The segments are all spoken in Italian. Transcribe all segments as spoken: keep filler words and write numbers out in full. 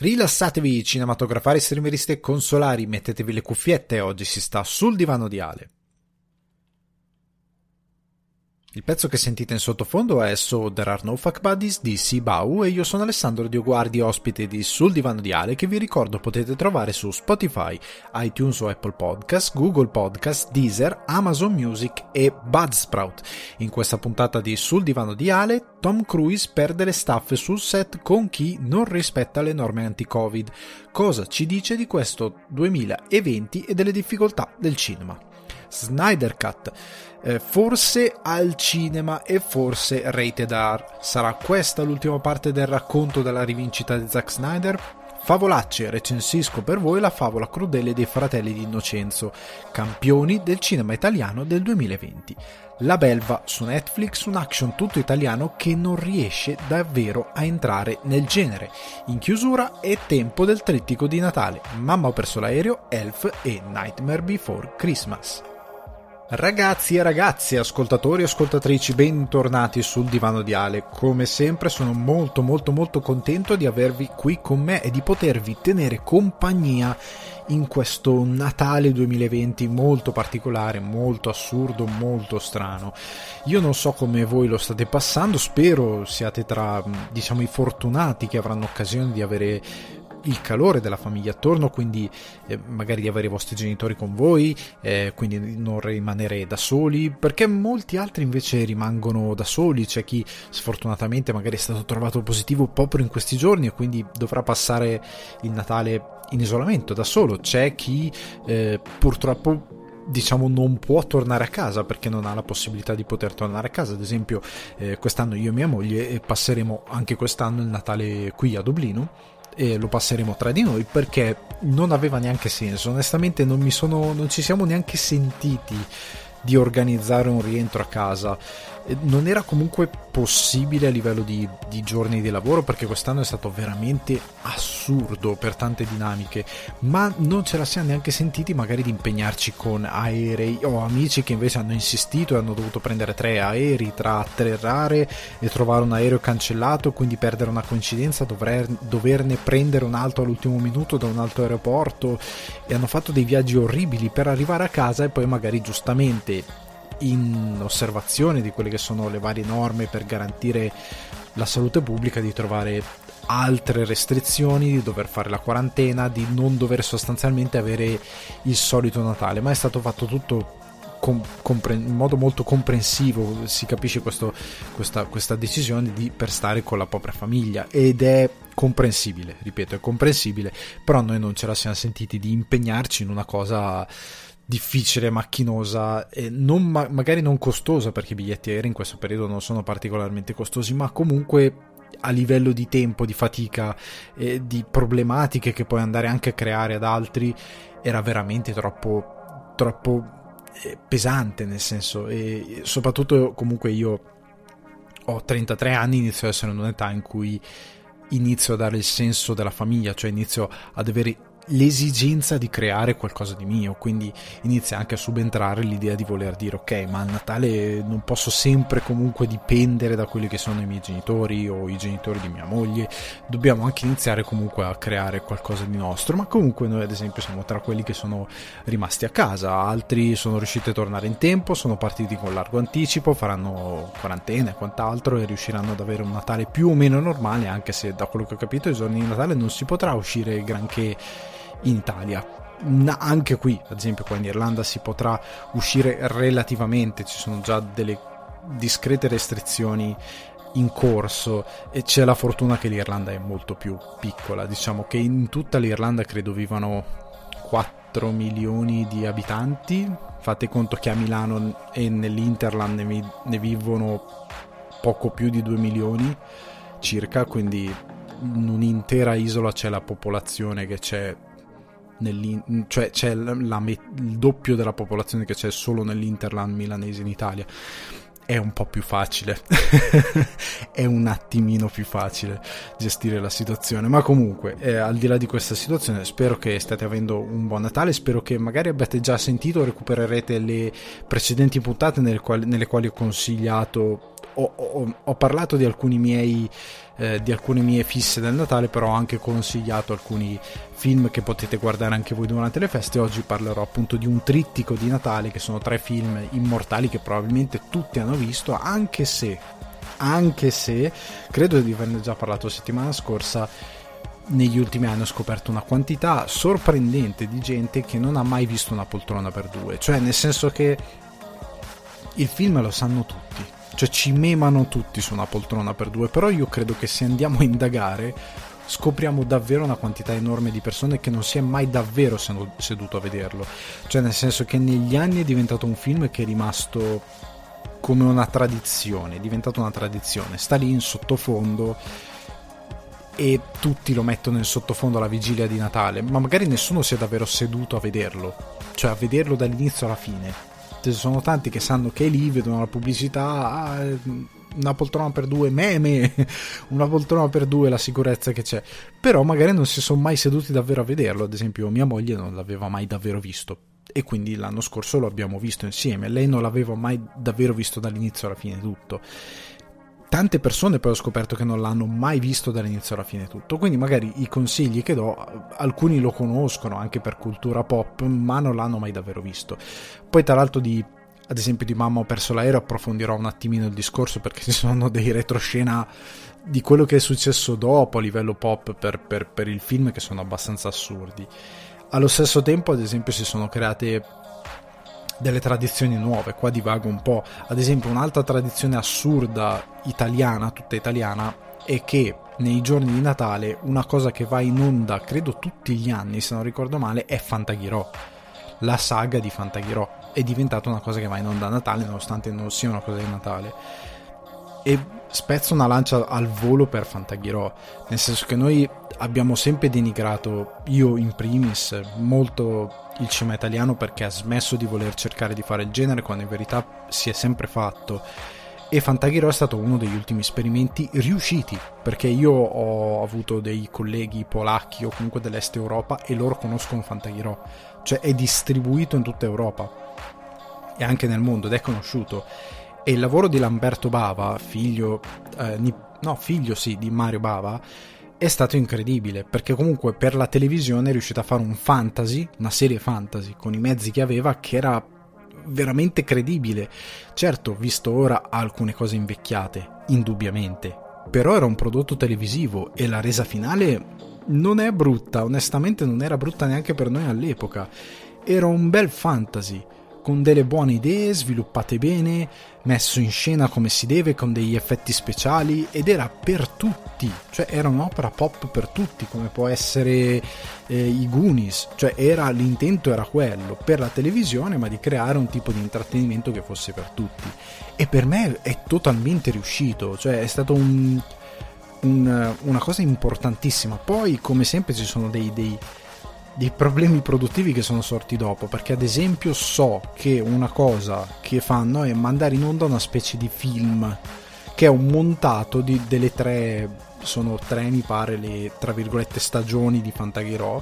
Rilassatevi, cinematografari, streameristi e consolari, mettetevi le cuffiette, oggi si sta sul divano di Ale. Il pezzo che sentite in sottofondo è So There Are No Fuck Buddies di Sibau e io sono Alessandro Dioguardi, ospite di Sul Divano di Ale, che vi ricordo potete trovare su Spotify, iTunes o Apple Podcast, Google Podcast, Deezer, Amazon Music e Buzzsprout. In questa puntata di Sul Divano di Ale, Tom Cruise perde le staffe sul set con chi non rispetta le norme anti-Covid. Cosa ci dice di questo duemilaventi e delle difficoltà del cinema? Snyder Cut, eh, forse al cinema e forse rated R. Sarà questa l'ultima parte del racconto della rivincita di Zack Snyder? Favolacce, recensisco per voi la favola crudele dei fratelli di Innocenzo, campioni del cinema italiano del duemilaventi. La Belva su Netflix, un action tutto italiano che non riesce davvero a entrare nel genere. In chiusura è tempo del trittico di Natale: Mamma ho perso l'aereo, Elf e Nightmare Before Christmas. Ragazzi e ragazze, ascoltatori e ascoltatrici, bentornati sul divano di Ale. Come sempre sono molto molto molto contento di avervi qui con me e di potervi tenere compagnia in questo Natale duemilaventi molto particolare, molto assurdo, molto strano. Io non so come voi lo state passando, spero siate tra, diciamo, i fortunati che avranno occasione di avere il calore della famiglia attorno, quindi eh, magari di avere i vostri genitori con voi, eh, quindi non rimanere da soli, perché molti altri invece rimangono da soli. C'è chi sfortunatamente magari è stato trovato positivo proprio in questi giorni e quindi dovrà passare il Natale in isolamento da solo. C'è chi eh, purtroppo diciamo non può tornare a casa perché non ha la possibilità di poter tornare a casa. Ad esempio eh, quest'anno io e mia moglie passeremo anche quest'anno il Natale qui a Dublino e lo passeremo tra di noi perché non aveva neanche senso. Onestamente non mi sono non ci siamo neanche sentiti di organizzare un rientro a casa. Non era comunque possibile a livello di, di giorni di lavoro, perché quest'anno è stato veramente assurdo per tante dinamiche, ma non ce la siamo neanche sentiti magari di impegnarci con aerei. Ho amici che invece hanno insistito e hanno dovuto prendere tre aerei tra atterrare e trovare un aereo cancellato, quindi perdere una coincidenza, dover, doverne prendere un altro all'ultimo minuto da un altro aeroporto, e hanno fatto dei viaggi orribili per arrivare a casa e poi magari giustamente in osservazione di quelle che sono le varie norme per garantire la salute pubblica, di trovare altre restrizioni, di dover fare la quarantena, di non dover sostanzialmente avere il solito Natale. Ma è stato fatto tutto com- compre- in modo molto comprensivo, si capisce questo, questa, questa decisione di, per stare con la propria famiglia, ed è comprensibile, ripeto, è comprensibile, però noi non ce la siamo sentiti di impegnarci in una cosa difficile, macchinosa e non, ma- magari non costosa, perché i biglietti aerei in questo periodo non sono particolarmente costosi, ma comunque a livello di tempo, di fatica e di problematiche che puoi andare anche a creare ad altri era veramente troppo troppo eh, pesante, nel senso. E soprattutto comunque io ho trentatré anni, inizio ad essere in un'età in cui inizio a dare il senso della famiglia, cioè inizio ad avere l'esigenza di creare qualcosa di mio, quindi inizia anche a subentrare l'idea di voler dire ok, ma a Natale non posso sempre comunque dipendere da quelli che sono i miei genitori o i genitori di mia moglie, dobbiamo anche iniziare comunque a creare qualcosa di nostro. Ma comunque noi ad esempio siamo tra quelli che sono rimasti a casa, altri sono riusciti a tornare in tempo, sono partiti con largo anticipo, faranno quarantena e quant'altro e riusciranno ad avere un Natale più o meno normale, anche se da quello che ho capito i giorni di Natale non si potrà uscire granché in Italia. Anche qui, ad esempio qua in Irlanda, si potrà uscire relativamente, ci sono già delle discrete restrizioni in corso e c'è la fortuna che l'Irlanda è molto più piccola. Diciamo che in tutta l'Irlanda credo vivano quattro milioni di abitanti, fate conto che a Milano e nell'Interland ne, vi- ne vivono poco più di due milioni circa, quindi in un'intera isola c'è la popolazione che c'è cioè c'è la, la, il doppio della popolazione che c'è solo nell'Interland milanese in Italia. È un po' più facile è un attimino più facile gestire la situazione, ma comunque eh, al di là di questa situazione spero che state avendo un buon Natale, spero che magari abbiate già sentito o recupererete le precedenti puntate nelle quali, nelle quali ho consigliato ho, ho, ho parlato di alcuni miei eh, di alcune mie fisse del Natale, però ho anche consigliato alcuni film che potete guardare anche voi durante le feste. Oggi parlerò appunto di un trittico di Natale, che sono tre film immortali che probabilmente tutti hanno visto, anche se anche se credo di averne già parlato settimana scorsa. Negli ultimi anni ho scoperto una quantità sorprendente di gente che non ha mai visto Una poltrona per due, cioè nel senso che il film lo sanno tutti, cioè ci memano tutti su Una poltrona per due, però io credo che se andiamo a indagare scopriamo davvero una quantità enorme di persone che non si è mai davvero seduto a vederlo, cioè nel senso che negli anni è diventato un film che è rimasto come una tradizione, è diventato una tradizione, sta lì in sottofondo e tutti lo mettono in sottofondo alla vigilia di Natale, ma magari nessuno si è davvero seduto a vederlo, cioè a vederlo dall'inizio alla fine. Ci sono tanti che sanno che è lì, vedono la pubblicità, ah, una poltrona per due, meme, una poltrona per due, la sicurezza che c'è, però magari non si sono mai seduti davvero a vederlo. Ad esempio mia moglie non l'aveva mai davvero visto e quindi l'anno scorso lo abbiamo visto insieme, lei non l'aveva mai davvero visto dall'inizio alla fine tutto. Tante persone poi ho scoperto che non l'hanno mai visto dall'inizio alla fine tutto, quindi magari i consigli che do, alcuni lo conoscono anche per cultura pop, ma non l'hanno mai davvero visto. Poi tra l'altro di, ad esempio di Mamma ho perso l'aereo approfondirò un attimino il discorso, perché ci sono dei retroscena di quello che è successo dopo a livello pop per, per, per il film che sono abbastanza assurdi. Allo stesso tempo ad esempio si sono create delle tradizioni nuove, qua divago un po'. Ad esempio un'altra tradizione assurda italiana, tutta italiana, è che nei giorni di Natale una cosa che va in onda credo tutti gli anni, se non ricordo male, è Fantaghirò. La saga di Fantaghirò è diventata una cosa che va in onda a Natale, nonostante non sia una cosa di Natale. E spezzo una lancia al volo per Fantaghirò, nel senso che noi abbiamo sempre denigrato, io in primis, molto il cinema italiano, perché ha smesso di voler cercare di fare il genere quando in verità si è sempre fatto, e Fantaghirò è stato uno degli ultimi esperimenti riusciti, perché io ho avuto dei colleghi polacchi o comunque dell'est Europa e loro conoscono Fantaghirò, cioè è distribuito in tutta Europa e anche nel mondo ed è conosciuto. E il lavoro di Lamberto Bava, figlio eh, no figlio sì di Mario Bava, è stato incredibile, perché comunque per la televisione è riuscito a fare un fantasy, una serie fantasy con i mezzi che aveva, che era veramente credibile. Certo, visto ora ha alcune cose invecchiate, indubbiamente, però era un prodotto televisivo e la resa finale non è brutta, onestamente non era brutta neanche per noi all'epoca. Era un bel fantasy con delle buone idee, sviluppate bene, messo in scena come si deve, con degli effetti speciali, ed era per tutti, cioè era un'opera pop per tutti, come può essere eh, i Goonies, cioè era, l'intento era quello, per la televisione, ma di creare un tipo di intrattenimento che fosse per tutti, e per me è totalmente riuscito, cioè è stato un, un, una cosa importantissima. Poi come sempre ci sono dei, dei dei problemi produttivi che sono sorti dopo, perché ad esempio so che una cosa che fanno è mandare in onda una specie di film che è un montato di, delle tre, sono tre mi pare le tra virgolette stagioni di Fantaghirò,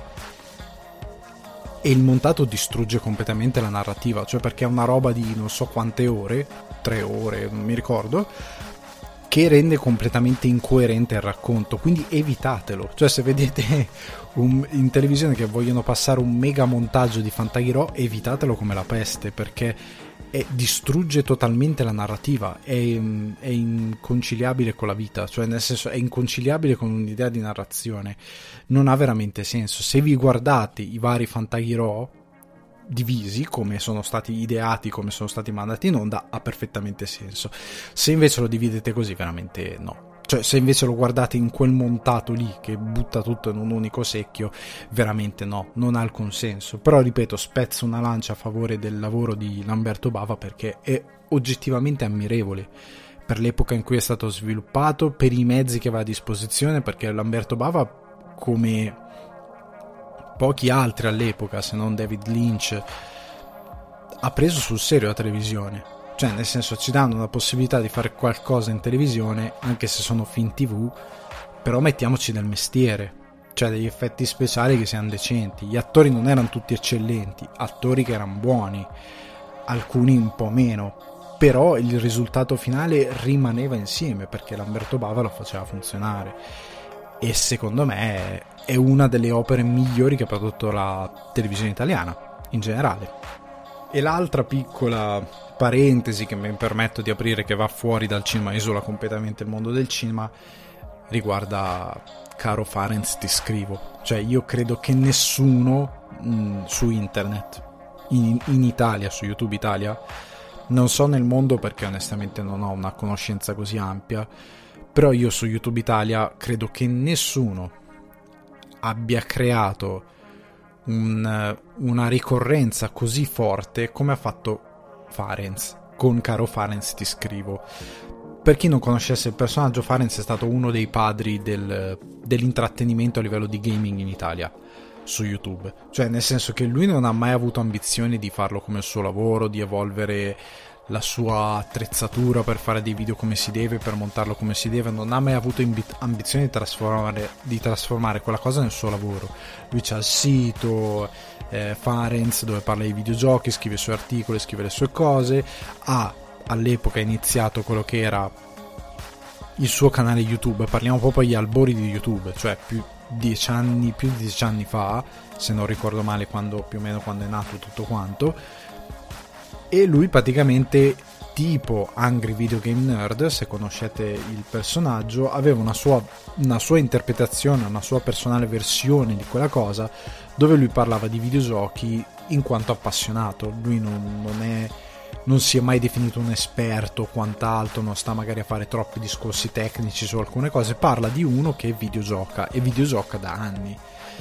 e il montato distrugge completamente la narrativa, cioè perché è una roba di non so quante ore, tre ore non mi ricordo, che rende completamente incoerente il racconto, quindi evitatelo. Cioè se vedete un, in televisione che vogliono passare un mega montaggio di Fantaghirò, evitatelo come la peste, perché è, distrugge totalmente la narrativa, è, è inconciliabile con la vita, cioè nel senso è inconciliabile con un'idea di narrazione, non ha veramente senso. Se vi guardate i vari Fantaghirò divisi, come sono stati ideati, come sono stati mandati in onda, ha perfettamente senso. Se invece lo dividete così, veramente no. Cioè se invece lo guardate in quel montato lì che butta tutto in un unico secchio, veramente no, non ha alcun senso. Però ripeto, spezzo una lancia a favore del lavoro di Lamberto Bava, perché è oggettivamente ammirevole per l'epoca in cui è stato sviluppato, per i mezzi che aveva a disposizione, perché Lamberto Bava, come pochi altri all'epoca, se non David Lynch, ha preso sul serio la televisione, cioè nel senso ci danno la possibilità di fare qualcosa in televisione, anche se sono film tv, però mettiamoci del mestiere, cioè degli effetti speciali che siano decenti. Gli attori non erano tutti eccellenti, attori che erano buoni, alcuni un po' meno, però il risultato finale rimaneva insieme perché Lamberto Bava lo faceva funzionare, e secondo me è una delle opere migliori che ha prodotto la televisione italiana in generale. E l'altra piccola parentesi che mi permetto di aprire, che va fuori dal cinema, isola completamente il mondo del cinema, riguarda Caro Farenz ti scrivo. Cioè io credo che nessuno mh, su internet in, in Italia, su YouTube Italia, non so nel mondo perché onestamente non ho una conoscenza così ampia, però io su YouTube Italia credo che nessuno abbia creato un, una ricorrenza così forte come ha fatto Farenz con Caro Farenz ti scrivo. Per chi non conoscesse il personaggio, Farenz è stato uno dei padri del, dell'intrattenimento a livello di gaming in Italia su YouTube, cioè nel senso che lui non ha mai avuto ambizioni di farlo come il suo lavoro, di evolvere la sua attrezzatura per fare dei video come si deve, per montarlo come si deve, non ha mai avuto imbi- ambizioni di trasformare, di trasformare quella cosa nel suo lavoro. Lui c'ha il sito eh, Farenz dove parla di videogiochi, scrive i suoi articoli, scrive le sue cose, ha all'epoca iniziato quello che era il suo canale YouTube, parliamo proprio agli albori di YouTube, cioè più dieci anni, più di dieci anni fa, se non ricordo male, quando più o meno quando è nato tutto quanto. E lui praticamente, tipo Angry Video Game Nerd, se conoscete il personaggio, aveva una sua, una sua interpretazione, una sua personale versione di quella cosa, dove lui parlava di videogiochi in quanto appassionato. Lui non, non è non si è mai definito un esperto o quant'altro, non sta magari a fare troppi discorsi tecnici su alcune cose, parla di uno che videogioca e videogioca da anni,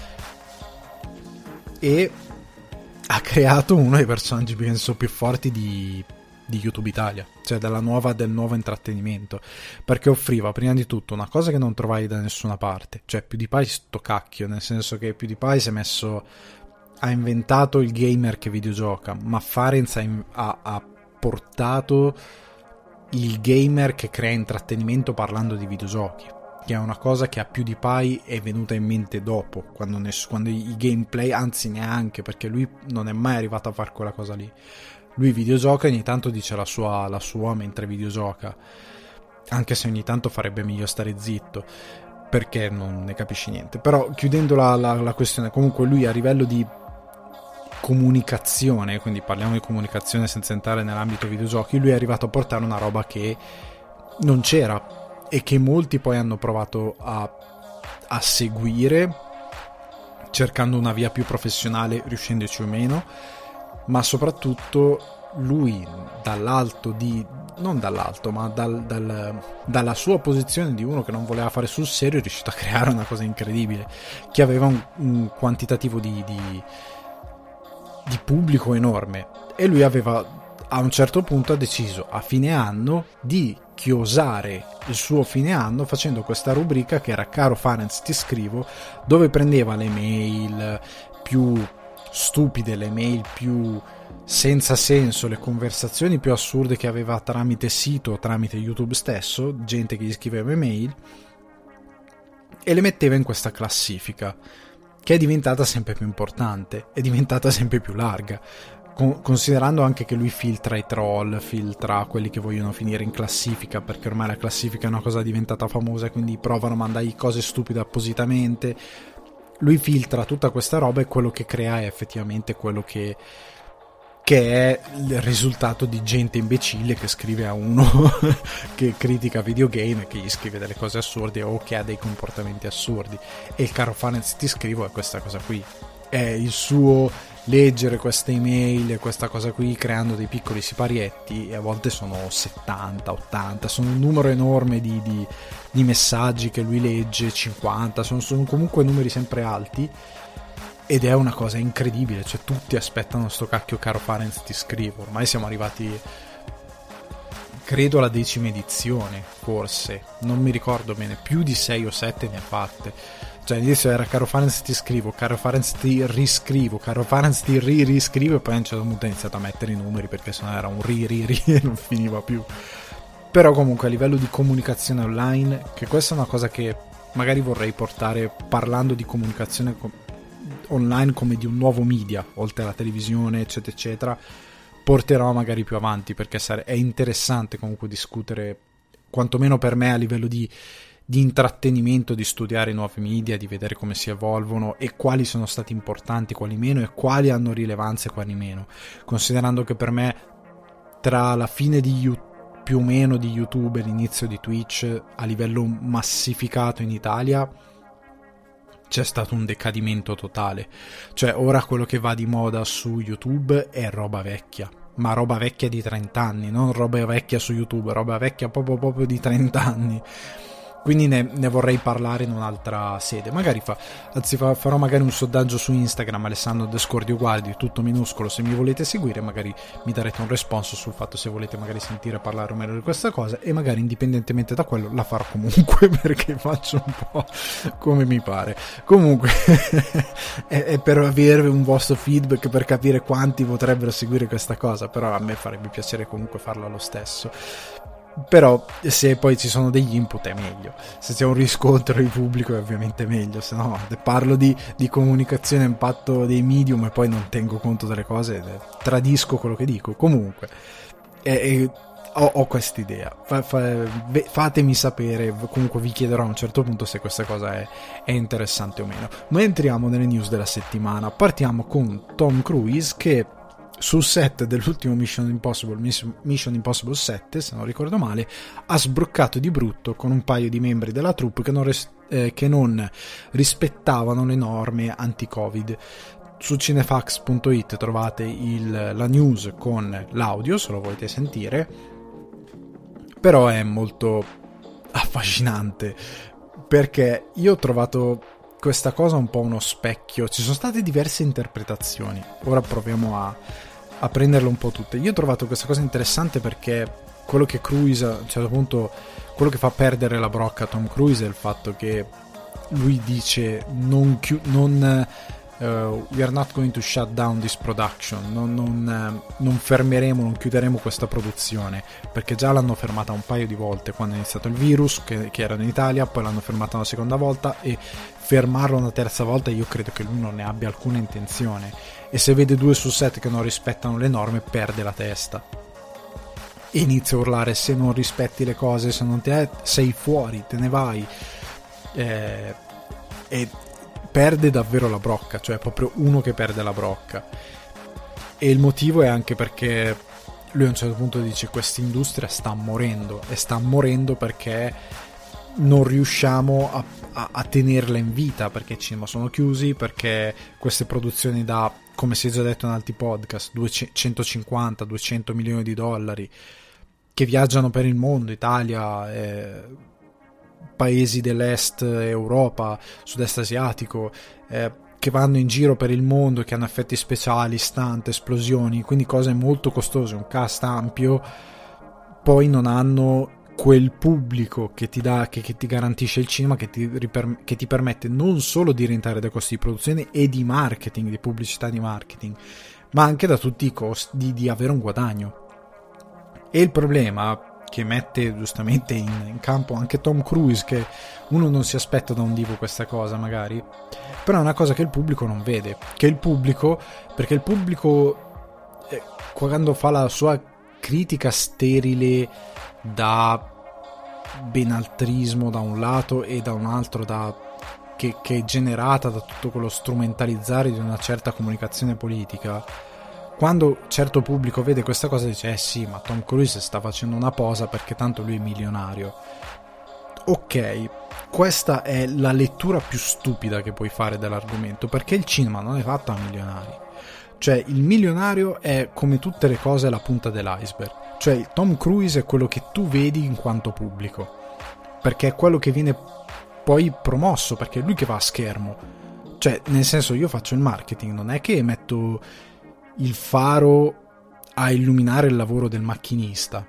e ha creato uno dei personaggi penso più forti di, di YouTube Italia, cioè della nuova, del nuovo intrattenimento, perché offriva prima di tutto una cosa che non trovai da nessuna parte, cioè PewDiePie sto cacchio, nel senso che PewDiePie si è messo, ha inventato il gamer che videogioca, ma Farenz ha, ha, ha portato il gamer che crea intrattenimento parlando di videogiochi, che è una cosa che a PewDiePie è venuta in mente dopo, quando, ness- quando i gameplay, anzi neanche, perché lui non è mai arrivato a fare quella cosa lì. Lui videogioca e ogni tanto dice la sua, la sua mentre videogioca, anche se ogni tanto farebbe meglio stare zitto perché non ne capisci niente. Però chiudendo la, la, la questione, comunque lui a livello di comunicazione, quindi parliamo di comunicazione senza entrare nell'ambito videogiochi, lui è arrivato a portare una roba che non c'era e che molti poi hanno provato a, a seguire cercando una via più professionale, riuscendoci o meno, ma soprattutto lui dall'alto di non dall'alto ma dal, dal, dalla sua posizione di uno che non voleva fare sul serio è riuscito a creare una cosa incredibile, che aveva un, un quantitativo di, di di pubblico enorme, e lui aveva a un certo punto ha deciso a fine anno di chiosare il suo fine anno facendo questa rubrica che era Caro Farenz ti scrivo, dove prendeva le mail più stupide, le mail più senza senso, le conversazioni più assurde che aveva tramite sito o tramite YouTube stesso, gente che gli scriveva email, e le metteva in questa classifica che è diventata sempre più importante, è diventata sempre più larga, con- considerando anche che lui filtra i troll, filtra quelli che vogliono finire in classifica, perché ormai la classifica è una cosa diventata famosa e quindi provano a mandargli cose stupide appositamente. Lui filtra tutta questa roba e quello che crea è effettivamente quello che che è il risultato di gente imbecille che scrive a uno che critica videogame e che gli scrive delle cose assurde o che ha dei comportamenti assurdi, e il Caro Farenz ti scrivo è questa cosa qui, è il suo leggere queste email, questa cosa qui, creando dei piccoli siparietti, e a volte sono settanta, ottanta, sono un numero enorme di, di, di messaggi che lui legge, cinquanta, sono, sono comunque numeri sempre alti, ed è una cosa incredibile, cioè tutti aspettano sto cacchio Caro Farenz ti scrivo. Ormai siamo arrivati credo alla decima edizione, forse non mi ricordo bene, più di sei o sette ne ha fatte. Cioè all'inizio era Caro Farenz ti scrivo, Caro Farenz ti riscrivo, Caro Farenz ti ri-riscrivo, e poi a un certo punto ha iniziato a mettere i numeri perché sennò era un ri-ri-ri e non finiva più. Però comunque a livello di comunicazione online, che questa è una cosa che magari vorrei portare, parlando di comunicazione online come di un nuovo media, oltre alla televisione eccetera eccetera, porterò magari più avanti, perché sare- è interessante comunque discutere, quantomeno per me a livello di, di intrattenimento, di studiare i nuovi media, di vedere come si evolvono e quali sono stati importanti, quali meno, e quali hanno rilevanza e quali meno, considerando che per me tra la fine di YouTube, più o meno di YouTube e l'inizio di Twitch a livello massificato in Italia, c'è stato un decadimento totale. Cioè ora quello che va di moda su YouTube è roba vecchia, ma roba vecchia di trenta anni, non roba vecchia su YouTube, roba vecchia proprio proprio di trenta anni. Quindi ne, ne vorrei parlare in un'altra sede, magari fa, anzi fa, farò magari un sondaggio su Instagram, Alessandro Descordio Guardi, tutto minuscolo, se mi volete seguire magari mi darete un responso sul fatto se volete magari sentire parlare o meno di questa cosa, e magari indipendentemente da quello la farò comunque, perché faccio un po' come mi pare. Comunque è, è per avere un vostro feedback, per capire quanti potrebbero seguire questa cosa, però a me farebbe piacere comunque farla lo stesso. Però se poi ci sono degli input è meglio, se c'è un riscontro di pubblico è ovviamente meglio, se no parlo di, di comunicazione, impatto dei medium e poi non tengo conto delle cose, tradisco quello che dico. Comunque e, e, ho, ho quest'idea, fa, fa, fatemi sapere, comunque vi chiederò a un certo punto se questa cosa è, è interessante o meno. Ma entriamo nelle news della settimana. Partiamo con Tom Cruise, che sul set dell'ultimo Mission Impossible, Mission Impossible sette, se non ricordo male, ha sbroccato di brutto con un paio di membri della troupe che non, res- eh, che non rispettavano le norme anti-Covid. Su cinefax punto it trovate il, la news con l'audio, se lo volete sentire, però è molto affascinante, perché io ho trovato questa cosa un po' uno specchio. Ci sono state diverse interpretazioni, ora proviamo a a prenderle un po' tutte. Io ho trovato questa cosa interessante perché quello che Cruise, a un certo punto, quello che fa perdere la brocca a Tom Cruise è il fatto che lui dice non, chi- non uh, we are not going to shut down this production, non, non, uh, non fermeremo, non chiuderemo questa produzione, perché già l'hanno fermata un paio di volte quando è iniziato il virus, che, che era in Italia, poi l'hanno fermata una seconda volta, e fermarlo una terza volta io credo che lui non ne abbia alcuna intenzione, e se vede due su set che non rispettano le norme perde la testa e inizia a urlare: se non rispetti le cose, se non te sei fuori, te ne vai, eh, e perde davvero la brocca, cioè è proprio uno che perde la brocca. E il motivo è anche perché lui a un certo punto dice: questa industria sta morendo, e sta morendo perché non riusciamo a, a, a tenerla in vita, perché i cinema sono chiusi, perché queste produzioni da, come si è già detto in altri podcast, centocinquanta duecento milioni di dollari che viaggiano per il mondo, Italia, eh, paesi dell'est Europa, sud-est asiatico, eh, che vanno in giro per il mondo, che hanno effetti speciali, stunt, esplosioni, quindi cose molto costose, un cast ampio, poi non hanno quel pubblico che ti dà, che, che ti garantisce il cinema, che ti, riper, che ti permette non solo di rientrare dai costi di produzione e di marketing, di pubblicità, di marketing, ma anche da tutti i costi di, di avere un guadagno. E il problema che mette giustamente in, in campo anche Tom Cruise, che uno non si aspetta da un divo questa cosa magari, però è una cosa che il pubblico non vede, che il pubblico, perché il pubblico eh, quando fa la sua critica sterile da benaltrismo da un lato e da un altro da, che, che è generata da tutto quello strumentalizzare di una certa comunicazione politica, quando certo pubblico vede questa cosa dice: eh sì, ma Tom Cruise sta facendo una posa perché tanto lui è milionario. Ok, questa è la lettura più stupida che puoi fare dell'argomento, perché il cinema non è fatto a milionari. Cioè il milionario è, come tutte le cose, la punta dell'iceberg. Cioè Tom Cruise è quello che tu vedi in quanto pubblico, perché è quello che viene poi promosso, perché è lui che va a schermo. Cioè, nel senso, io faccio il marketing, non è che metto il faro a illuminare il lavoro del macchinista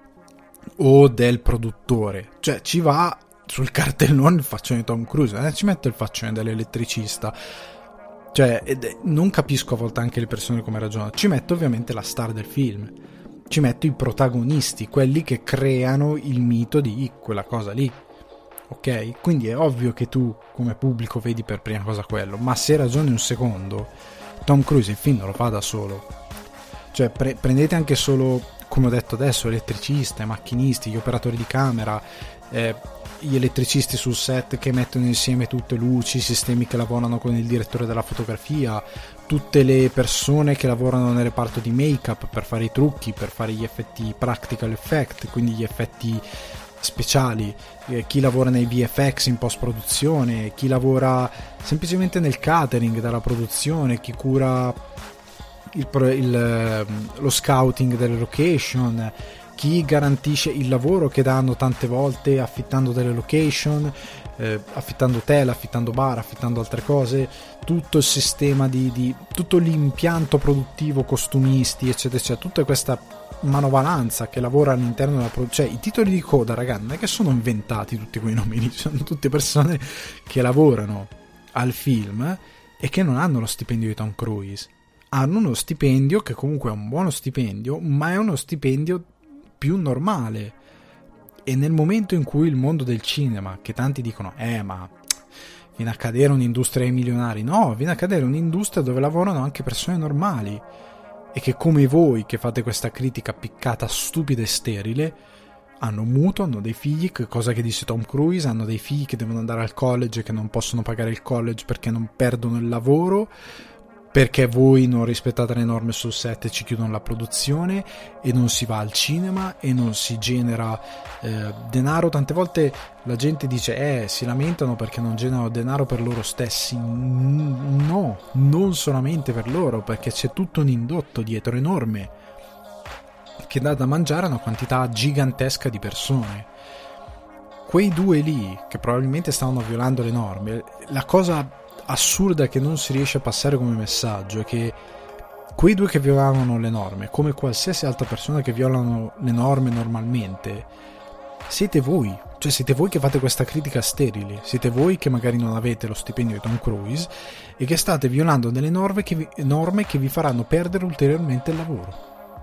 o del produttore. Cioè ci va sul cartellone il faccione di Tom Cruise, eh? Ci metto il faccione dell'elettricista. Cioè, ed, non capisco a volte anche le persone come ragionano. Ci metto ovviamente la star del film, ci metto i protagonisti, quelli che creano il mito di quella cosa lì, ok? Quindi è ovvio che tu come pubblico vedi per prima cosa quello, ma se ragioni un secondo, Tom Cruise il film non lo fa da solo. Cioè pre- prendete anche solo, come ho detto adesso, elettricista, i macchinisti, gli operatori di camera, eh, gli elettricisti sul set che mettono insieme tutte luci, i sistemi che lavorano con il direttore della fotografia, tutte le persone che lavorano nel reparto di make-up per fare i trucchi, per fare gli effetti practical effect, quindi gli effetti speciali, eh, chi lavora nei V F X in post produzione, chi lavora semplicemente nel catering dalla produzione, chi cura il, il, lo scouting delle location, chi garantisce il lavoro che danno tante volte affittando delle location, eh, affittando hotel, affittando bar, affittando altre cose, tutto il sistema di, di tutto l'impianto produttivo, costumisti eccetera eccetera, tutta questa manovalanza che lavora all'interno della produzione. Cioè i titoli di coda, ragazzi, non è che sono inventati tutti quei nomi lì, sono tutte persone che lavorano al film e che non hanno lo stipendio di Tom Cruise, hanno uno stipendio che comunque è un buono stipendio, ma è uno stipendio più normale. E nel momento in cui il mondo del cinema, che tanti dicono eh ma viene a cadere un'industria ai milionari, no, viene a cadere un'industria dove lavorano anche persone normali e che come voi che fate questa critica piccata, stupida e sterile, hanno un mutuo, hanno dei figli, che cosa che disse Tom Cruise, hanno dei figli che devono andare al college e che non possono pagare il college perché non perdono il lavoro, perché voi non rispettate le norme sul set e ci chiudono la produzione e non si va al cinema e non si genera eh, denaro. Tante volte la gente dice eh si lamentano perché non generano denaro per loro stessi. No, non solamente per loro, perché c'è tutto un indotto dietro enorme che dà da mangiare a una quantità gigantesca di persone. Quei due lì che probabilmente stavano violando le norme, la cosa assurda che non si riesce a passare come messaggio è che quei due che violavano le norme, come qualsiasi altra persona che violano le norme normalmente, siete voi. Cioè siete voi che fate questa critica sterile, siete voi che magari non avete lo stipendio di Tom Cruise e che state violando delle norme che vi, norme che vi faranno perdere ulteriormente il lavoro,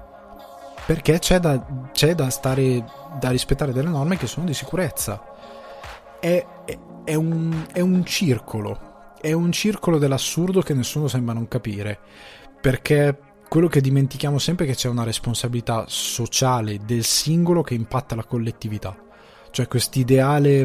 perché c'è da, c'è da stare da rispettare delle norme che sono di sicurezza. È, è, è, un, è un circolo È un circolo dell'assurdo che nessuno sembra non capire, perché quello che dimentichiamo sempre è che c'è una responsabilità sociale del singolo che impatta la collettività. Cioè quest'ideale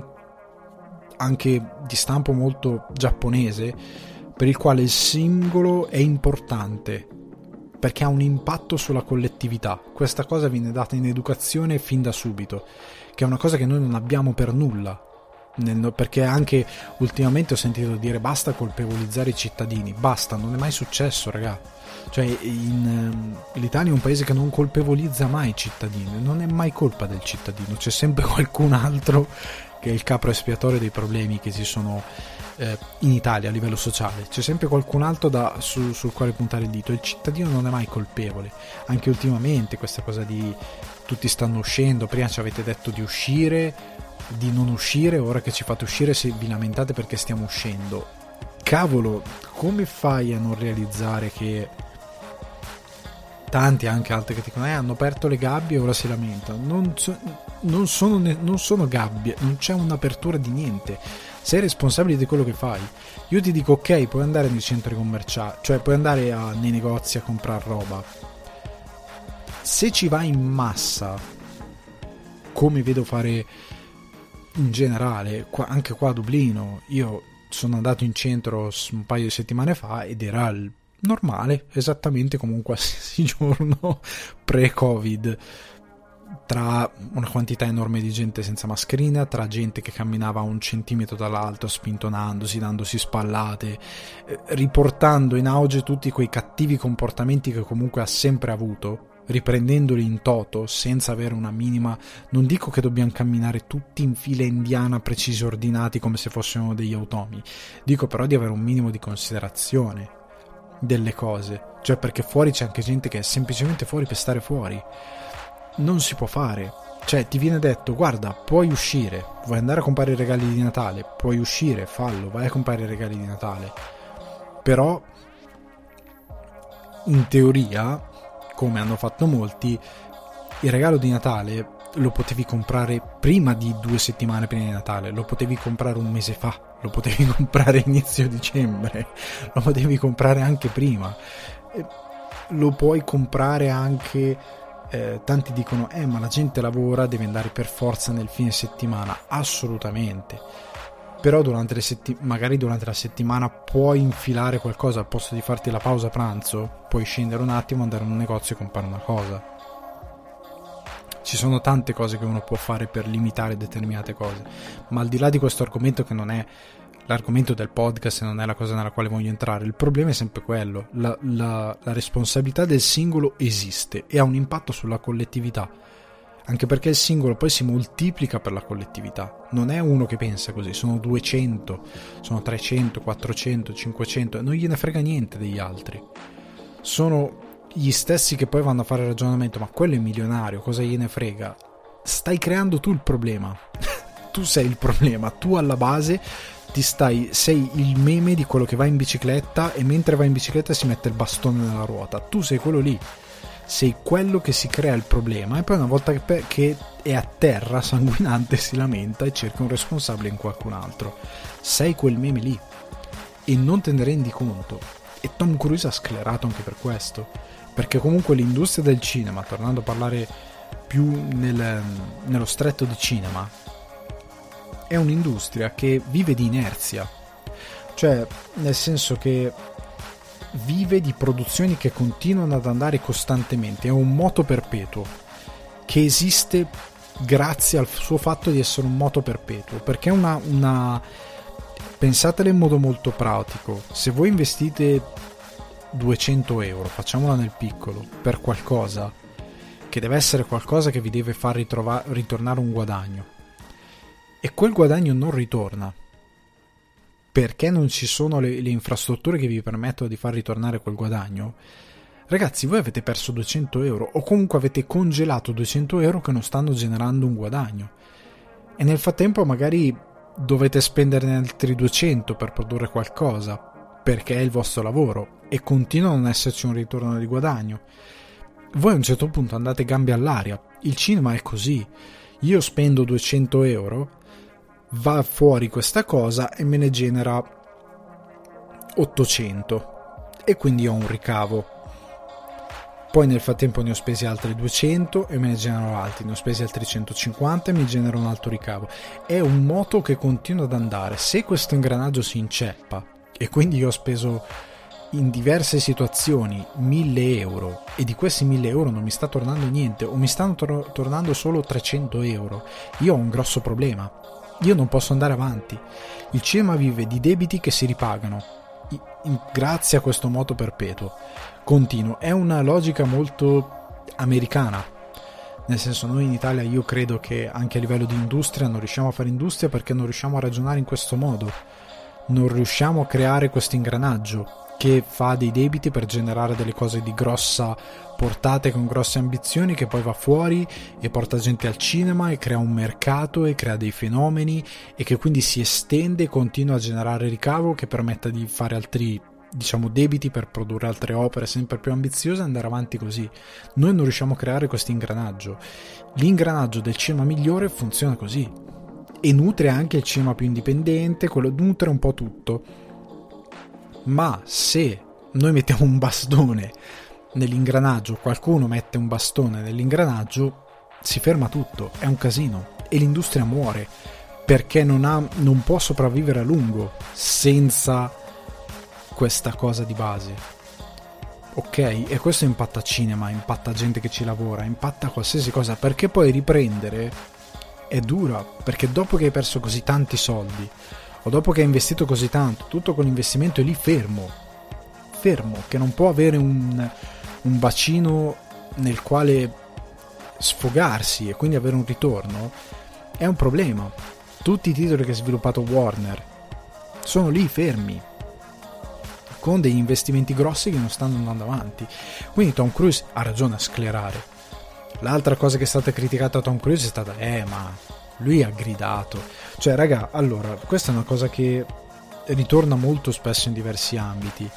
anche di stampo molto giapponese, per il quale il singolo è importante perché ha un impatto sulla collettività. Questa cosa viene data in educazione fin da subito, che è una cosa che noi non abbiamo per nulla. Nel, perché anche ultimamente ho sentito dire basta colpevolizzare i cittadini. Basta, non è mai successo, raga. Cioè in, l'Italia è un paese che non colpevolizza mai i cittadini, non è mai colpa del cittadino, c'è sempre qualcun altro che è il capro espiatorio dei problemi che ci sono eh, in Italia a livello sociale. C'è sempre qualcun altro da, su, sul quale puntare il dito. Il cittadino non è mai colpevole. Anche ultimamente questa cosa di tutti stanno uscendo, prima ci avete detto di uscire, di non uscire, ora che ci fate uscire se vi lamentate perché stiamo uscendo. Cavolo, come fai a non realizzare che tanti, anche altri che dicono eh hanno aperto le gabbie e ora si lamentano? Non, so, non, sono, non sono gabbie, non c'è un'apertura di niente. Sei responsabile di quello che fai. Io ti dico ok, puoi andare nei centri commerciali, cioè puoi andare a, nei negozi a comprare roba. Se ci vai in massa, come vedo fare in generale, qua, anche qua a Dublino, io sono andato in centro un paio di settimane fa ed era il normale, esattamente come un qualsiasi giorno pre-Covid, tra una quantità enorme di gente senza mascherina, tra gente che camminava a un centimetro dall'altro spintonandosi, dandosi spallate, eh, riportando in auge tutti quei cattivi comportamenti che comunque ha sempre avuto, riprendendoli in toto senza avere una minima. Non dico che dobbiamo camminare tutti in fila indiana precisi ordinati come se fossimo degli automi, dico però di avere un minimo di considerazione delle cose, cioè perché fuori c'è anche gente che è semplicemente fuori per stare fuori. Non si può fare, cioè ti viene detto guarda puoi uscire, vuoi andare a comprare i regali di Natale, puoi uscire, fallo, vai a comprare i regali di Natale, però in teoria, come hanno fatto molti, il regalo di Natale lo potevi comprare prima di due settimane prima di Natale, lo potevi comprare un mese fa, lo potevi comprare inizio dicembre, lo potevi comprare anche prima. lo puoi comprare anche, eh, tanti dicono eh ma la gente lavora, deve andare per forza nel fine settimana. Assolutamente, però durante le setti- magari durante la settimana puoi infilare qualcosa, al posto di farti la pausa pranzo puoi scendere un attimo, andare in un negozio e comprare una cosa. Ci sono tante cose che uno può fare per limitare determinate cose, ma al di là di questo argomento, che non è l'argomento del podcast e non è la cosa nella quale voglio entrare, il problema è sempre quello: la, la, la responsabilità del singolo esiste e ha un impatto sulla collettività, anche perché il singolo poi si moltiplica per la collettività. Non è uno che pensa così, sono duecento, sono trecento, quattrocento, cinquecento, e non gliene frega niente degli altri. Sono gli stessi che poi vanno a fare il ragionamento: ma quello è milionario, cosa gliene frega? Stai creando tu il problema. Tu sei il problema, tu alla base ti stai, sei il meme di quello che va in bicicletta e mentre va in bicicletta si mette il bastone nella ruota. Tu sei quello lì, sei quello che si crea il problema, e poi una volta che, che è a terra sanguinante si lamenta e cerca un responsabile in qualcun altro. Sei quel meme lì e non te ne rendi conto. E Tom Cruise ha sclerato anche per questo, perché comunque l'industria del cinema, tornando a parlare più nel, nello stretto di cinema, è un'industria che vive di inerzia, cioè nel senso che vive di produzioni che continuano ad andare costantemente. È un moto perpetuo che esiste grazie al suo fatto di essere un moto perpetuo, perché è una, una... pensatele in modo molto pratico: se voi investite duecento euro, facciamola nel piccolo, per qualcosa che deve essere qualcosa che vi deve far ritrova- ritornare un guadagno, e quel guadagno non ritorna perché non ci sono le, le infrastrutture che vi permettono di far ritornare quel guadagno, ragazzi, voi avete perso duecento euro, o comunque avete congelato duecento euro che non stanno generando un guadagno, e nel frattempo magari dovete spenderne altri duecento per produrre qualcosa, perché è il vostro lavoro, e continua a non esserci un ritorno di guadagno. Voi a un certo punto andate gambe all'aria. Il cinema è così: io spendo duecento euro, va fuori questa cosa e me ne genera ottocento, e quindi ho un ricavo. Poi nel frattempo ne ho spesi altri duecento e me ne generano altri, ne ho spesi altri centocinquanta e mi genera un altro ricavo. È un moto che continua ad andare. Se questo ingranaggio si inceppa, e quindi io ho speso in diverse situazioni mille euro, e di questi mille euro non mi sta tornando niente, o mi stanno tor- tornando solo trecento euro, io ho un grosso problema. Io non posso andare avanti. Il cinema vive di debiti che si ripagano in, in, grazie a questo moto perpetuo continuo. È una logica molto americana, nel senso, noi in Italia, io credo che anche a livello di industria non riusciamo a fare industria perché non riusciamo a ragionare in questo modo, non riusciamo a creare questo ingranaggio che fa dei debiti per generare delle cose di grossa portata, con grosse ambizioni, che poi va fuori e porta gente al cinema e crea un mercato e crea dei fenomeni, e che quindi si estende e continua a generare ricavo che permetta di fare altri, diciamo, debiti per produrre altre opere sempre più ambiziose e andare avanti così. Noi non riusciamo a creare questo ingranaggio. L'ingranaggio del cinema migliore funziona così, e nutre anche il cinema più indipendente, quello nutre un po' tutto. Ma se noi mettiamo un bastone nell'ingranaggio, qualcuno mette un bastone nell'ingranaggio, si ferma tutto, è un casino, e l'industria muore, perché non ha, non può sopravvivere a lungo senza questa cosa di base. Ok, e questo impatta cinema, impatta gente che ci lavora, impatta qualsiasi cosa, perché poi riprendere è dura, perché dopo che hai perso così tanti soldi, o dopo che hai investito così tanto, tutto quell'investimento è lì fermo, fermo, che non può avere un, un bacino nel quale sfogarsi e quindi avere un ritorno, è un problema. Tutti i titoli che ha sviluppato Warner sono lì fermi, con degli investimenti grossi che non stanno andando avanti. Quindi Tom Cruise ha ragione a sclerare. L'altra cosa che è stata criticata a Tom Cruise è stata eh ma lui ha gridato. Cioè raga, allora, questa è una cosa che ritorna molto spesso in diversi ambiti.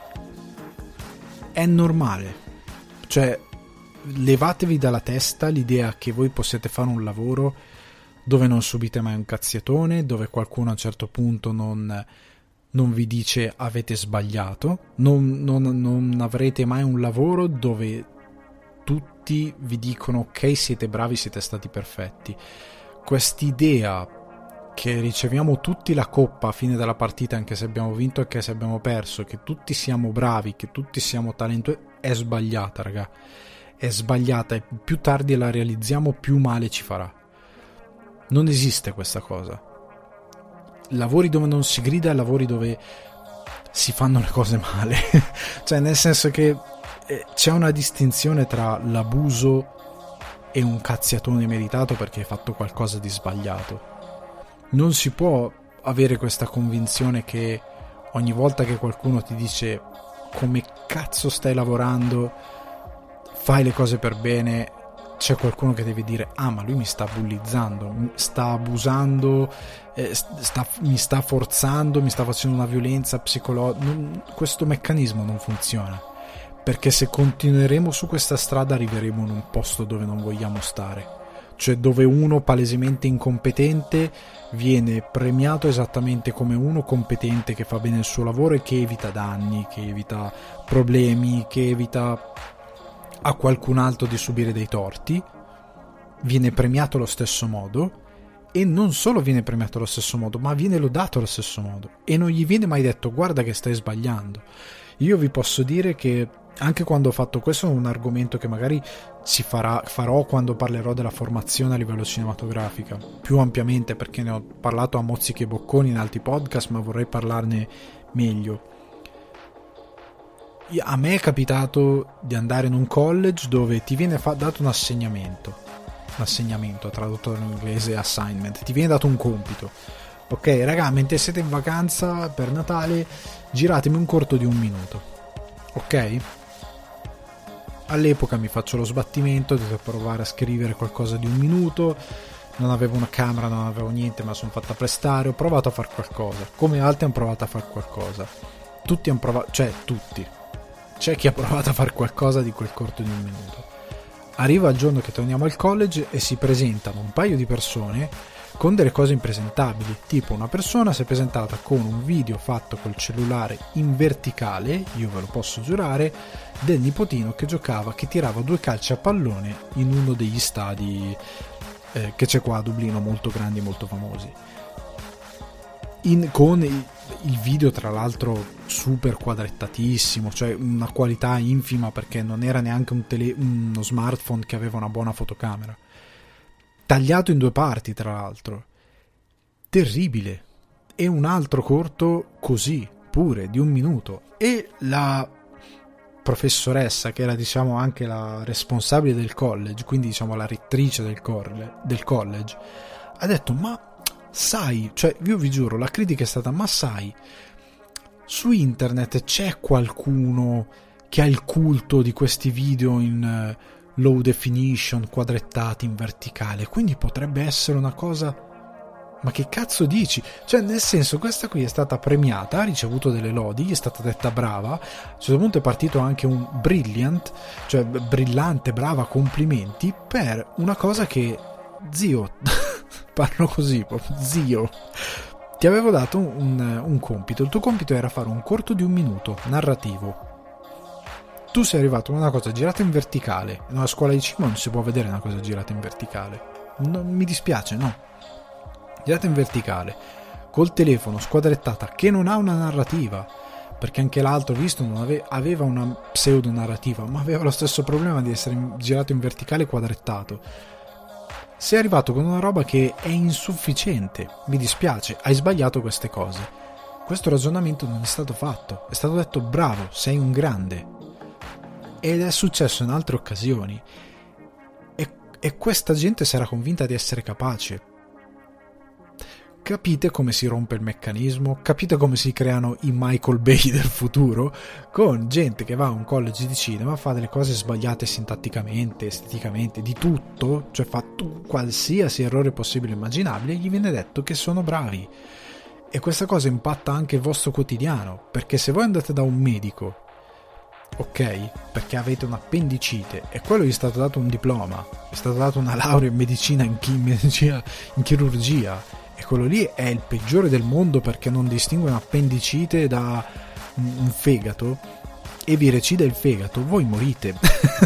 È normale, cioè levatevi dalla testa l'idea che voi possiate fare un lavoro dove non subite mai un cazziatone, dove qualcuno a un certo punto non non vi dice avete sbagliato, non, non, non avrete mai un lavoro dove tutti vi dicono ok, siete bravi, siete stati perfetti. Quest'idea che riceviamo tutti la coppa a fine della partita, anche se abbiamo vinto e anche se abbiamo perso, che tutti siamo bravi, che tutti siamo talentuosi, è sbagliata, raga. È sbagliata, e più tardi la realizziamo più male ci farà. Non esiste questa cosa. Lavori dove non si grida, lavori dove si fanno le cose male. Cioè, nel senso che c'è una distinzione tra l'abuso e un cazziatone meritato perché hai fatto qualcosa di sbagliato. Non si può avere questa convinzione che ogni volta che qualcuno ti dice come cazzo stai lavorando, fai le cose per bene, c'è qualcuno che deve dire ah, ma lui mi sta bullizzando, sta abusando, eh, sta, mi sta forzando, mi sta facendo una violenza psicologica. Questo meccanismo non funziona, perché se continueremo su questa strada arriveremo in un posto dove non vogliamo stare, cioè dove uno palesemente incompetente viene premiato esattamente come uno competente che fa bene il suo lavoro e che evita danni, che evita problemi, che evita a qualcun altro di subire dei torti, viene premiato allo stesso modo. E non solo viene premiato allo stesso modo, ma viene lodato allo stesso modo, e non gli viene mai detto guarda che stai sbagliando. Io vi posso dire che anche quando ho fatto questo, è un argomento che magari si farà, farò quando parlerò della formazione a livello cinematografica più ampiamente, perché ne ho parlato a mozzichi e bocconi in altri podcast, ma vorrei parlarne meglio. A me è capitato di andare in un college dove ti viene fa- dato un assegnamento un assegnamento tradotto in inglese assignment, ti viene dato un compito. Ok raga, mentre siete in vacanza per Natale giratemi un corto di un minuto. Ok, all'epoca mi faccio lo sbattimento, devo provare a scrivere qualcosa di un minuto, non avevo una camera, non avevo niente, ma sono fatta prestare, ho provato a fare qualcosa, come altri hanno provato a fare qualcosa, tutti hanno provato, cioè tutti, c'è chi ha provato a fare qualcosa di quel corto di un minuto. Arriva il giorno che torniamo al college e si presentano un paio di persone con delle cose impresentabili, tipo una persona si è presentata con un video fatto col cellulare in verticale, io ve lo posso giurare, del nipotino che giocava, che tirava due calci a pallone in uno degli stadi eh, che c'è qua a Dublino, molto grandi, molto famosi, in, con il, il video tra l'altro super quadrettatissimo, cioè una qualità infima perché non era neanche un tele, uno smartphone che aveva una buona fotocamera, tagliato in due parti tra l'altro, terribile. E un altro corto così pure di un minuto, e la professoressa che era diciamo anche la responsabile del college, quindi diciamo la rettrice del, corle, del college, ha detto ma sai, cioè io vi giuro la critica è stata ma sai, su internet c'è qualcuno che ha il culto di questi video in uh, low definition, quadrettati in verticale, quindi potrebbe essere una cosa. Ma che cazzo dici? Cioè nel senso, questa qui è stata premiata, ha ricevuto delle lodi, gli è stata detta brava, a un certo punto è partito anche un brilliant, cioè brillante, brava, complimenti, per una cosa che, zio, parlo così, zio, ti avevo dato un, un compito, il tuo compito era fare un corto di un minuto, narrativo. Tu sei arrivato con una cosa girata in verticale, in una scuola di cinema non si può vedere una cosa girata in verticale, non, mi dispiace, no. Girata in verticale, col telefono, squadrettata, che non ha una narrativa, perché anche l'altro visto non ave- aveva una pseudo narrativa, ma aveva lo stesso problema di essere girato in verticale quadrettato. Sei arrivato con una roba che è insufficiente, mi dispiace, hai sbagliato queste cose. Questo ragionamento non è stato fatto, è stato detto bravo, sei un grande. Ed è successo in altre occasioni, e, e questa gente si era convinta di essere capace. Capite come si rompe il meccanismo? Capite come si creano i Michael Bay del futuro? Con gente che va a un college di cinema, fa delle cose sbagliate sintatticamente, esteticamente, di tutto, cioè fa tu, qualsiasi errore possibile e immaginabile, e gli viene detto che sono bravi. E questa cosa impatta anche il vostro quotidiano, perché se voi andate da un medico, ok, perché avete un'appendicite e quello gli è stato dato un diploma, è stato dato una laurea in medicina, in, chi, in medicina, in chirurgia, e quello lì è il peggiore del mondo perché non distingue un'appendicite da un fegato e vi recide il fegato, voi morite.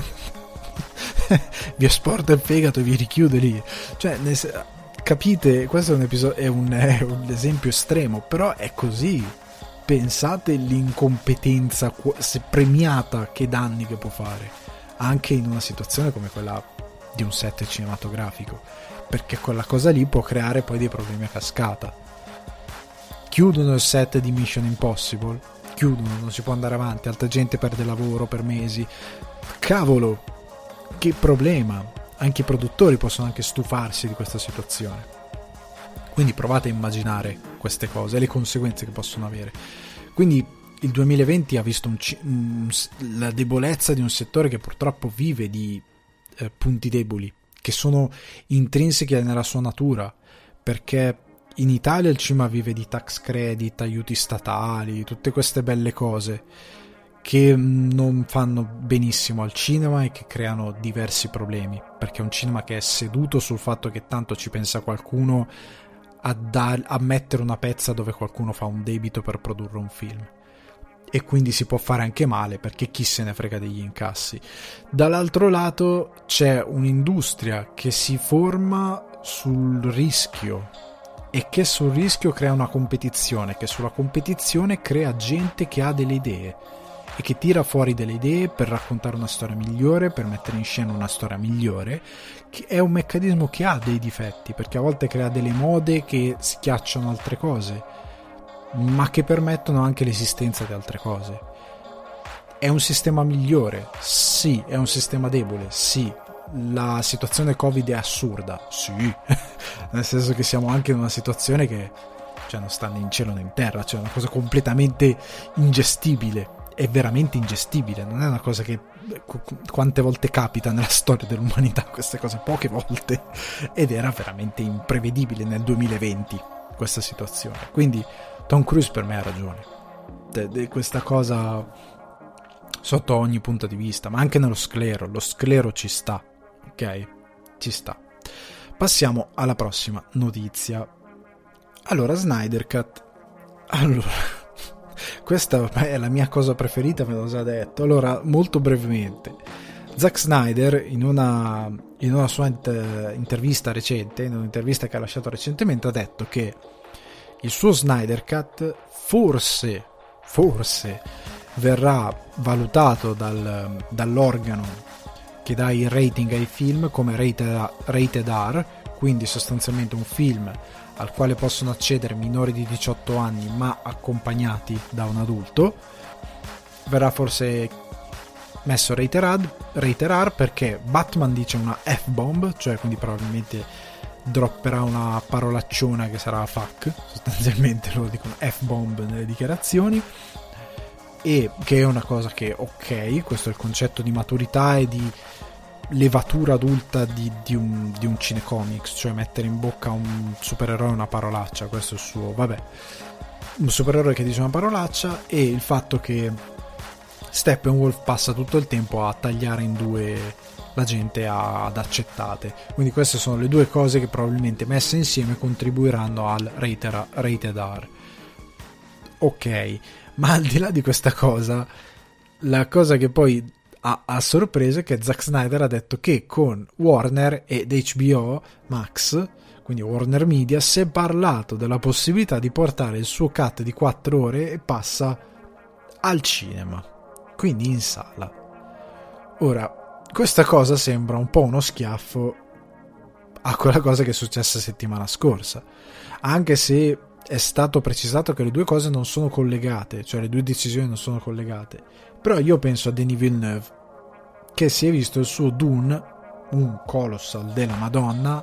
Vi esporta il fegato e vi richiude lì, cioè ne, capite, questo è un episodio, è un, è un esempio estremo, però è così. Pensate l'incompetenza se premiata, che danni che può fare anche in una situazione come quella di un set cinematografico, perché quella cosa lì può creare poi dei problemi a cascata. Chiudono il set di Mission Impossible, chiudono, non si può andare avanti, altra gente perde lavoro per mesi, cavolo, che problema. Anche i produttori possono anche stufarsi di questa situazione, quindi provate a immaginare queste cose e le conseguenze che possono avere. Quindi il duemilaventi ha visto un, un, la debolezza di un settore che purtroppo vive di eh, punti deboli che sono intrinsechi nella sua natura, perché in Italia il cinema vive di tax credit, aiuti statali, tutte queste belle cose che non fanno benissimo al cinema e che creano diversi problemi, perché è un cinema che è seduto sul fatto che tanto ci pensa qualcuno a, dar, a mettere una pezza dove qualcuno fa un debito per produrre un film, e quindi si può fare anche male perché chi se ne frega degli incassi. Dall'altro lato c'è un'industria che si forma sul rischio e che sul rischio crea una competizione, che sulla competizione crea gente che ha delle idee e che tira fuori delle idee per raccontare una storia migliore, per mettere in scena una storia migliore, che è un meccanismo che ha dei difetti, perché a volte crea delle mode che schiacciano altre cose, ma che permettono anche l'esistenza di altre cose. È un sistema migliore? Sì. È un sistema debole? Sì. La situazione Covid è assurda? Sì. Nel senso che siamo anche in una situazione che, cioè, non sta né in cielo né in terra, cioè è una cosa completamente ingestibile. È veramente ingestibile, non è una cosa che quante volte capita nella storia dell'umanità, queste cose, poche volte, ed era veramente imprevedibile nel duemilaventi questa situazione. Quindi Tom Cruise per me ha ragione, de, de questa cosa sotto ogni punto di vista, ma anche nello sclero, lo sclero ci sta, ok? Ci sta. Passiamo alla prossima notizia. Allora, Snyder Cut. Allora, questa è la mia cosa preferita, me l'ho già detto. Allora, molto brevemente, Zack Snyder in una, in una sua inter- intervista recente, in un'intervista che ha lasciato recentemente, ha detto che il suo Snyder Cut forse, forse verrà valutato dal, dall'organo che dà il rating ai film come rated, rated R, quindi sostanzialmente un film al quale possono accedere minori di diciotto anni ma accompagnati da un adulto. Verrà forse messo rated R, rated R perché Batman dice una F-bomb, cioè quindi probabilmente dropperà una parolacciona che sarà fuck, sostanzialmente loro dicono F-bomb nelle dichiarazioni, e che è una cosa che ok, questo è il concetto di maturità e di levatura adulta di, di, un, di un cinecomics, cioè mettere in bocca a un supereroe una parolaccia, questo è il suo, vabbè, un supereroe che dice una parolaccia, e il fatto che Steppenwolf passa tutto il tempo a tagliare in due la gente ad accettate, quindi queste sono le due cose che probabilmente messe insieme contribuiranno al rated, rated R. Ok, ma al di là di questa cosa, la cosa che poi a, a sorpresa che Zack Snyder ha detto che con Warner ed H B O Max, quindi Warner Media, si è parlato della possibilità di portare il suo cut di quattro ore e passa al cinema, quindi in sala. Ora, questa cosa sembra un po' uno schiaffo a quella cosa che è successa settimana scorsa, anche se è stato precisato che le due cose non sono collegate, cioè le due decisioni non sono collegate. Però io penso a Denis Villeneuve, che si è visto il suo Dune, un colossal della Madonna,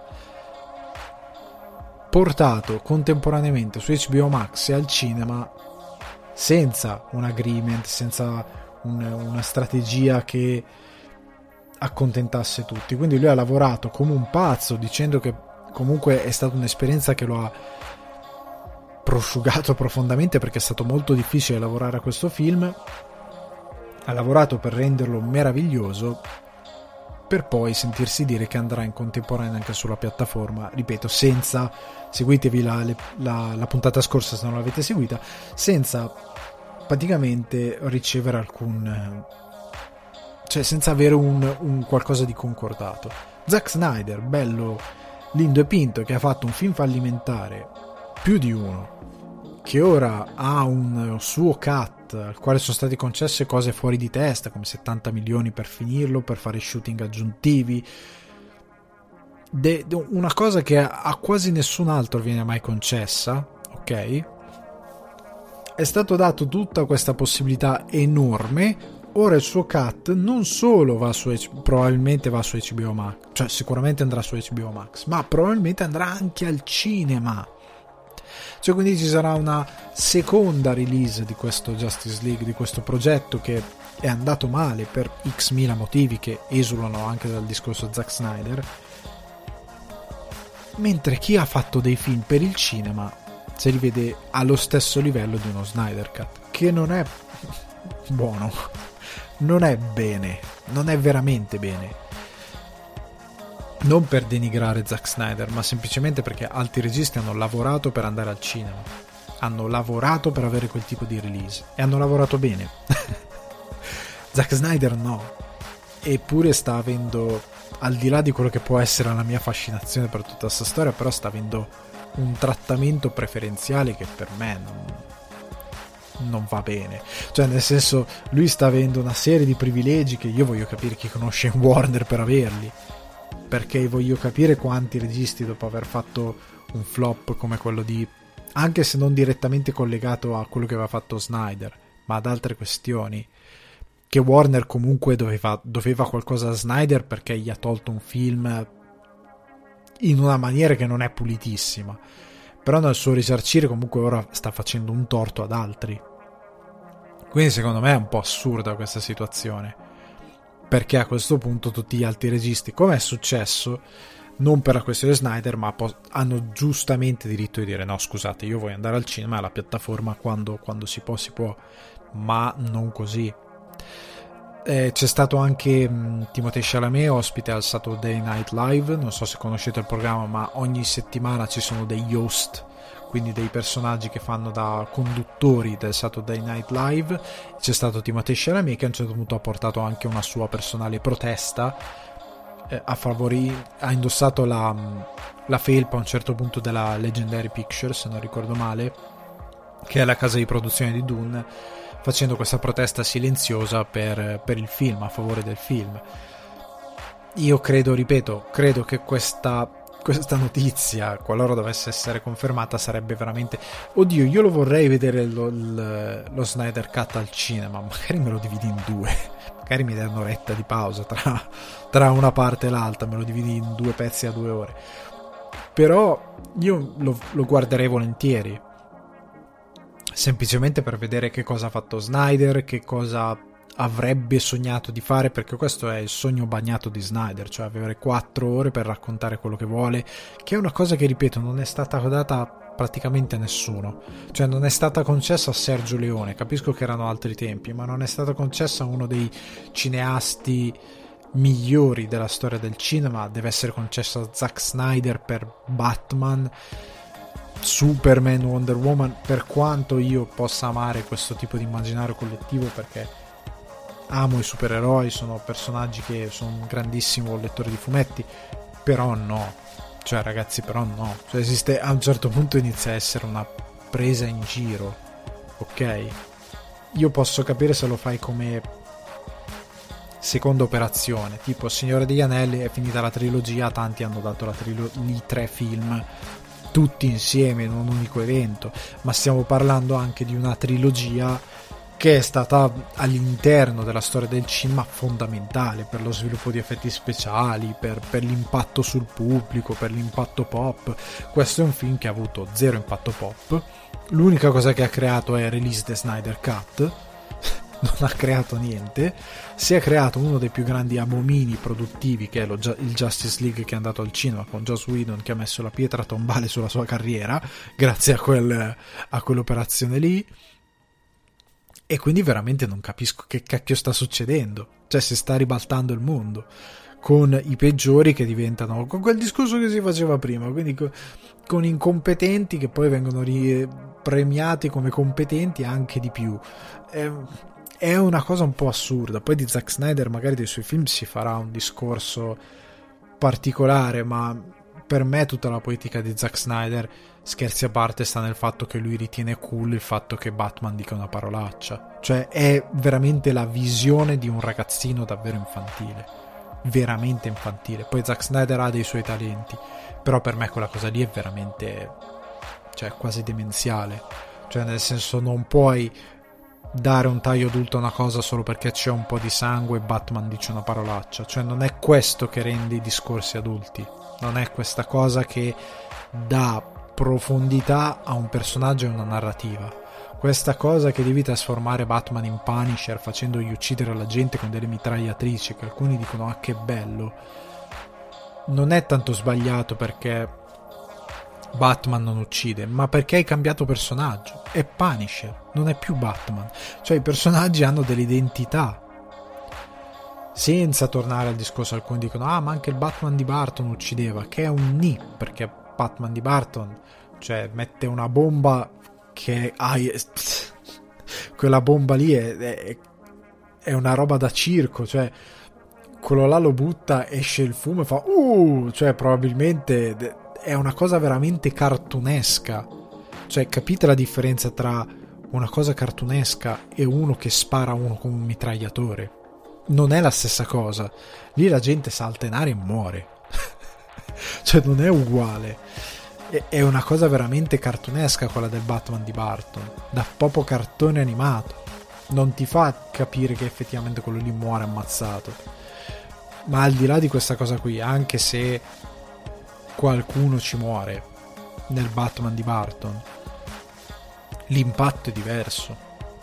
portato contemporaneamente su H B O Max e al cinema senza un agreement, senza un, una strategia che accontentasse tutti. Quindi lui ha lavorato come un pazzo, dicendo che comunque è stata un'esperienza che lo ha prosciugato profondamente, perché è stato molto difficile lavorare a questo film. Ha lavorato per renderlo meraviglioso, per poi sentirsi dire che andrà in contemporanea anche sulla piattaforma, ripeto, senza, seguitevi la, la, la puntata scorsa se non l'avete seguita, senza praticamente ricevere alcun, cioè senza avere un, un qualcosa di concordato. Zack Snyder, bello lindo e pinto, che ha fatto un film fallimentare, più di uno, che ora ha un suo cut al quale sono state concesse cose fuori di testa come settanta milioni per finirlo, per fare shooting aggiuntivi, de, de, una cosa che a, a quasi nessun altro viene mai concessa, ok? È stato dato tutta questa possibilità enorme. Ora il suo cut non solo va su, probabilmente va su H B O Max, cioè sicuramente andrà su H B O Max, ma probabilmente andrà anche al cinema. Cioè, quindi ci sarà una seconda release di questo Justice League, di questo progetto che è andato male per x mila motivi che esulano anche dal discorso Zack Snyder, mentre chi ha fatto dei film per il cinema se li vede allo stesso livello di uno Snyder Cut, che non è buono, non è bene, non è veramente bene. Non per denigrare Zack Snyder, ma semplicemente perché altri registi hanno lavorato per andare al cinema, hanno lavorato per avere quel tipo di release e hanno lavorato bene. Zack Snyder no, eppure sta avendo, al di là di quello che può essere la mia fascinazione per tutta questa storia, però sta avendo un trattamento preferenziale che per me non, non va bene. Cioè, nel senso, lui sta avendo una serie di privilegi che io voglio capire chi conosce Warner per averli, perché voglio capire quanti registi, dopo aver fatto un flop come quello di, anche se non direttamente collegato a quello che aveva fatto Snyder, ma ad altre questioni, che Warner comunque doveva, doveva qualcosa a Snyder perché gli ha tolto un film in una maniera che non è pulitissima, però nel suo risarcire comunque ora sta facendo un torto ad altri. Quindi secondo me è un po' assurda questa situazione, perché a questo punto tutti gli altri registi, come è successo, non per la questione Snyder, ma po- hanno giustamente diritto di dire no, scusate, io voglio andare al cinema, alla piattaforma, quando, quando si può si può, ma non così. Eh, c'è stato anche mh, Timothée Chalamet ospite al Saturday Night Live, non so se conoscete il programma, ma ogni settimana ci sono degli host, quindi dei personaggi che fanno da conduttori del Saturday Night Live. C'è stato Timothée Chalamet che a un certo punto ha portato anche una sua personale protesta, eh, a favori, ha indossato la, la felpa a un certo punto della Legendary Pictures, se non ricordo male, che è la casa di produzione di Dune, facendo questa protesta silenziosa per, per il film, a favore del film. Io credo, ripeto, credo che questa questa notizia, qualora dovesse essere confermata, sarebbe veramente, oddio, io lo vorrei vedere lo, lo, lo Snyder Cut al cinema, magari me lo dividi in due, magari mi dai un'oretta di pausa tra, tra una parte e l'altra, me lo dividi in due pezzi a due ore, però io lo, lo guarderei volentieri, semplicemente per vedere che cosa ha fatto Snyder, che cosa avrebbe sognato di fare, perché questo è il sogno bagnato di Snyder, cioè avere quattro ore per raccontare quello che vuole, che è una cosa che, ripeto, non è stata data praticamente a nessuno, cioè non è stata concessa a Sergio Leone, capisco che erano altri tempi, ma non è stata concessa a uno dei cineasti migliori della storia del cinema, deve essere concessa a Zack Snyder per Batman, Superman, Wonder Woman, per quanto io possa amare questo tipo di immaginario collettivo, perché amo i supereroi, sono personaggi che sono un grandissimo lettore di fumetti, però no, cioè ragazzi, però no, cioè esiste, a un certo punto inizia a essere una presa in giro, ok? Io posso capire se lo fai come seconda operazione, tipo Signore degli Anelli, è finita la trilogia, tanti hanno dato la trilo- i tre film tutti insieme in un unico evento, ma stiamo parlando anche di una trilogia che è stata all'interno della storia del cinema fondamentale per lo sviluppo di effetti speciali, per, per l'impatto sul pubblico, per l'impatto pop. Questo è un film che ha avuto zero impatto pop, l'unica cosa che ha creato è Release the Snyder Cut, non ha creato niente, si è creato uno dei più grandi abomini produttivi, che è lo, il Justice League, che è andato al cinema con Joss Whedon, che ha messo la pietra tombale sulla sua carriera grazie a, quel, a quell'operazione lì. E quindi veramente non capisco che cacchio sta succedendo, cioè si sta ribaltando il mondo. con i peggiori che diventano, con quel discorso che si faceva prima, quindi con, con incompetenti che poi vengono ri- premiati come competenti anche di più. È, è una cosa un po' assurda. Poi di Zack Snyder, magari dei suoi film si farà un discorso particolare, ma per me tutta la poetica di Zack Snyder, scherzi a parte, sta nel fatto che lui ritiene cool il fatto che Batman dica una parolaccia. Cioè è veramente la visione di un ragazzino davvero infantile, veramente infantile. Poi Zack Snyder ha dei suoi talenti, però per me quella cosa lì è veramente, cioè quasi demenziale. Cioè nel senso, non puoi dare un taglio adulto a una cosa solo perché c'è un po' di sangue e Batman dice una parolaccia. Cioè non è questo che rende i discorsi adulti, non è questa cosa che dà profondità a un personaggio e una narrativa. Questa cosa che devi trasformare Batman in Punisher facendogli uccidere la gente con delle mitragliatrici, che alcuni dicono ah che bello, non è tanto sbagliato perché Batman non uccide, ma perché hai cambiato personaggio. È Punisher, non è più Batman. Cioè i personaggi hanno delle identità, senza tornare al discorso. Alcuni dicono ah ma anche il Batman di Burton uccideva, che è un ni, perché Batman di Burton, cioè mette una bomba che hai, quella bomba lì è, è, è una roba da circo, cioè quello là lo butta, esce il fumo e fa uh, cioè probabilmente è una cosa veramente cartunesca. Cioè capite la differenza tra una cosa cartunesca e uno che spara uno con un mitragliatore? Non è la stessa cosa. Lì la gente salta in aria e muore. Cioè non è uguale. È una cosa veramente cartunesca quella del Batman di Burton, da proprio cartone animato. Non ti fa capire che effettivamente quello lì muore ammazzato. Ma al di là di questa cosa qui, anche se qualcuno ci muore nel Batman di Burton, l'impatto è diverso.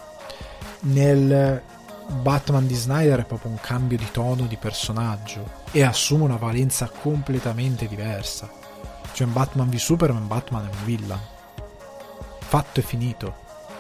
Nel Batman di Snyder è proprio un cambio di tono di personaggio e assume una valenza completamente diversa. Cioè in Batman v Superman, Batman è un villain fatto e finito.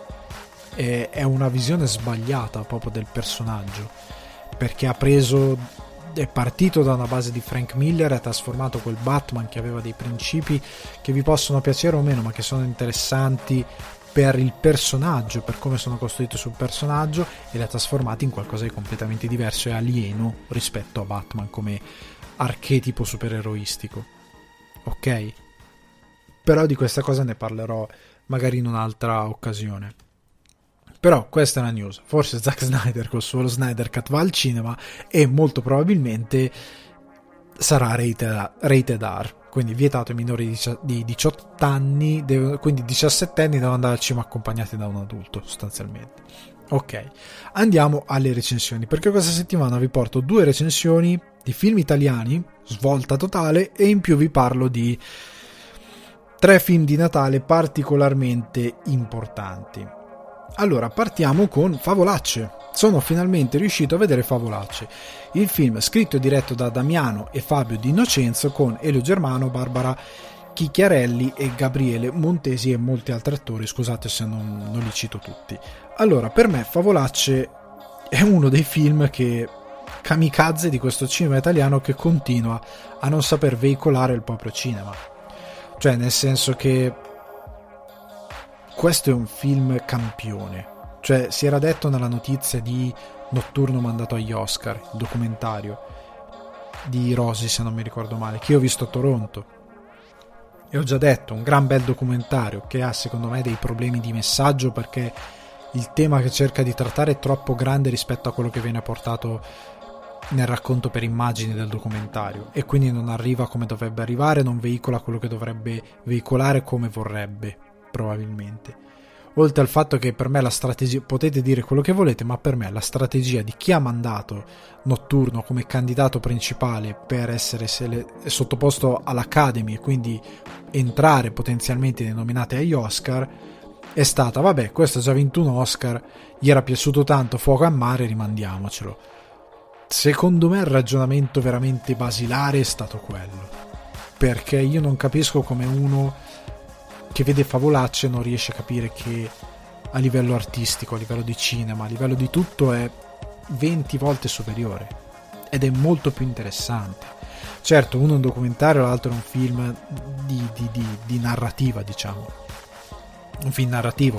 E, è una visione sbagliata proprio del personaggio, perché ha preso, è partito da una base di Frank Miller e ha trasformato quel Batman che aveva dei principi che vi possono piacere o meno, ma che sono interessanti per il personaggio, per come sono costruiti sul personaggio, e li ha trasformati in qualcosa di completamente diverso e alieno rispetto a Batman come archetipo supereroistico. Ok? Però di questa cosa ne parlerò magari in un'altra occasione. Però questa è una news. Forse Zack Snyder col suo Snyder Cut va al cinema e molto probabilmente sarà rated, rated R, quindi vietato ai minori di diciotto anni, quindi diciassette anni devono andare al cinema accompagnati da un adulto sostanzialmente. Ok, andiamo alle recensioni, perché questa settimana vi porto due recensioni di film italiani, svolta totale, e in più vi parlo di tre film di Natale particolarmente importanti. Allora, partiamo con Favolacce. Sono finalmente riuscito a vedere Favolacce, il film scritto e diretto da Damiano e Fabio Di Innocenzo, con Elio Germano, Barbara Chicchiarelli e Gabriele Montesi e molti altri attori, scusate se non, non li cito tutti. Allora, per me Favolacce è uno dei film che kamikaze di questo cinema italiano che continua a non saper veicolare il proprio cinema. Cioè, nel senso che questo è un film campione. Cioè, si era detto nella notizia di Notturno mandato agli Oscar, il documentario di Rosi, se non mi ricordo male, che io ho visto a Toronto. E ho già detto, un gran bel documentario che ha secondo me dei problemi di messaggio, perché il tema che cerca di trattare è troppo grande rispetto a quello che viene portato nel racconto per immagini del documentario, e quindi non arriva come dovrebbe arrivare, non veicola quello che dovrebbe veicolare come vorrebbe, probabilmente. Oltre al fatto che per me la strategia, potete dire quello che volete, ma per me la strategia di chi ha mandato Notturno come candidato principale per essere sele- sottoposto all'Academy e quindi entrare potenzialmente nei nominati agli Oscar è stata: vabbè, questo ha già vinto un Oscar, gli era piaciuto tanto Fuoco a Mare, rimandiamocelo. Secondo me il ragionamento veramente basilare è stato quello, perché io non capisco come uno che vede Favolacce non riesce a capire che a livello artistico, a livello di cinema, a livello di tutto è venti volte superiore. ed è molto più interessante. Certo, uno è un documentario, l'altro è un film di, di, di, di narrativa, diciamo, un film narrativo,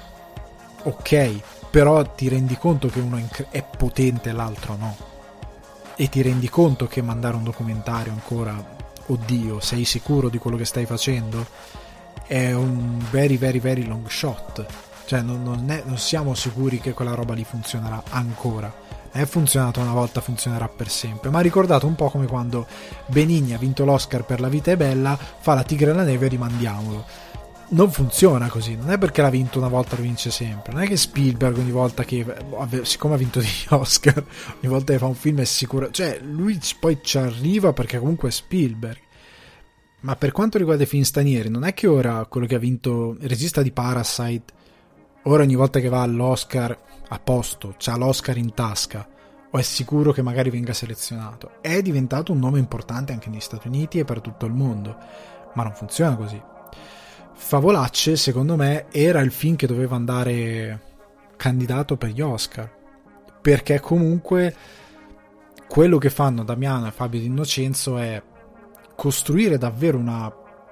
ok, però ti rendi conto che uno è potente e l'altro no, e ti rendi conto che mandare un documentario ancora, oddio, sei sicuro di quello che stai facendo? È un very very very long shot, cioè non, non, è, non siamo sicuri che quella roba lì funzionerà ancora. È funzionato una volta, funzionerà per sempre. Ma ha ricordato un po' come quando Benigni ha vinto l'Oscar per La vita è bella, fa La tigre e la neve e rimandiamolo. Non funziona così, non è perché l'ha vinto una volta lo vince sempre. Non è che Spielberg ogni volta che, siccome ha vinto degli Oscar, ogni volta che fa un film è sicuro, cioè lui poi ci arriva perché comunque è Spielberg. Ma per quanto riguarda i film stranieri, non è che ora quello che ha vinto il regista di Parasite, ora ogni volta che va all'Oscar a posto, c'ha l'Oscar in tasca, o è sicuro che magari venga selezionato. È diventato un nome importante anche negli Stati Uniti e per tutto il mondo, ma non funziona così. Favolacce, secondo me, era il film che doveva andare candidato per gli Oscar, perché comunque quello che fanno Damiano e Fabio D'Innocenzo è costruire davvero una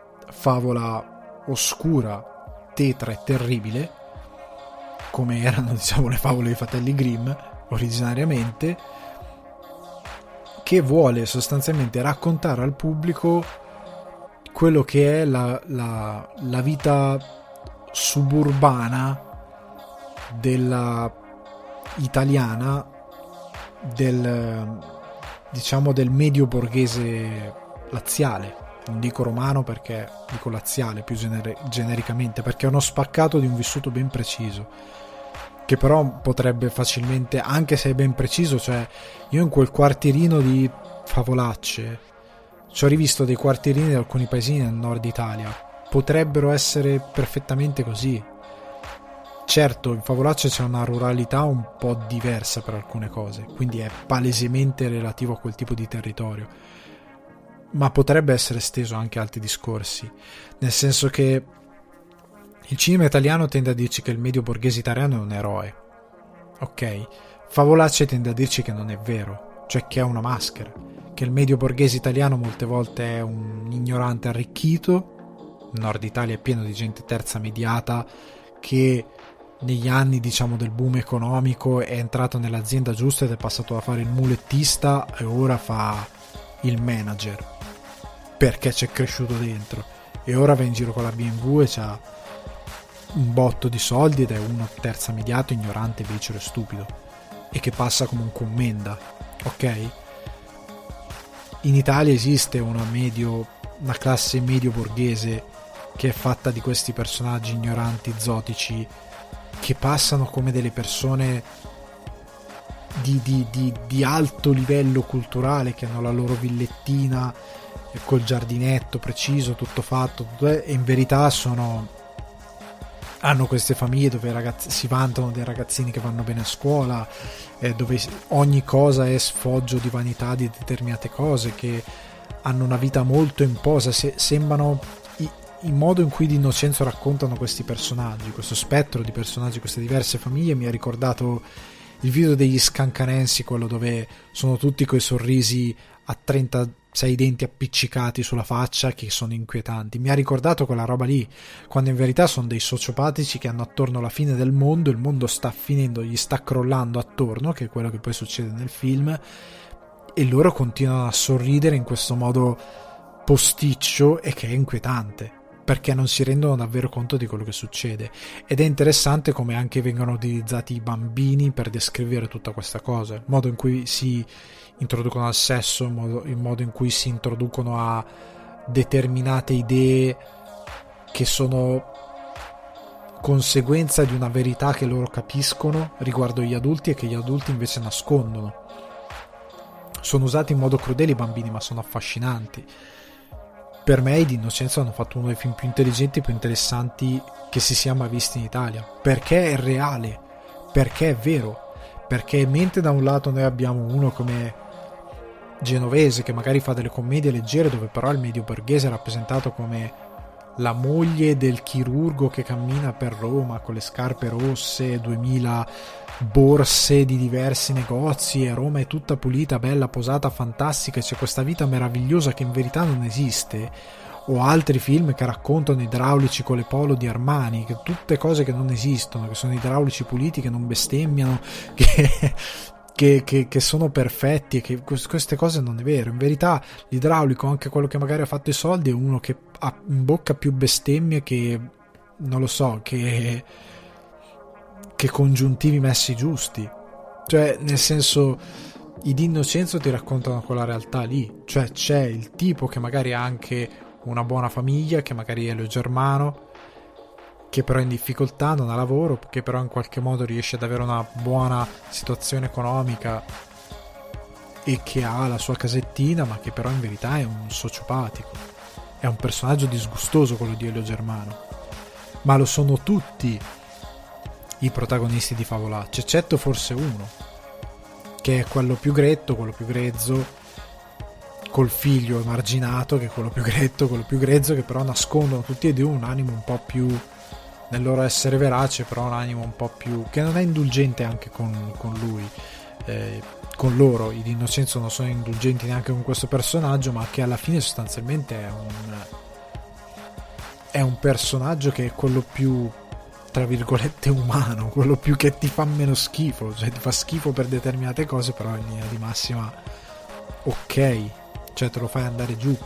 favola oscura, tetra e terribile, come erano, diciamo, le favole dei fratelli Grimm originariamente, che vuole sostanzialmente raccontare al pubblico quello che è la, la, la vita suburbana della italiana, del, diciamo, del medio borghese laziale. Non dico romano perché dico laziale più gener- genericamente, perché è uno spaccato di un vissuto ben preciso, che però potrebbe facilmente, anche se è ben preciso, cioè io in quel quartierino di Favolacce ci ho rivisto dei quartierini di alcuni paesini nel nord Italia, potrebbero essere perfettamente così. Certo, in Favolacce c'è una ruralità un po' diversa per alcune cose, quindi è palesemente relativo a quel tipo di territorio, ma potrebbe essere esteso anche a altri discorsi, nel senso che il cinema italiano tende a dirci che il medio borghese italiano è un eroe, ok? Favolacce tende a dirci che non è vero, cioè che è una maschera, che il medio borghese italiano molte volte è un ignorante arricchito. Il nord Italia è pieno di gente terza mediata che negli anni, diciamo, del boom economico è entrato nell'azienda giusta ed è passato da fare il mulettista e ora fa il manager perché c'è cresciuto dentro, e ora va in giro con la B M W e c'ha un botto di soldi ed è uno terza mediato, ignorante, becero e stupido, e che passa come un commenda, ok? In Italia esiste una medio una classe medio borghese che è fatta di questi personaggi ignoranti, zotici, che passano come delle persone di, di, di, di alto livello culturale, che hanno la loro villettina col giardinetto preciso, tutto fatto, tutto è, e in verità sono hanno queste famiglie dove i ragazzi si vantano dei ragazzini che vanno bene a scuola, eh, dove ogni cosa è sfoggio di vanità di determinate cose, che hanno una vita molto imposa, se, sembrano i, il modo in cui D'Innocenzo raccontano questi personaggi, questo spettro di personaggi, queste diverse famiglie, mi ha ricordato il video degli Scancanensi, quello dove sono tutti coi sorrisi a trentasei denti appiccicati sulla faccia che sono inquietanti. Mi ha ricordato quella roba lì, quando in verità sono dei sociopatici che hanno attorno la fine del mondo, il mondo sta finendo, gli sta crollando attorno, che è quello che poi succede nel film, e loro continuano a sorridere in questo modo posticcio e che è inquietante, perché non si rendono davvero conto di quello che succede. Ed è interessante come anche vengono utilizzati i bambini per descrivere tutta questa cosa, il modo in cui si introducono al sesso, il modo, il modo in cui si introducono a determinate idee che sono conseguenza di una verità che loro capiscono riguardo gli adulti e che gli adulti invece nascondono. Sono usati in modo crudele i bambini, ma sono affascinanti. Per me i D'Innocenzo hanno fatto uno dei film più intelligenti e più interessanti che si sia mai visti in Italia, perché è reale, perché è vero, perché mentre da un lato noi abbiamo uno come Genovese che magari fa delle commedie leggere, dove però il medio borghese è rappresentato come la moglie del chirurgo che cammina per Roma con le scarpe rosse, duemila borse di diversi negozi, e Roma è tutta pulita, bella, posata, fantastica, c'è questa vita meravigliosa che in verità non esiste. O altri film che raccontano idraulici con le polo di Armani, che tutte cose che non esistono, che sono idraulici puliti, che non bestemmiano, che, che, che, che sono perfetti, e che queste cose non è vero. In verità l'idraulico, anche quello che magari ha fatto i soldi, è uno che ha in bocca più bestemmie che, non lo so, che, che congiuntivi messi giusti. Cioè, nel senso, i Di Innocenzo ti raccontano quella realtà lì. Cioè, c'è il tipo che magari ha anche una buona famiglia, che magari è Elio Germano, che però è in difficoltà, non ha lavoro, che però in qualche modo riesce ad avere una buona situazione economica e che ha la sua casettina, ma che però in verità è un sociopatico, è un personaggio disgustoso quello di Elio Germano. Ma lo sono tutti i protagonisti di Favolacce, eccetto forse uno, che è quello più gretto, quello più grezzo, col figlio emarginato, che è quello più gretto, quello più grezzo, che però nascondono tutti e due un animo un po' più, nel loro essere verace, però un animo un po' più, che non è indulgente anche con, con lui, eh, con loro. I Di Innocenzo non sono indulgenti neanche con questo personaggio, ma che alla fine sostanzialmente è un è un personaggio che è quello più, tra virgolette, umano, quello più che ti fa meno schifo, cioè ti fa schifo per determinate cose, però in linea di massima ok, cioè te lo fai andare giù.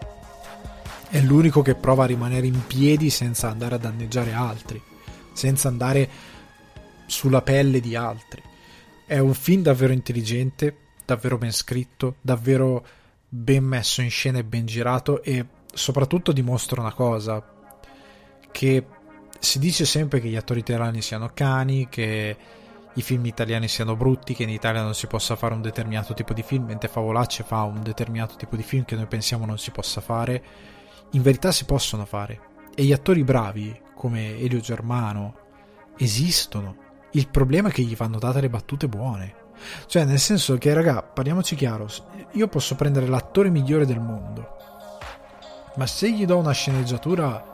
È l'unico che prova a rimanere in piedi senza andare a danneggiare altri, senza andare sulla pelle di altri. È un film davvero intelligente, davvero ben scritto, davvero ben messo in scena e ben girato, e soprattutto dimostra una cosa, che si dice sempre che gli attori italiani siano cani, che i film italiani siano brutti, che in Italia non si possa fare un determinato tipo di film, mentre Favolacce fa un determinato tipo di film che noi pensiamo non si possa fare. In verità si possono fare, e gli attori bravi come Elio Germano esistono. Il problema è che gli vanno date le battute buone, cioè nel senso che, raga, parliamoci chiaro, io posso prendere l'attore migliore del mondo, ma se gli do una sceneggiatura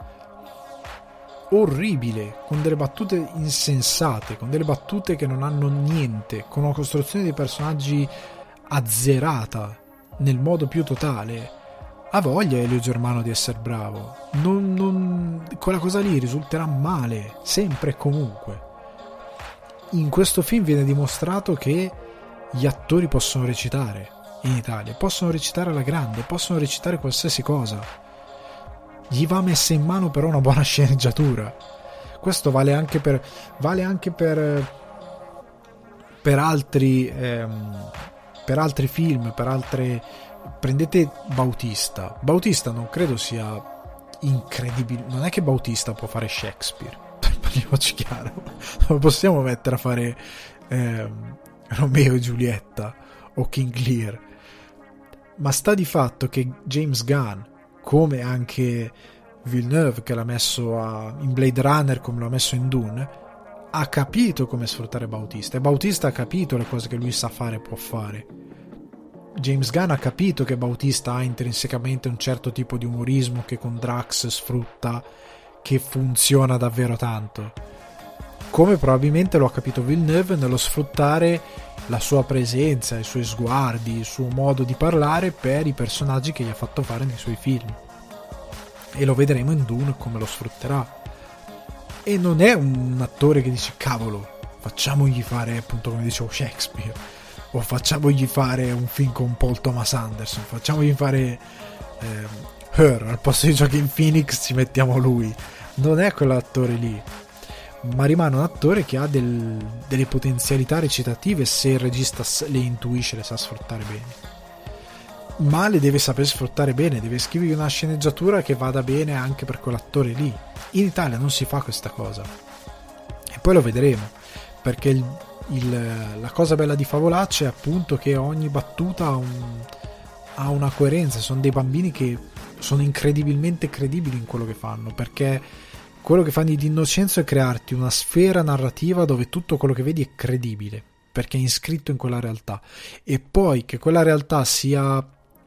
orribile, con delle battute insensate, con delle battute che non hanno niente, con una costruzione dei personaggi azzerata nel modo più totale, ha voglia Elio Germano di essere bravo. Non, non, quella cosa lì risulterà male, sempre e comunque. In questo film viene dimostrato che gli attori possono recitare in Italia, possono recitare alla grande, possono recitare qualsiasi cosa. Gli va messa in mano però una buona sceneggiatura. Questo vale anche per vale anche per per altri ehm, per altri film, per altre. Prendete Bautista. Bautista non credo sia incredibile, non è che Bautista può fare Shakespeare, parliamoci chiaro, non possiamo mettere a fare ehm, Romeo e Giulietta o King Lear, ma sta di fatto che James Gunn, come anche Villeneuve, che l'ha messo a, in Blade Runner, come l'ha messo in Dune, ha capito come sfruttare Bautista, e Bautista ha capito le cose che lui sa fare e può fare. James Gunn ha capito che Bautista ha intrinsecamente un certo tipo di umorismo che con Drax sfrutta, che funziona davvero tanto, come probabilmente lo ha capito Villeneuve nello sfruttare la sua presenza, i suoi sguardi, il suo modo di parlare per i personaggi che gli ha fatto fare nei suoi film, e lo vedremo in Dune come lo sfrutterà. E non è un attore che dice cavolo, facciamogli fare, appunto come dicevo, Shakespeare, o facciamogli fare un film con Paul Thomas Anderson, facciamogli fare eh, Her, al posto di Joaquin Phoenix ci mettiamo lui. Non è quell'attore lì, ma rimane un attore che ha del, delle potenzialità recitative, se il regista le intuisce, le sa sfruttare bene, ma le deve saper sfruttare bene, deve scrivere una sceneggiatura che vada bene anche per quell'attore lì. In Italia non si fa questa cosa, e poi lo vedremo, perché il, il, la cosa bella di Favolacce è appunto che ogni battuta ha, un, ha una coerenza. Sono dei bambini che sono incredibilmente credibili in quello che fanno, perché quello che fanno Di Innocenzo è crearti una sfera narrativa dove tutto quello che vedi è credibile, perché è iscritto in quella realtà, e poi che quella realtà sia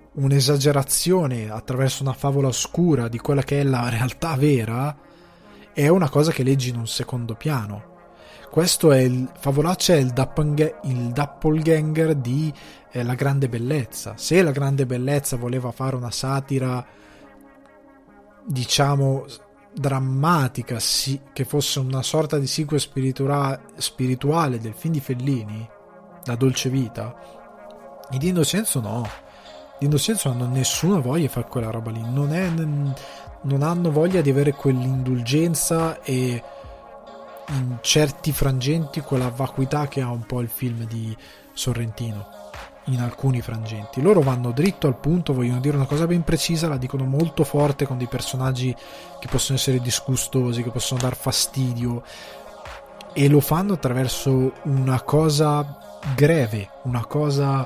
un'esagerazione attraverso una favola oscura di quella che è la realtà vera, è una cosa che leggi in un secondo piano. Questo è il Favolaccia, è il, doppelg- il doppelganger di eh, La Grande Bellezza. Se La Grande Bellezza voleva fare una satira, diciamo, drammatica, sì, che fosse una sorta di sequel spiritua- spirituale del film di Fellini, La Dolce Vita, i Di Innocenzo no. Di Innocenzo non hanno nessuna voglia di fare quella roba lì, non, è, non hanno voglia di avere quell'indulgenza e in certi frangenti quella vacuità che ha un po' il film di Sorrentino, in alcuni frangenti. Loro vanno dritto al punto, vogliono dire una cosa ben precisa, la dicono molto forte, con dei personaggi che possono essere disgustosi, che possono dar fastidio, e lo fanno attraverso una cosa greve, una cosa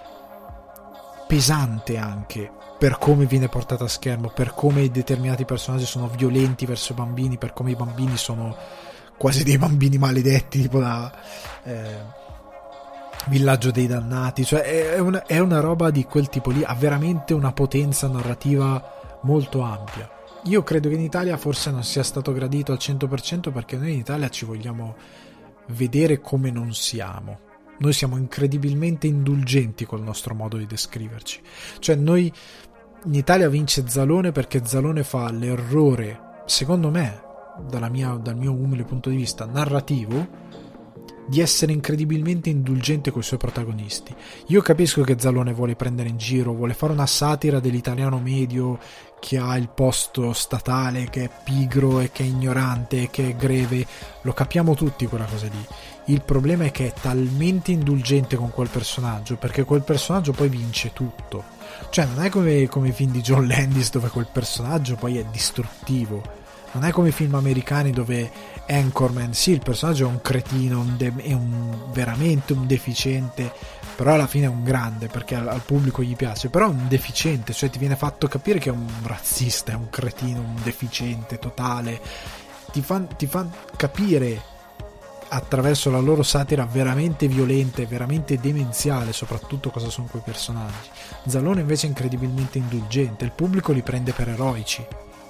pesante anche, per come viene portata a schermo, per come determinati personaggi sono violenti verso i bambini, per come i bambini sono quasi dei bambini maledetti, tipo da eh, Villaggio dei Dannati. Cioè è una, è una roba di quel tipo lì, ha veramente una potenza narrativa molto ampia. Io credo che in Italia forse non sia stato gradito al cento per cento perché noi in Italia ci vogliamo vedere come non siamo. Noi siamo incredibilmente indulgenti col nostro modo di descriverci. Cioè noi in Italia vince Zalone perché Zalone fa l'errore, secondo me, dalla mia, dal mio umile punto di vista narrativo, di essere incredibilmente indulgente con i suoi protagonisti. Io capisco che Zalone vuole prendere in giro, vuole fare una satira dell'italiano medio che ha il posto statale, che è pigro e che è ignorante e che è greve, lo capiamo tutti quella cosa lì. Il problema è che è talmente indulgente con quel personaggio, perché quel personaggio poi vince tutto. Cioè non è come, come i film di John Landis dove quel personaggio poi è distruttivo, non è come i film americani dove Anchorman, sì, il personaggio è un cretino, un de- è un, veramente un deficiente, però alla fine è un grande perché al, al pubblico gli piace, però è un deficiente, cioè ti viene fatto capire che è un razzista, è un cretino, un deficiente totale, ti fa, ti fa capire attraverso la loro satira veramente violenta, veramente demenziale, soprattutto cosa sono quei personaggi. Zalone invece è incredibilmente indulgente, il pubblico li prende per eroici,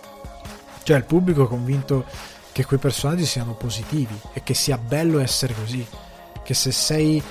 cioè il pubblico è convinto che quei personaggi siano positivi e che sia bello essere così, che se sei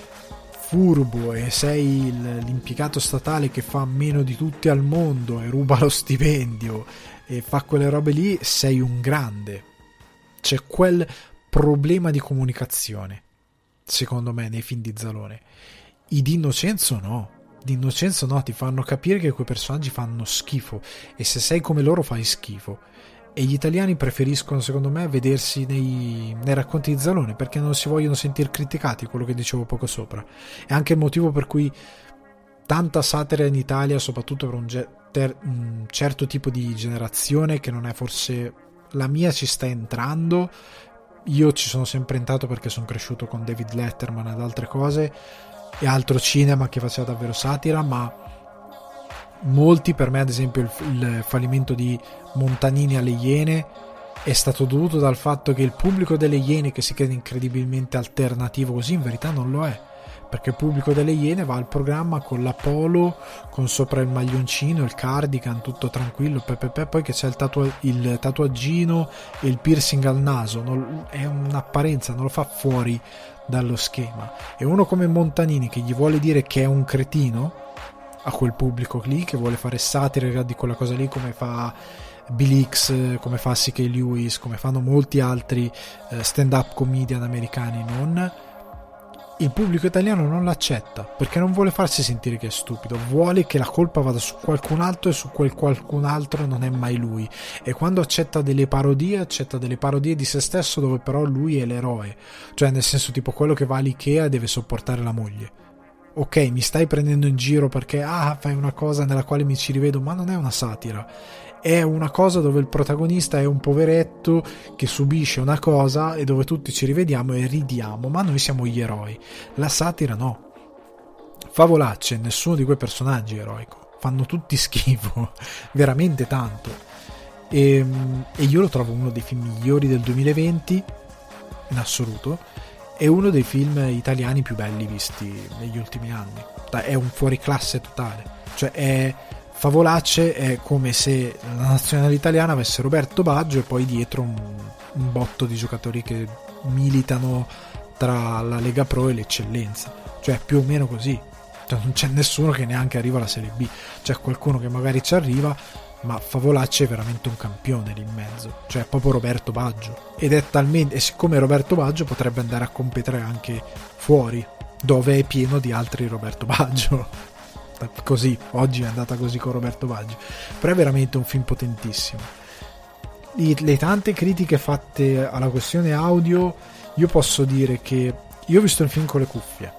furbo e sei l'impiegato statale che fa meno di tutti al mondo e ruba lo stipendio e fa quelle robe lì, sei un grande. C'è quel problema di comunicazione, secondo me, nei film di Zalone. I Di Innocenzo no, Di Innocenzo no, ti fanno capire che quei personaggi fanno schifo e se sei come loro fai schifo. E gli italiani preferiscono, secondo me, vedersi nei, nei racconti di Zalone perché non si vogliono sentire criticati, quello che dicevo poco sopra. È anche il motivo per cui tanta satira in Italia, soprattutto per un, ge- ter- un certo tipo di generazione che non è forse la mia, ci sta entrando. Io ci sono sempre entrato perché sono cresciuto con David Letterman ed altre cose e altro cinema che faceva davvero satira, ma molti, per me ad esempio il, il fallimento di Montanini alle Iene è stato dovuto dal fatto che il pubblico delle Iene, che si crede incredibilmente alternativo così, in verità non lo è, perché il pubblico delle Iene va al programma con la polo, con sopra il maglioncino, il cardigan, tutto tranquillo, pepepe, poi che c'è il, tatua- il tatuaggino e il piercing al naso, non, è un'apparenza, non lo fa fuori dallo schema. E uno come Montanini che gli vuole dire che è un cretino a quel pubblico lì, che vuole fare satira di quella cosa lì, come fa Bill Hicks, come fa C K. Lewis, come fanno molti altri eh, stand-up comedian americani, non... il pubblico italiano non l'accetta perché non vuole farsi sentire che è stupido, vuole che la colpa vada su qualcun altro e su quel qualcun altro non è mai lui. E quando accetta delle parodie, accetta delle parodie di se stesso dove però lui è l'eroe, cioè nel senso tipo quello che va all'Ikea e deve sopportare la moglie. Ok, mi stai prendendo in giro perché ah fai una cosa nella quale mi ci rivedo, ma non è una satira, è una cosa dove il protagonista è un poveretto che subisce una cosa e dove tutti ci rivediamo e ridiamo, ma noi siamo gli eroi. La satira no. Favolacce, nessuno di quei personaggi è eroico, fanno tutti schifo veramente tanto, e, e io lo trovo uno dei film migliori del duemilaventi in assoluto, è uno dei film italiani più belli visti negli ultimi anni. È un fuoriclasse totale, cioè è Favolacce, è come se la nazionale italiana avesse Roberto Baggio e poi dietro un, un botto di giocatori che militano tra la Lega Pro e l'eccellenza, cioè più o meno così. Cioè, non c'è nessuno che neanche arriva alla Serie B, c'è qualcuno che magari ci arriva, ma Favolacci è veramente un campione lì in mezzo, cioè è proprio Roberto Baggio, ed è talmente, e siccome Roberto Baggio potrebbe andare a competere anche fuori, dove è pieno di altri Roberto Baggio. Così, oggi è andata così con Roberto Baggio, però è veramente un film potentissimo. Le, le tante critiche fatte alla questione audio, io posso dire che io ho visto il film con le cuffie,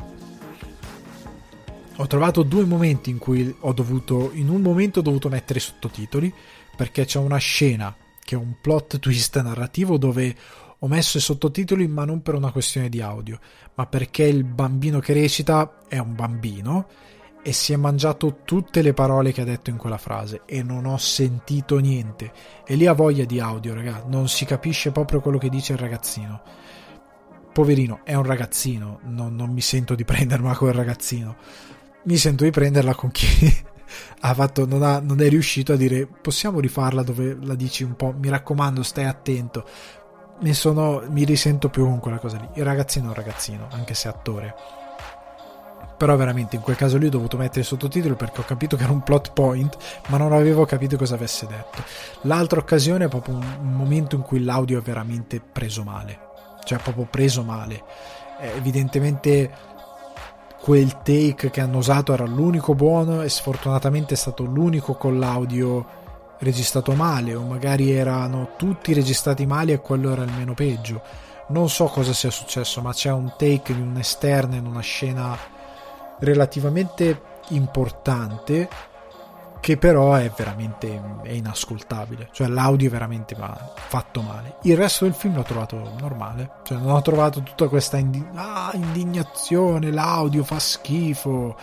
ho trovato due momenti in cui ho dovuto, in un momento ho dovuto mettere i sottotitoli, perché c'è una scena che è un plot twist narrativo dove ho messo i sottotitoli, ma non per una questione di audio, ma perché il bambino che recita è un bambino e si è mangiato tutte le parole che ha detto in quella frase e non ho sentito niente, e lì ha voglia di audio, raga, non si capisce proprio quello che dice il ragazzino. Poverino, è un ragazzino, non, non mi sento di prenderla con il ragazzino, mi sento di prenderla con chi ha fatto, non, ha, non è riuscito a dire possiamo rifarla dove la dici un po', mi raccomando stai attento. Mi, sono, mi risento più con quella cosa lì. Il ragazzino è un ragazzino, anche se è attore, però veramente in quel caso lì ho dovuto mettere i sottotitoli perché ho capito che era un plot point, ma non avevo capito cosa avesse detto. L'altra occasione è proprio un, un momento in cui l'audio è veramente preso male, cioè proprio preso male. eh, evidentemente quel take che hanno usato era l'unico buono e sfortunatamente è stato l'unico con l'audio registrato male, o magari erano tutti registrati male e quello era il meno peggio. Non so cosa sia successo, ma c'è un take di un esterno in una scena relativamente importante che però è veramente è inascoltabile, cioè l'audio è veramente male, fatto male. Il resto del film l'ho trovato normale, cioè non ho trovato tutta questa indi- ah, indignazione, l'audio fa schifo,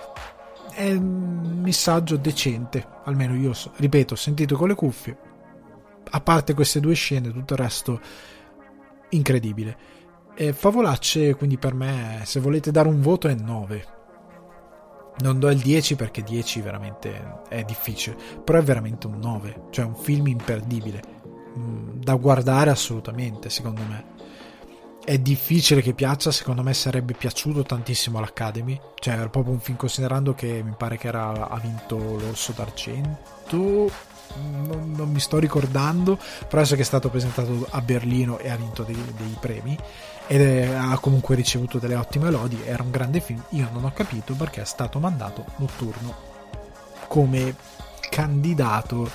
è un messaggio decente, almeno io so, ripeto, ho sentito con le cuffie, a parte queste due scene tutto il resto incredibile. E Favolacce, quindi per me, se volete dare un voto, è nove. Non do il dieci perché dieci veramente è difficile, però è veramente un nove, cioè un film imperdibile, da guardare assolutamente. Secondo me è difficile che piaccia, secondo me sarebbe piaciuto tantissimo all'Academy, cioè era proprio un film, considerando che mi pare che era, ha vinto l'Orso d'Argento, non, non mi sto ricordando, però adesso che è stato presentato a Berlino e ha vinto dei, dei premi ed è, ha comunque ricevuto delle ottime lodi, era un grande film. Io non ho capito perché è stato mandato Notturno come candidato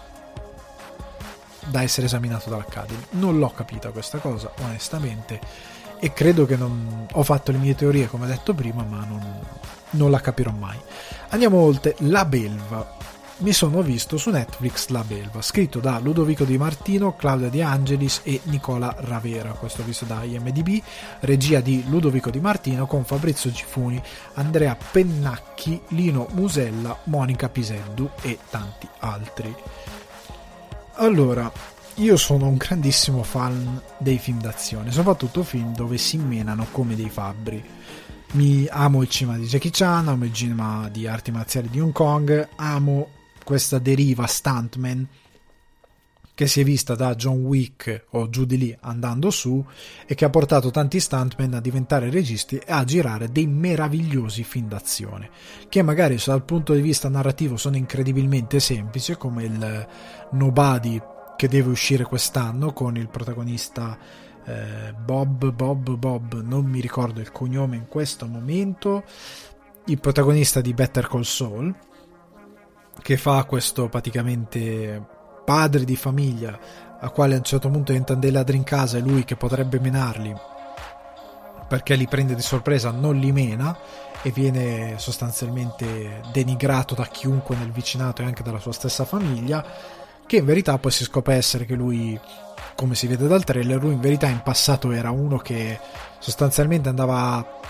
da essere esaminato dall'Academy. Non l'ho capita questa cosa onestamente, e credo che non ho fatto le mie teorie come detto prima, ma non, non la capirò mai. Andiamo oltre. La Belva. Mi sono visto su Netflix La Belva, scritto da Ludovico Di Martino, Claudia De Angelis e Nicola Ravera. Questo visto da I M D B, regia di Ludovico Di Martino, con Fabrizio Gifuni, Andrea Pennacchi, Lino Musella, Monica Piseddu e tanti altri. Allora, io sono un grandissimo fan dei film d'azione, soprattutto film dove si menano come dei fabbri. Mi amo il cinema di Jackie Chan, amo il cinema di arti marziali di Hong Kong, amo questa deriva stuntman che si è vista da John Wick o giù di lì andando su, e che ha portato tanti stuntman a diventare registi e a girare dei meravigliosi film d'azione che magari dal punto di vista narrativo sono incredibilmente semplici, come il Nobody che deve uscire quest'anno con il protagonista eh, Bob Bob Bob non mi ricordo il cognome in questo momento, il protagonista di Better Call Saul, che fa questo praticamente padre di famiglia a quale a un certo punto entrano dei ladri in casa e lui, che potrebbe menarli perché li prende di sorpresa, non li mena e viene sostanzialmente denigrato da chiunque nel vicinato e anche dalla sua stessa famiglia, che in verità poi si scopre essere che lui, come si vede dal trailer, lui in verità in passato era uno che sostanzialmente andava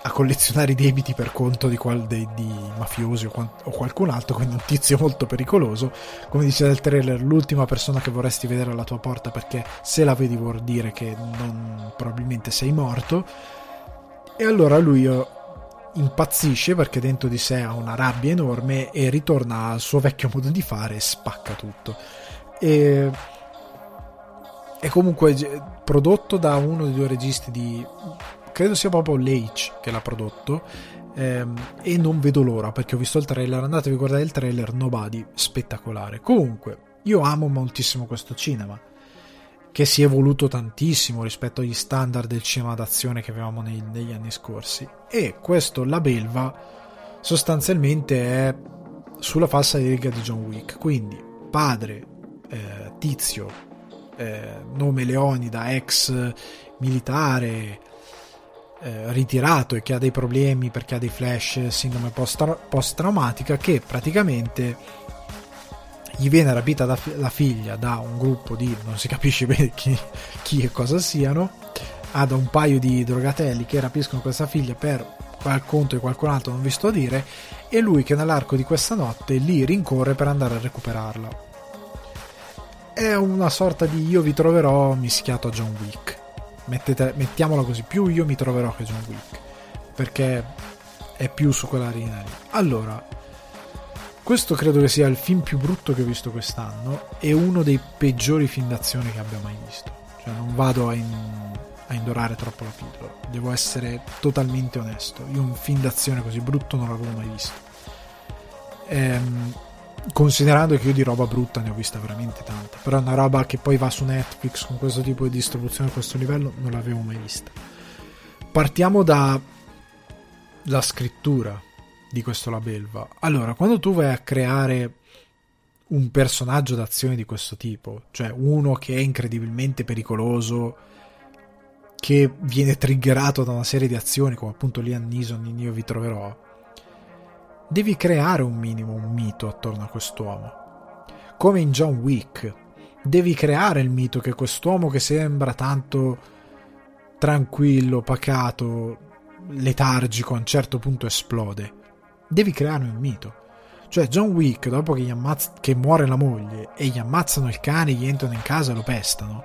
a collezionare i debiti per conto di, qual, di, di mafiosi o, o qualcun altro, quindi un tizio molto pericoloso. Come dice nel trailer, l'ultima persona che vorresti vedere alla tua porta, perché se la vedi vuol dire che non, probabilmente sei morto. E allora lui impazzisce perché dentro di sé ha una rabbia enorme e ritorna al suo vecchio modo di fare e spacca tutto. E è comunque prodotto da uno dei due registi di, credo sia proprio Leitch che l'ha prodotto, ehm, e non vedo l'ora perché ho visto il trailer. Andatevi a guardare il trailer, Nobody, spettacolare. Comunque io amo moltissimo questo cinema, che si è evoluto tantissimo rispetto agli standard del cinema d'azione che avevamo nei, negli anni scorsi, e questo La Belva sostanzialmente è sulla falsa riga di John Wick. Quindi padre, eh, tizio, eh, nome Leonida, ex militare, eh, ritirato e che ha dei problemi perché ha dei flash, sindrome post-traumatica, che praticamente gli viene rapita da fi- la figlia da un gruppo di, non si capisce bene chi, chi e cosa siano, ha da un paio di drogatelli che rapiscono questa figlia per qual conto di qualcun altro non vi sto a dire, e lui che nell'arco di questa notte li rincorre per andare a recuperarla. È una sorta di io vi troverò mischiato a John Wick, Mettete, mettiamola così, più io mi troverò che John Wick, perché è più su quella linea lì. Allora, questo credo che sia il film più brutto che ho visto quest'anno e uno dei peggiori film d'azione che abbia mai visto. Cioè non vado a, in, a indorare troppo la pillola, devo essere totalmente onesto. Io un film d'azione così brutto non l'avevo mai visto. Ehm, considerando che io di roba brutta ne ho vista veramente tanta, però una roba che poi va su Netflix con questo tipo di distribuzione a questo livello non l'avevo mai vista. Partiamo da la scrittura di questo La Belva. Allora, quando tu vai a creare un personaggio d'azione di questo tipo, cioè uno che è incredibilmente pericoloso, che viene triggerato da una serie di azioni come appunto Liam Neeson in Io vi troverò, devi creare un minimo un mito attorno a quest'uomo, come in John Wick. Devi creare il mito che quest'uomo che sembra tanto tranquillo, pacato, letargico, a un certo punto esplode. Devi creare un mito. Cioè John Wick, dopo che, gli ammazz- che muore la moglie e gli ammazzano il cane, gli entrano in casa e lo pestano,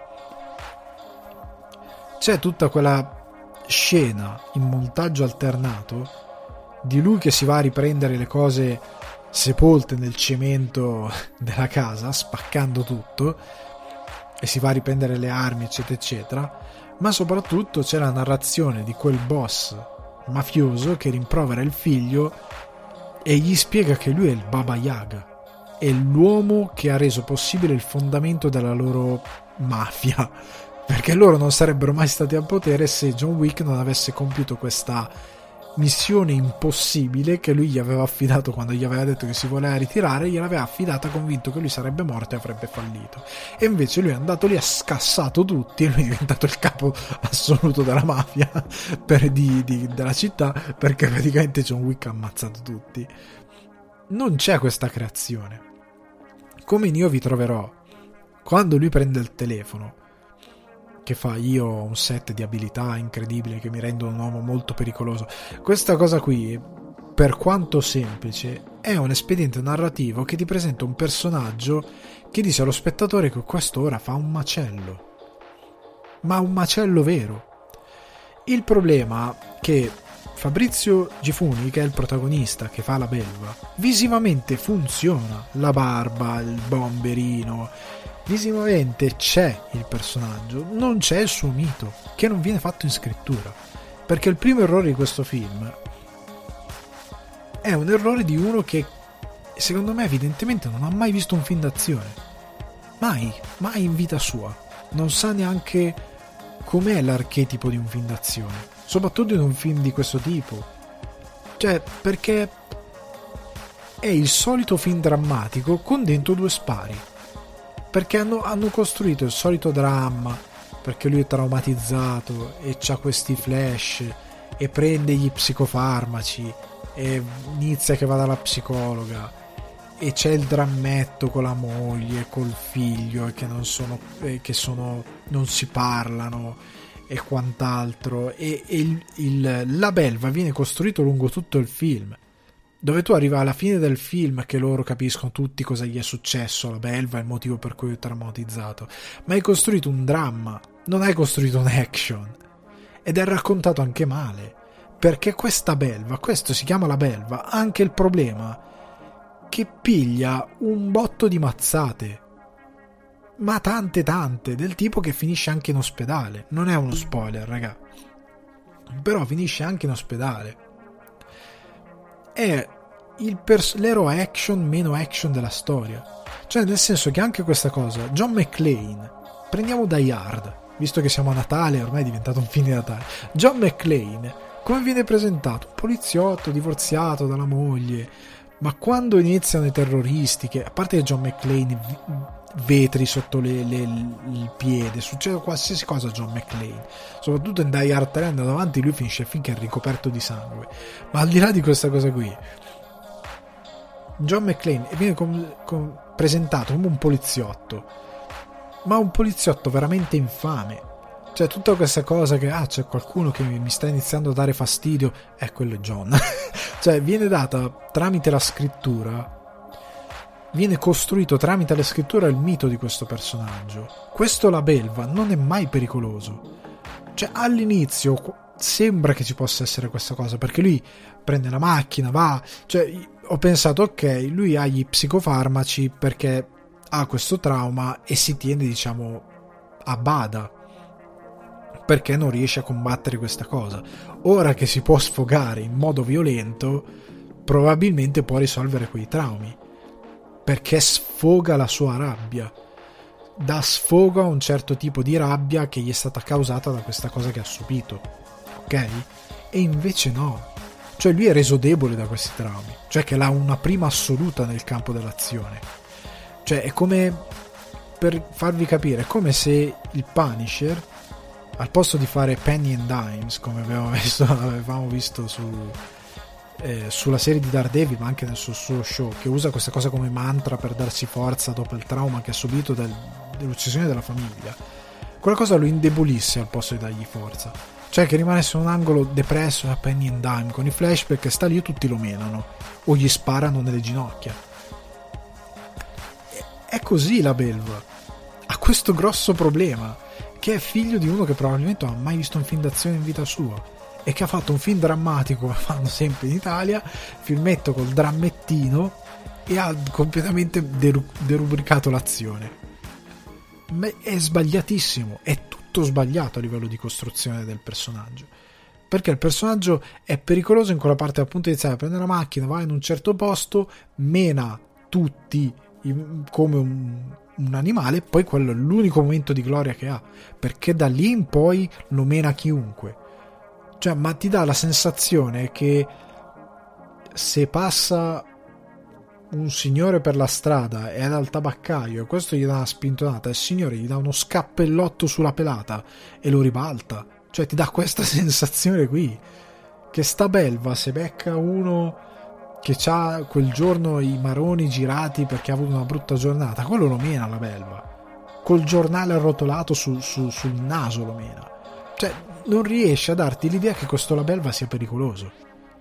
c'è tutta quella scena in montaggio alternato di lui che si va a riprendere le cose sepolte nel cemento della casa, spaccando tutto, e si va a riprendere le armi eccetera eccetera, ma soprattutto c'è la narrazione di quel boss mafioso che rimprovera il figlio e gli spiega che lui è il Baba Yaga, è l'uomo che ha reso possibile il fondamento della loro mafia, perché loro non sarebbero mai stati al potere se John Wick non avesse compiuto questa missione impossibile che lui gli aveva affidato quando gli aveva detto che si voleva ritirare. Gliel'aveva affidata convinto che lui sarebbe morto e avrebbe fallito, e invece lui è andato lì, ha scassato tutti e lui è diventato il capo assoluto della mafia per di, di, della città, perché praticamente John Wick ha ammazzato tutti. Non c'è questa creazione. Come in Io vi troverò, quando lui prende il telefono che fa io ho un set di abilità incredibili che mi rendono un uomo molto pericoloso, questa cosa qui, per quanto semplice, è un espediente narrativo che ti presenta un personaggio che dice allo spettatore che quest'ora fa un macello, ma un macello vero. Il problema è che Fabrizio Gifuni, che è il protagonista che fa La Belva, visivamente funziona, la barba, il bomberino, visivamente c'è il personaggio, non c'è il suo mito, che non viene fatto in scrittura, perché il primo errore di questo film è un errore di uno che secondo me evidentemente non ha mai visto un film d'azione, mai, mai in vita sua, non sa neanche com'è l'archetipo di un film d'azione, soprattutto in un film di questo tipo, cioè perché è il solito film drammatico con dentro due spari, perché hanno, hanno costruito il solito dramma, perché lui è traumatizzato e c'ha questi flash e prende gli psicofarmaci e inizia che va dalla psicologa e c'è il drammetto con la moglie, col figlio, e che non sono, e che sono non si parlano, e quant'altro, e, e il, il, la belva viene costruito lungo tutto il film, dove tu arriva alla fine del film che loro capiscono tutti cosa gli è successo alla belva e il motivo per cui è traumatizzato, ma hai costruito un dramma, non hai costruito un action, ed è raccontato anche male, perché questa belva, questo si chiama la belva, ha anche il problema che piglia un botto di mazzate, ma tante tante, del tipo che finisce anche in ospedale. Non è uno spoiler, raga, però finisce anche in ospedale. È il pers- l'eroe action meno action della storia, cioè nel senso che anche questa cosa, John McClane, prendiamo Die Hard, visto che siamo a Natale, ormai è diventato un film di Natale. John McClane, come viene presentato? Un poliziotto divorziato dalla moglie, ma quando iniziano i terroristi, che a parte che John McClane vetri sotto le, le, il piede, succede qualsiasi cosa a John McClane, soprattutto in Die Hard tre andando avanti lui finisce il film che è ricoperto di sangue. Ma al di là di questa cosa qui, John McClane viene com, com, presentato come un poliziotto, ma un poliziotto veramente infame, cioè tutta questa cosa che ah c'è qualcuno che mi sta iniziando a dare fastidio, è quello è John. Cioè viene data tramite la scrittura, viene costruito tramite la scrittura il mito di questo personaggio. Questo la belva non è mai pericoloso, cioè all'inizio sembra che ci possa essere questa cosa, perché lui prende la macchina, va, cioè ho pensato ok, lui ha gli psicofarmaci perché ha questo trauma e si tiene, diciamo, a bada perché non riesce a combattere questa cosa. Ora che si può sfogare in modo violento, probabilmente può risolvere quei traumi, perché sfoga la sua rabbia, dà sfogo a un certo tipo di rabbia che gli è stata causata da questa cosa che ha subito, ok? E invece no, cioè lui è reso debole da questi traumi, cioè che ha una prima assoluta nel campo dell'azione. Cioè è come, per farvi capire, è come se il Punisher, al posto di fare penny and dimes come avevamo visto, avevamo visto su eh, sulla serie di Daredevil, ma anche nel suo, suo show, che usa questa cosa come mantra per darsi forza dopo il trauma che ha subito del, dell'uccisione della famiglia, quella cosa lo indebolisse al posto di dargli forza, cioè che rimanesse in un angolo depresso a penny and dime con i flashback che sta lì e tutti lo menano o gli sparano nelle ginocchia. È così la belva, ha questo grosso problema, che è figlio di uno che probabilmente non ha mai visto un film d'azione in vita sua e che ha fatto un film drammatico, come fanno sempre in Italia, filmetto col drammettino, e ha completamente deru- derubricato l'azione. Ma è sbagliatissimo, è tutto sbagliato a livello di costruzione del personaggio, perché il personaggio è pericoloso in quella parte, appunto, iniziare a prendere la macchina, va in un certo posto, mena tutti come un, un animale, poi quello è l'unico momento di gloria che ha, perché da lì in poi lo mena chiunque, cioè, ma ti dà la sensazione che se passa un signore per la strada e è dal tabaccaio e questo gli dà una spintonata, il signore gli dà uno scappellotto sulla pelata e lo ribalta, cioè ti dà questa sensazione qui, che sta belva se becca uno che c'ha quel giorno i maroni girati perché ha avuto una brutta giornata, quello lo mena la belva, col giornale arrotolato su, su, sul naso lo mena, cioè non riesce a darti l'idea che questo la belva sia pericoloso,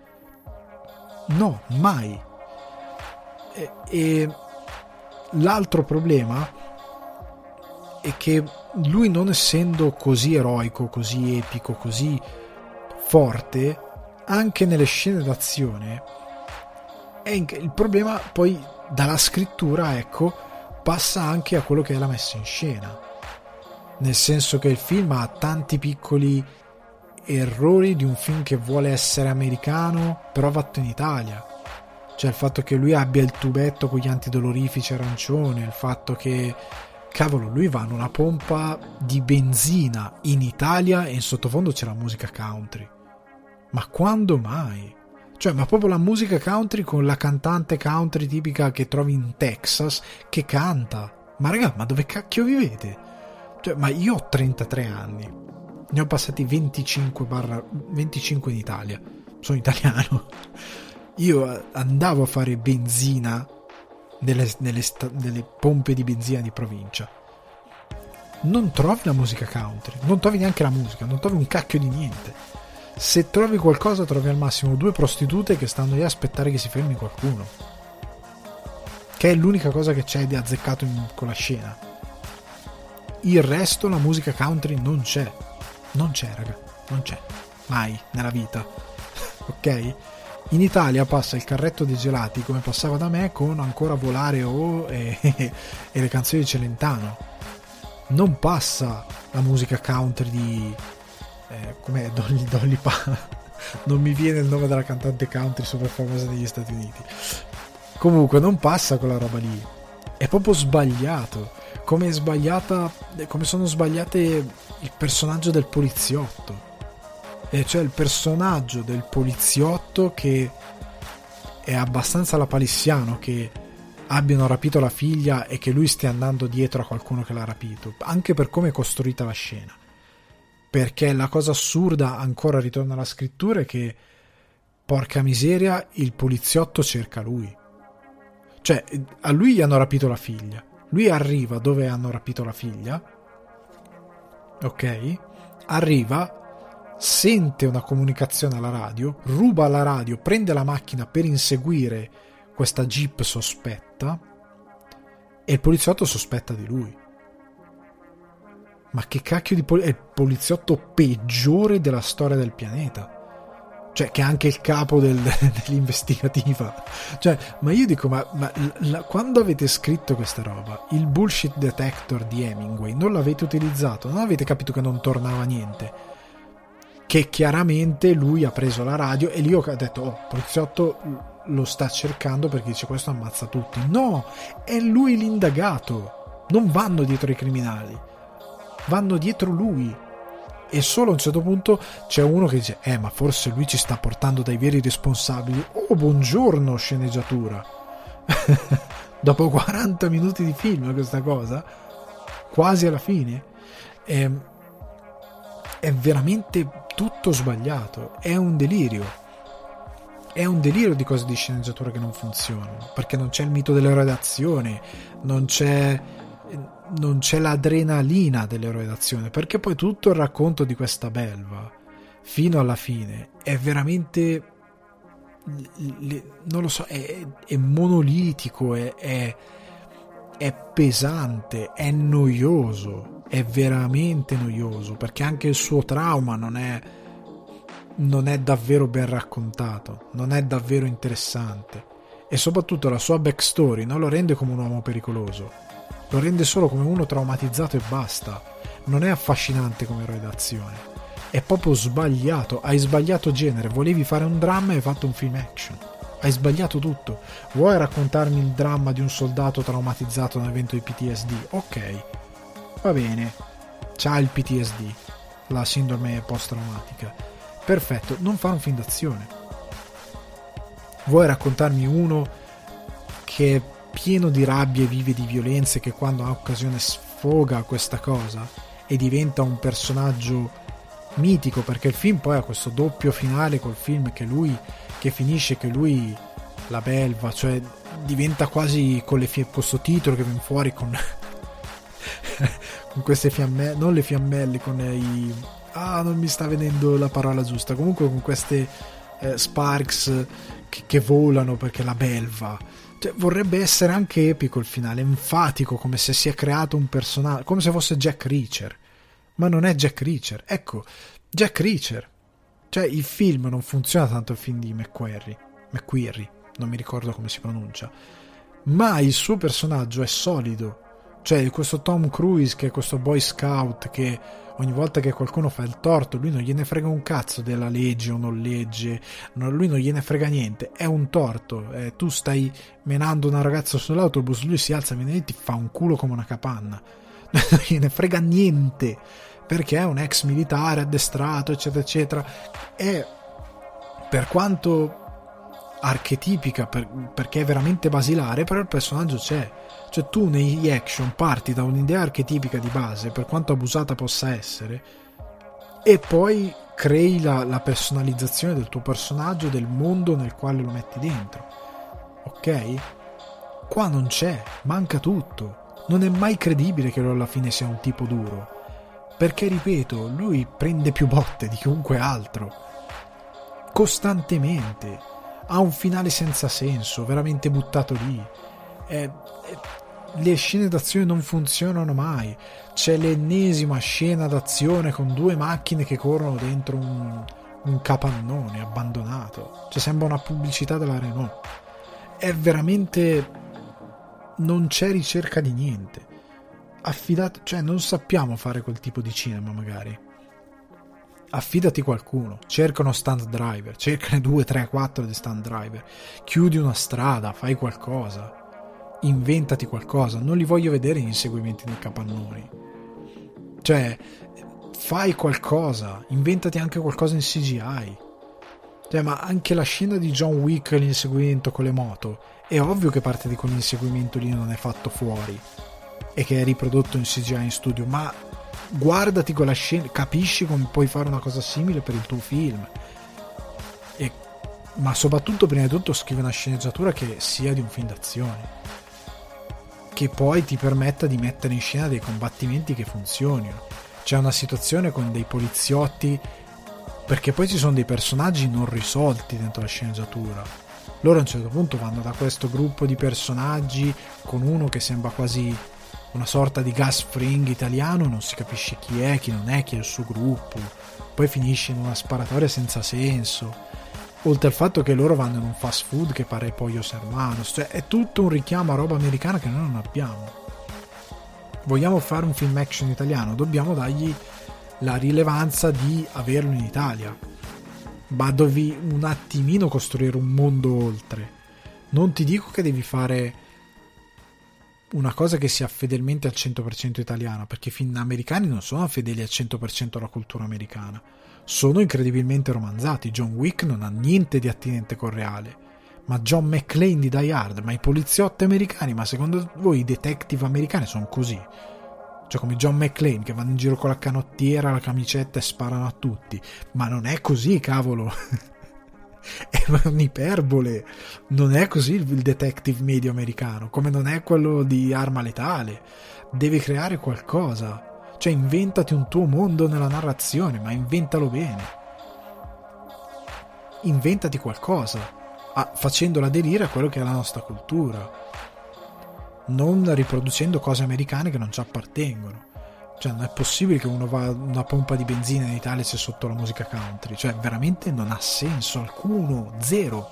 no, mai. E, e l'altro problema è che lui, non essendo così eroico, così epico, così forte, anche nelle scene d'azione, è in, il problema poi dalla scrittura, ecco, passa anche a quello che è la messa in scena, nel senso che il film ha tanti piccoli errori di un film che vuole essere americano però fatto in Italia, cioè il fatto che lui abbia il tubetto con gli antidolorifici arancione, il fatto che cavolo lui va in una pompa di benzina in Italia e in sottofondo c'è la musica country, ma quando mai? Cioè, ma proprio la musica country con la cantante country tipica che trovi in Texas che canta, ma raga, ma dove cacchio vivete? Cioè, ma io ho trentatré anni, ne ho passati venticinque in Italia, sono italiano, io andavo a fare benzina nelle, nelle, nelle pompe di benzina di provincia non trovi la musica country, non trovi neanche la musica, non trovi un cacchio di niente. Se trovi qualcosa trovi al massimo due prostitute che stanno lì a aspettare che si fermi qualcuno, che è l'unica cosa che c'è di azzeccato in, con la scena. Il resto, la musica country non c'è, non c'è raga, non c'è mai nella vita. Ok? In Italia passa il carretto dei gelati come passava da me, con Ancora volare o e, e le canzoni di Celentano. Non passa la musica country di eh, com'è Dolly Dolly Pa non mi viene il nome della cantante country super famosa degli Stati Uniti. Comunque non passa quella roba lì, è proprio sbagliato, come è sbagliata, come sono sbagliate il personaggio del poliziotto. E cioè il personaggio del poliziotto che è abbastanza lapalissiano, che abbiano rapito la figlia e che lui stia andando dietro a qualcuno che l'ha rapito, anche per come è costruita la scena. Perché la cosa assurda, ancora ritorna alla scrittura, è che porca miseria il poliziotto cerca lui, cioè a lui gli hanno rapito la figlia, lui arriva dove hanno rapito la figlia, ok, arriva, sente una comunicazione alla radio, ruba la radio, prende la macchina per inseguire questa jeep sospetta e il poliziotto sospetta di lui. Ma che cacchio di poli- è il poliziotto peggiore della storia del pianeta, cioè che è anche il capo del, dell'investigativa, cioè ma io dico ma, ma la, quando avete scritto questa roba, il bullshit detector di Hemingway non l'avete utilizzato, non avete capito che non tornava niente, che chiaramente lui ha preso la radio e lì ho detto oh, poliziotto lo sta cercando perché dice questo ammazza tutti. No, è lui l'indagato, non vanno dietro i criminali, vanno dietro lui. E solo a un certo punto c'è uno che dice eh ma forse lui ci sta portando dai veri responsabili. Oh buongiorno sceneggiatura. Dopo quaranta minuti di film questa cosa, quasi alla fine, è, è veramente tutto sbagliato, è un delirio, è un delirio di cose di sceneggiatura che non funzionano, perché non c'è il mito dell'eroe d'azione, non c'è non c'è l'adrenalina dell'eroe d'azione, perché poi tutto il racconto di questa belva fino alla fine è veramente, non lo so, è, è monolitico, è, è, è pesante, è noioso, è veramente noioso, perché anche il suo trauma non è non è davvero ben raccontato, non è davvero interessante, e soprattutto la sua backstory non lo rende come un uomo pericoloso, lo rende solo come uno traumatizzato e basta. Non è affascinante come eroe d'azione, è proprio sbagliato, hai sbagliato genere, volevi fare un dramma e hai fatto un film action, hai sbagliato tutto. Vuoi raccontarmi il dramma di un soldato traumatizzato da un evento di P T S D? Ok, va bene, c'ha il P T S D, la sindrome post-traumatica, perfetto, non fare un film d'azione. Vuoi raccontarmi uno che è pieno di rabbia e vive di violenze, che quando ha occasione sfoga questa cosa e diventa un personaggio mitico, perché il film poi ha questo doppio finale col film che lui che finisce che lui la belva, cioè diventa quasi con le fie- questo titolo che viene fuori con con queste fiammelle, non le fiammelle, con i ah non mi sta venendo la parola giusta, comunque con queste eh, sparks che, che volano perché la belva. Cioè, vorrebbe essere anche epico il finale, enfatico, come se si è creato un personaggio, come se fosse Jack Reacher, ma non è Jack Reacher. Ecco, Jack Reacher, cioè il film non funziona tanto, il film di McQuarrie, McQuarrie, non mi ricordo come si pronuncia, ma il suo personaggio è solido, cioè questo Tom Cruise che è questo boy scout che ogni volta che qualcuno fa il torto lui non gliene frega un cazzo della legge o non legge, non, lui non gliene frega niente, è un torto, eh, tu stai menando una ragazza sull'autobus, lui si alza, viene e ti fa un culo come una capanna, non gliene frega niente, perché è un ex militare addestrato eccetera eccetera. È, per quanto archetipica, per, perché è veramente basilare, però il personaggio c'è. Cioè tu negli action parti da un'idea archetipica di base, per quanto abusata possa essere, e poi crei la, la personalizzazione del tuo personaggio, del mondo nel quale lo metti dentro. Ok? Qua non c'è, manca tutto, non è mai credibile che lui alla fine sia un tipo duro, perché ripeto, lui prende più botte di chiunque altro costantemente, ha un finale senza senso, veramente buttato lì, è, è, le scene d'azione non funzionano mai, c'è l'ennesima scena d'azione con due macchine che corrono dentro un, un capannone abbandonato, cioè sembra una pubblicità della Renault, è veramente, non c'è ricerca di niente, affidato, cioè non sappiamo fare quel tipo di cinema, magari affidati qualcuno, cerca uno stunt driver, cercane due, tre, quattro di stunt driver, chiudi una strada, fai qualcosa, inventati qualcosa, non li voglio vedere gli inseguimenti nei capannoni, cioè fai qualcosa, inventati anche qualcosa in C G I, cioè, ma anche la scena di John Wick, l'inseguimento con le moto, è ovvio che parte di quell'inseguimento lì non è fatto fuori e che è riprodotto in C G I in studio, ma guardati quella scena, capisci come puoi fare una cosa simile per il tuo film, e, ma soprattutto prima di tutto scrivi una sceneggiatura che sia di un film d'azione, che poi ti permetta di mettere in scena dei combattimenti che funzionino. C'è una situazione con dei poliziotti, perché poi ci sono dei personaggi non risolti dentro la sceneggiatura, loro a un certo punto vanno da questo gruppo di personaggi con uno che sembra quasi una sorta di Gus Fring italiano, non si capisce chi è, chi non è, chi è il suo gruppo, poi finisce in una sparatoria senza senso, oltre al fatto che loro vanno in un fast food che pare Pollos Hermanos, cioè è tutto un richiamo a roba americana che noi non abbiamo. Vogliamo fare un film action italiano, dobbiamo dargli la rilevanza di averlo in Italia, ma devi un attimino costruire un mondo oltre. Non ti dico che devi fare una cosa che sia fedelmente al cento per cento italiana, perché i film americani non sono fedeli al cento per cento alla cultura americana, sono incredibilmente romanzati. John Wick non ha niente di attinente col reale, ma John McClane di Die Hard, ma i poliziotti americani, ma secondo voi i detective americani sono così? Cioè come John McClane che vanno in giro con la canottiera, la camicetta e sparano a tutti, ma non è così, cavolo. È un'iperbole, non è così il detective medio americano, come non è quello di Arma Letale. Devi creare qualcosa, cioè inventati un tuo mondo nella narrazione, ma inventalo bene, inventati qualcosa, ah, facendola aderire a quello che è la nostra cultura, non riproducendo cose americane che non ci appartengono. Cioè non è possibile che uno va a una pompa di benzina in Italia e sia sotto la musica country, cioè veramente non ha senso alcuno, zero.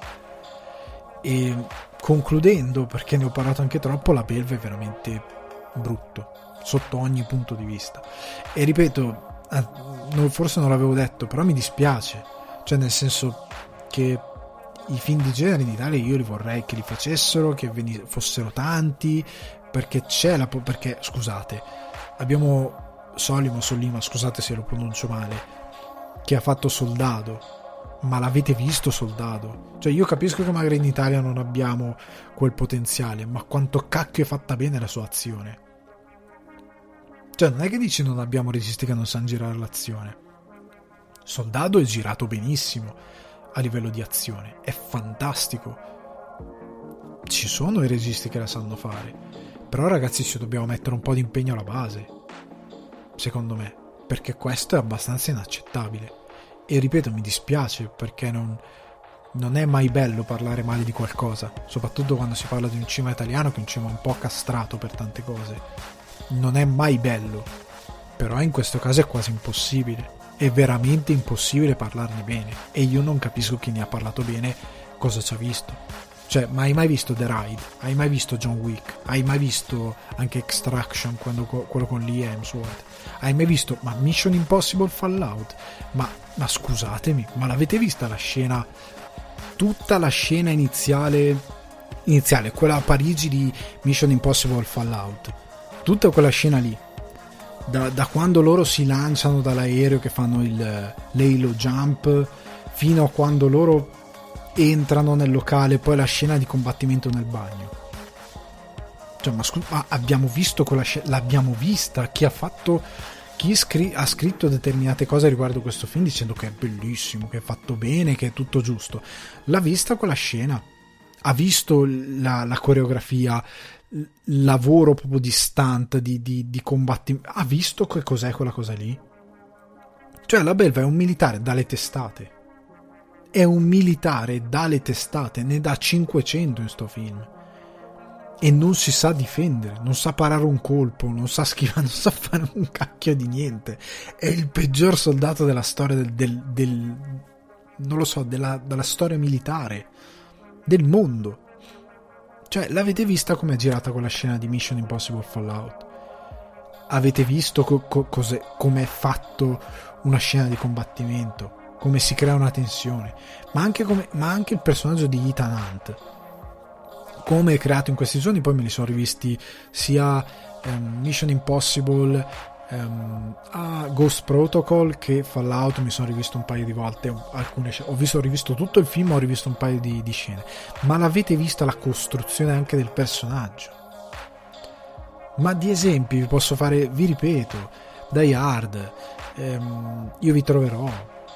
E concludendo, perché ne ho parlato anche troppo, la belva è veramente brutto sotto ogni punto di vista, e ripeto, forse non l'avevo detto, però mi dispiace, cioè nel senso che i film di genere in Italia io li vorrei che li facessero, che venis- fossero tanti, perché c'è la po- perché scusate, abbiamo Solimo Sollima, scusate se lo pronuncio male, che ha fatto Soldado, ma l'avete visto Soldado? Cioè io capisco che magari in Italia non abbiamo quel potenziale, ma quanto cacchio è fatta bene la sua azione. Cioè non è che dici non abbiamo registi che non sanno girare l'azione. Soldado è girato benissimo a livello di azione, è fantastico, ci sono i registi che la sanno fare, però ragazzi ci dobbiamo mettere un po' di impegno alla base, secondo me, perché questo è abbastanza inaccettabile. E ripeto, mi dispiace, perché non, non è mai bello parlare male di qualcosa, soprattutto quando si parla di un cinema italiano, che è un cinema un po' castrato per tante cose, non è mai bello, però in questo caso è quasi impossibile, è veramente impossibile parlarne bene, e io non capisco chi ne ha parlato bene cosa ci ha visto. Cioè, ma hai mai visto The Ride? Hai mai visto John Wick? Hai mai visto anche Extraction, quando, quello con Lee Hemsworth? Hai mai visto, ma Mission Impossible Fallout? Ma, ma scusatemi, ma l'avete vista la scena, tutta la scena iniziale, iniziale, quella a Parigi di Mission Impossible Fallout? Tutta quella scena lì, da, da quando loro si lanciano dall'aereo che fanno il l'halo jump, fino a quando loro entrano nel locale, poi la scena di combattimento nel bagno. Cioè, ma, scu- ma abbiamo visto quella scena, l'abbiamo vista. Chi ha fatto, chi scri- ha scritto determinate cose riguardo questo film dicendo che è bellissimo, che è fatto bene, che è tutto giusto, l'ha vista quella scena, ha visto la, la coreografia, il lavoro proprio di stunt, di, di, di combattimento, ha visto che cos'è quella cosa lì? Cioè la belva è un militare dalle testate, è un militare dalle testate, ne dà cinquecento in sto film, e non si sa difendere, non sa parare un colpo, non sa schivare, non sa fare un cacchio di niente, è il peggior soldato della storia del, del, del non lo so, della, della storia militare del mondo. Cioè, l'avete vista come è girata quella scena di Mission Impossible Fallout? Avete visto co- co- cos'è, come è fatto una scena di combattimento, come si crea una tensione, ma anche, come, ma anche il personaggio di Ethan Hunt, come è creato in questi giorni. Poi me li sono rivisti sia um, Mission Impossible, um, a Ghost Protocol che Fallout, mi sono rivisto un paio di volte alcune scene. Ho visto, ho rivisto tutto il film, ho rivisto un paio di, di scene, ma l'avete vista la costruzione anche del personaggio? Ma di esempi vi posso fare, vi ripeto, Die Hard, um, Io vi troverò,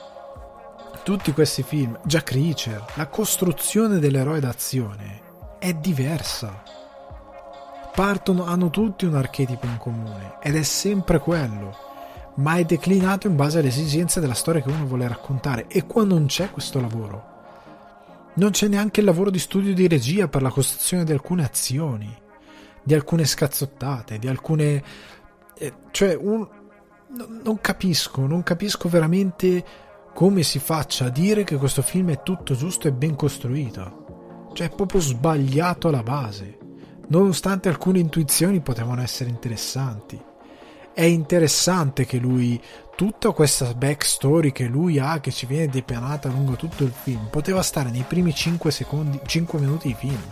tutti questi film, Jack Reacher, la costruzione dell'eroe d'azione è diversa. Partono, hanno tutti un archetipo in comune ed è sempre quello, ma è declinato in base alle esigenze della storia che uno vuole raccontare. E qua non c'è questo lavoro, non c'è neanche il lavoro di studio di regia per la costruzione di alcune azioni, di alcune scazzottate, di alcune eh, cioè un, non capisco non capisco veramente come si faccia a dire che questo film è tutto giusto e ben costruito. Cioè è proprio sbagliato alla base, nonostante alcune intuizioni potevano essere interessanti. È interessante che lui, tutta questa backstory che lui ha, che ci viene depianata lungo tutto il film, poteva stare nei primi cinque secondi, cinque minuti di film.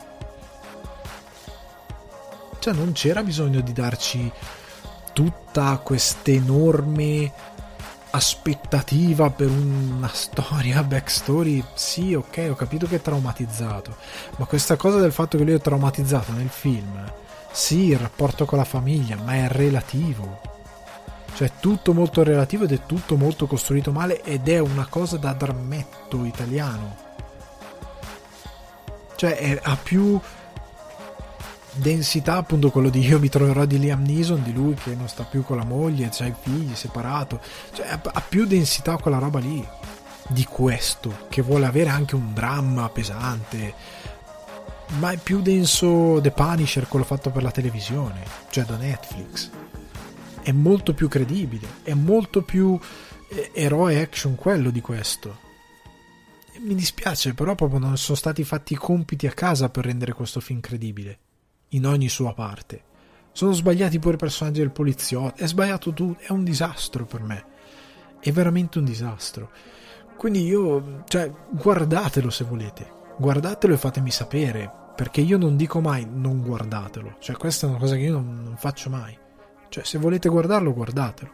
Cioè non c'era bisogno di darci tutta questa enorme aspettativa per una storia, backstory. Sì, ok, ho capito che è traumatizzato, ma questa cosa del fatto che lui è traumatizzato nel film, sì, il rapporto con la famiglia, ma è relativo, cioè è tutto molto relativo ed è tutto molto costruito male, ed è una cosa da drammetto italiano. Cioè è, ha più densità appunto quello di Io mi troverò di Liam Neeson, di lui che non sta più con la moglie, c'ha i figli, separato, cioè ha più densità quella roba lì di questo, che vuole avere anche un dramma pesante, ma è più denso The Punisher, quello fatto per la televisione, cioè da Netflix. È molto più credibile, è molto più eh, eroe action quello di questo. E mi dispiace, però proprio non sono stati fatti i compiti a casa per rendere questo film credibile in ogni sua parte. Sono sbagliati pure i personaggi del poliziotto, è sbagliato tutto, è un disastro per me, è veramente un disastro. Quindi io, cioè, guardatelo se volete, guardatelo e fatemi sapere, perché io non dico mai non guardatelo, cioè questa è una cosa che io non, non faccio mai. Cioè se volete guardarlo, guardatelo.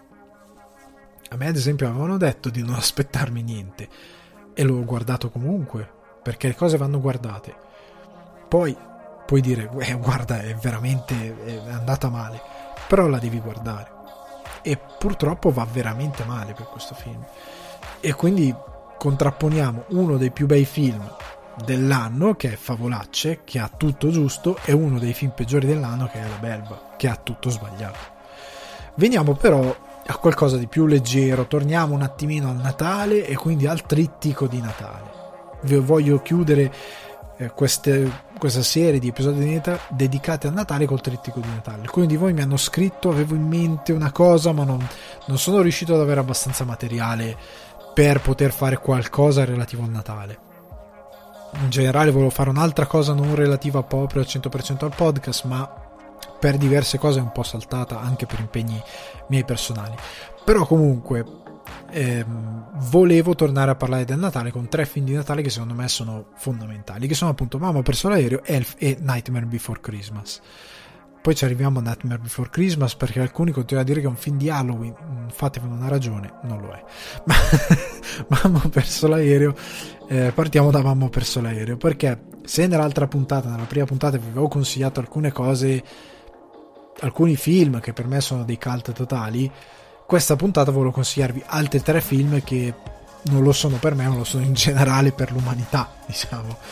A me ad esempio avevano detto di non aspettarmi niente e l'ho guardato comunque, perché le cose vanno guardate. Poi puoi dire eh, guarda, è veramente è andata male, però la devi guardare, e purtroppo va veramente male per questo film. E quindi contrapponiamo uno dei più bei film dell'anno, che è Favolacce, che ha tutto giusto, e uno dei film peggiori dell'anno, che è La Belva, che ha tutto sbagliato. Veniamo però a qualcosa di più leggero, torniamo un attimino al Natale e quindi al trittico di Natale. Vi voglio chiudere eh, queste, questa serie di episodi di Natale dedicati al Natale col trittico di Natale. Alcuni di voi mi hanno scritto, avevo in mente una cosa, ma non, non sono riuscito ad avere abbastanza materiale per poter fare qualcosa relativo al Natale. In generale volevo fare un'altra cosa non relativa proprio al cento per cento al podcast, ma per diverse cose è un po' saltata, anche per impegni miei personali. Però comunque ehm, volevo tornare a parlare del Natale con tre film di Natale che secondo me sono fondamentali, che sono appunto Mamma ho perso l'aereo, Elf e Nightmare Before Christmas. Poi ci arriviamo a Nightmare Before Christmas, perché alcuni continuano a dire che è un film di Halloween, fatevene una ragione, non lo è. Ma Mamma ho perso l'aereo, eh, partiamo da Mamma ho perso l'aereo, perché se nell'altra puntata, nella prima puntata vi avevo consigliato alcune cose, alcuni film che per me sono dei cult totali, questa puntata volevo consigliarvi altri tre film che non lo sono per me, ma lo sono in generale per l'umanità, diciamo.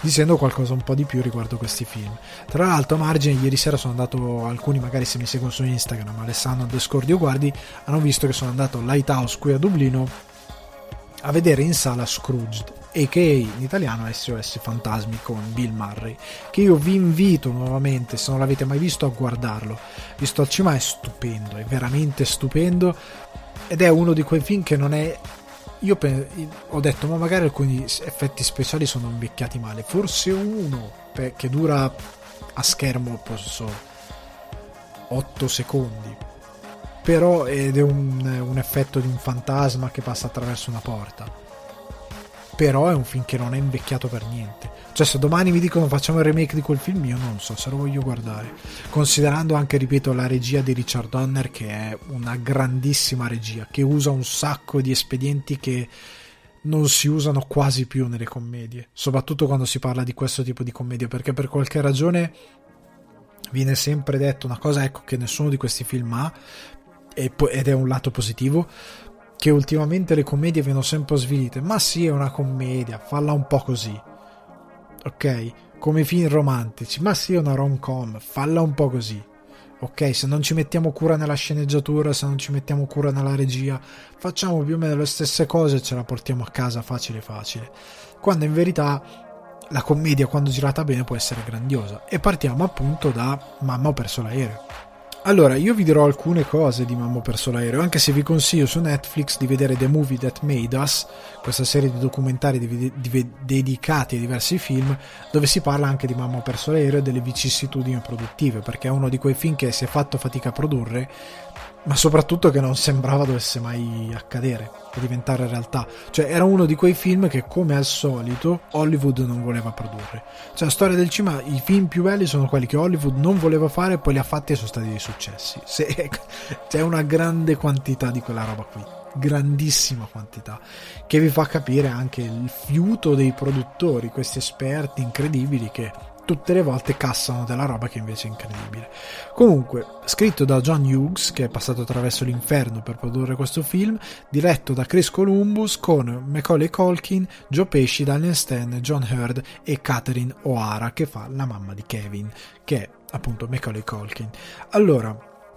dicendo qualcosa un po' di più riguardo questi film. Tra l'altro, a margine, ieri sera sono andato, alcuni magari se mi seguono su Instagram, Alessandro underscore Dio Guardi, hanno visto che sono andato al Lighthouse qui a Dublino a vedere in sala Scrooged, a k a in italiano S O S Fantasmi, con Bill Murray, che io vi invito nuovamente, se non l'avete mai visto, a guardarlo. Visto al cinema è stupendo, è veramente stupendo, ed è uno di quei film che non è, io pe- ho detto ma magari alcuni effetti speciali sono invecchiati male, forse uno pe- che dura a schermo posso otto secondi, però ed è un, un effetto di un fantasma che passa attraverso una porta, però è un film che non è invecchiato per niente. Cioè, se domani mi dicono facciamo il remake di quel film, io non so se lo voglio guardare, considerando anche, ripeto, la regia di Richard Donner, che è una grandissima regia, che usa un sacco di espedienti che non si usano quasi più nelle commedie, soprattutto quando si parla di questo tipo di commedia, perché per qualche ragione viene sempre detto una cosa, ecco, che nessuno di questi film ha, ed è un lato positivo, che ultimamente le commedie vengono sempre svilite. Ma sì, è una commedia, falla un po' così, ok? Come i film romantici, ma sì, è una rom-com, falla un po' così, ok? Se non ci mettiamo cura nella sceneggiatura, se non ci mettiamo cura nella regia, facciamo più o meno le stesse cose e ce la portiamo a casa facile facile, quando in verità la commedia, quando girata bene, può essere grandiosa. E partiamo appunto da Mamma ho perso l'aereo. Allora, io vi dirò alcune cose di Mamma ho perso l'aereo, anche se vi consiglio su Netflix di vedere The Movie That Made Us, questa serie di documentari di, di, dedicati a diversi film, dove si parla anche di Mamma ho perso l'aereo e delle vicissitudini produttive, perché è uno di quei film che si è fatto fatica a produrre, ma soprattutto che non sembrava dovesse mai accadere e diventare realtà. Cioè, era uno di quei film che, come al solito, Hollywood non voleva produrre. Cioè, la storia del cinema, i film più belli sono quelli che Hollywood non voleva fare e poi li ha fatti e sono stati dei successi. Se, c'è una grande quantità di quella roba qui, grandissima quantità, che vi fa capire anche il fiuto dei produttori, questi esperti incredibili che tutte le volte cassano della roba che invece è incredibile. Comunque, scritto da John Hughes, che è passato attraverso l'inferno per produrre questo film, diretto da Chris Columbus, con Macaulay Culkin, Joe Pesci, Daniel Stan, John Hurd e Catherine O'Hara, che fa la mamma di Kevin, che è appunto Macaulay Culkin. Allora,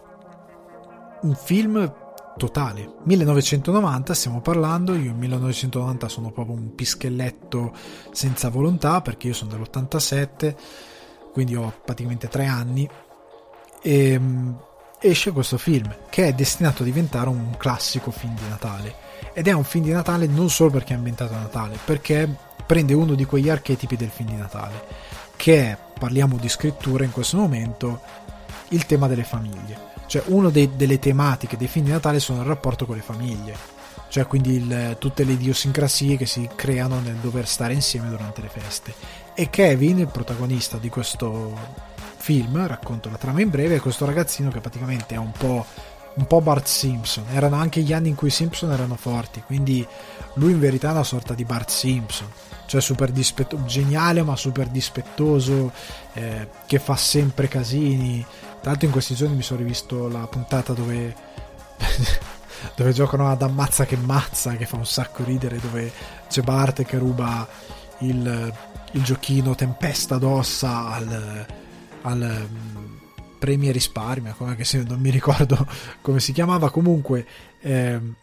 un film totale, millenovecentonovanta stiamo parlando. Io in millenovecentonovanta sono proprio un pischelletto senza volontà, perché io sono dell'ottantasette, quindi ho praticamente tre anni, e um, esce questo film che è destinato a diventare un classico film di Natale, ed è un film di Natale non solo perché è ambientato a Natale, perché prende uno di quegli archetipi del film di Natale, che è, parliamo di scrittura in questo momento, il tema delle famiglie. Cioè, una delle tematiche dei film di Natale sono il rapporto con le famiglie, cioè quindi il, tutte le idiosincrasie che si creano nel dover stare insieme durante le feste. E Kevin, il protagonista di questo film, racconto la trama in breve, è questo ragazzino che praticamente è un po', un po' Bart Simpson. Erano anche gli anni in cui i Simpson erano forti, quindi lui in verità è una sorta di Bart Simpson, cioè super dispettoso, geniale ma super dispettoso, eh, che fa sempre casini. Tra l'altro in questi giorni mi sono rivisto la puntata dove dove giocano ad ammazza che mazza, che fa un sacco ridere, dove c'è Bart che ruba il, il giochino Tempesta d'ossa al, al um, Premi e Risparmio, come che se non mi ricordo come si chiamava. Comunque ehm,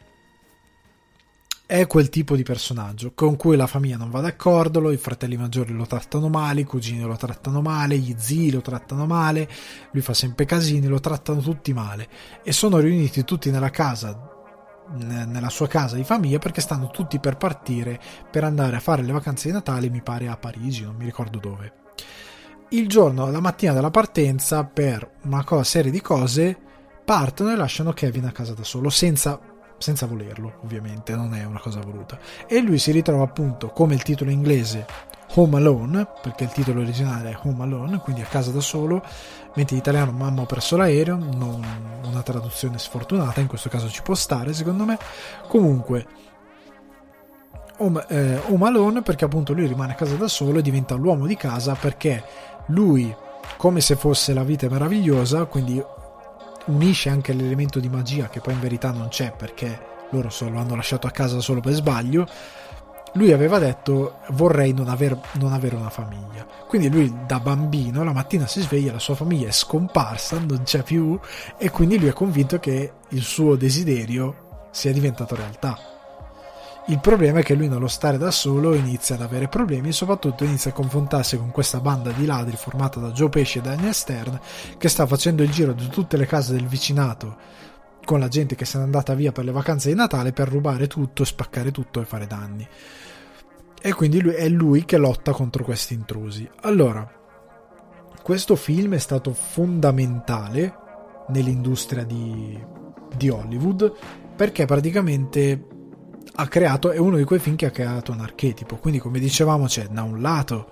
è quel tipo di personaggio con cui la famiglia non va d'accordo, i fratelli maggiori lo trattano male, i cugini lo trattano male, gli zii lo trattano male, lui fa sempre casini, lo trattano tutti male, e sono riuniti tutti nella casa, nella sua casa di famiglia, perché stanno tutti per partire per andare a fare le vacanze di Natale, mi pare a Parigi, non mi ricordo dove. Il giorno, la mattina della partenza, per una cosa, serie di cose, partono e lasciano Kevin a casa da solo, senza senza volerlo, ovviamente, non è una cosa voluta, e lui si ritrova appunto, come il titolo inglese, Home Alone, perché il titolo originale è Home Alone, quindi a casa da solo, mentre in italiano Mamma ho perso l'aereo, non una traduzione sfortunata, in questo caso ci può stare secondo me. Comunque Home, eh, Home Alone, perché appunto lui rimane a casa da solo e diventa l'uomo di casa, perché lui, come se fosse La vita è meravigliosa, quindi unisce anche l'elemento di magia, che poi in verità non c'è perché loro solo lo hanno lasciato a casa solo per sbaglio, lui aveva detto vorrei non, aver, non avere una famiglia. Quindi lui da bambino la mattina si sveglia, la sua famiglia è scomparsa, non c'è più, e quindi lui è convinto che il suo desiderio sia diventato realtà. Il problema è che lui, nello stare da solo, inizia ad avere problemi e soprattutto inizia a confrontarsi con questa banda di ladri formata da Joe Pesci e Daniel Stern, che sta facendo il giro di tutte le case del vicinato con la gente che se n'è andata via per le vacanze di Natale per rubare tutto, spaccare tutto e fare danni. E quindi lui, è lui che lotta contro questi intrusi. Allora, questo film è stato fondamentale nell'industria di, di Hollywood, perché praticamente ha creato, è uno di quei film che ha creato un archetipo. Quindi, come dicevamo, c'è da un lato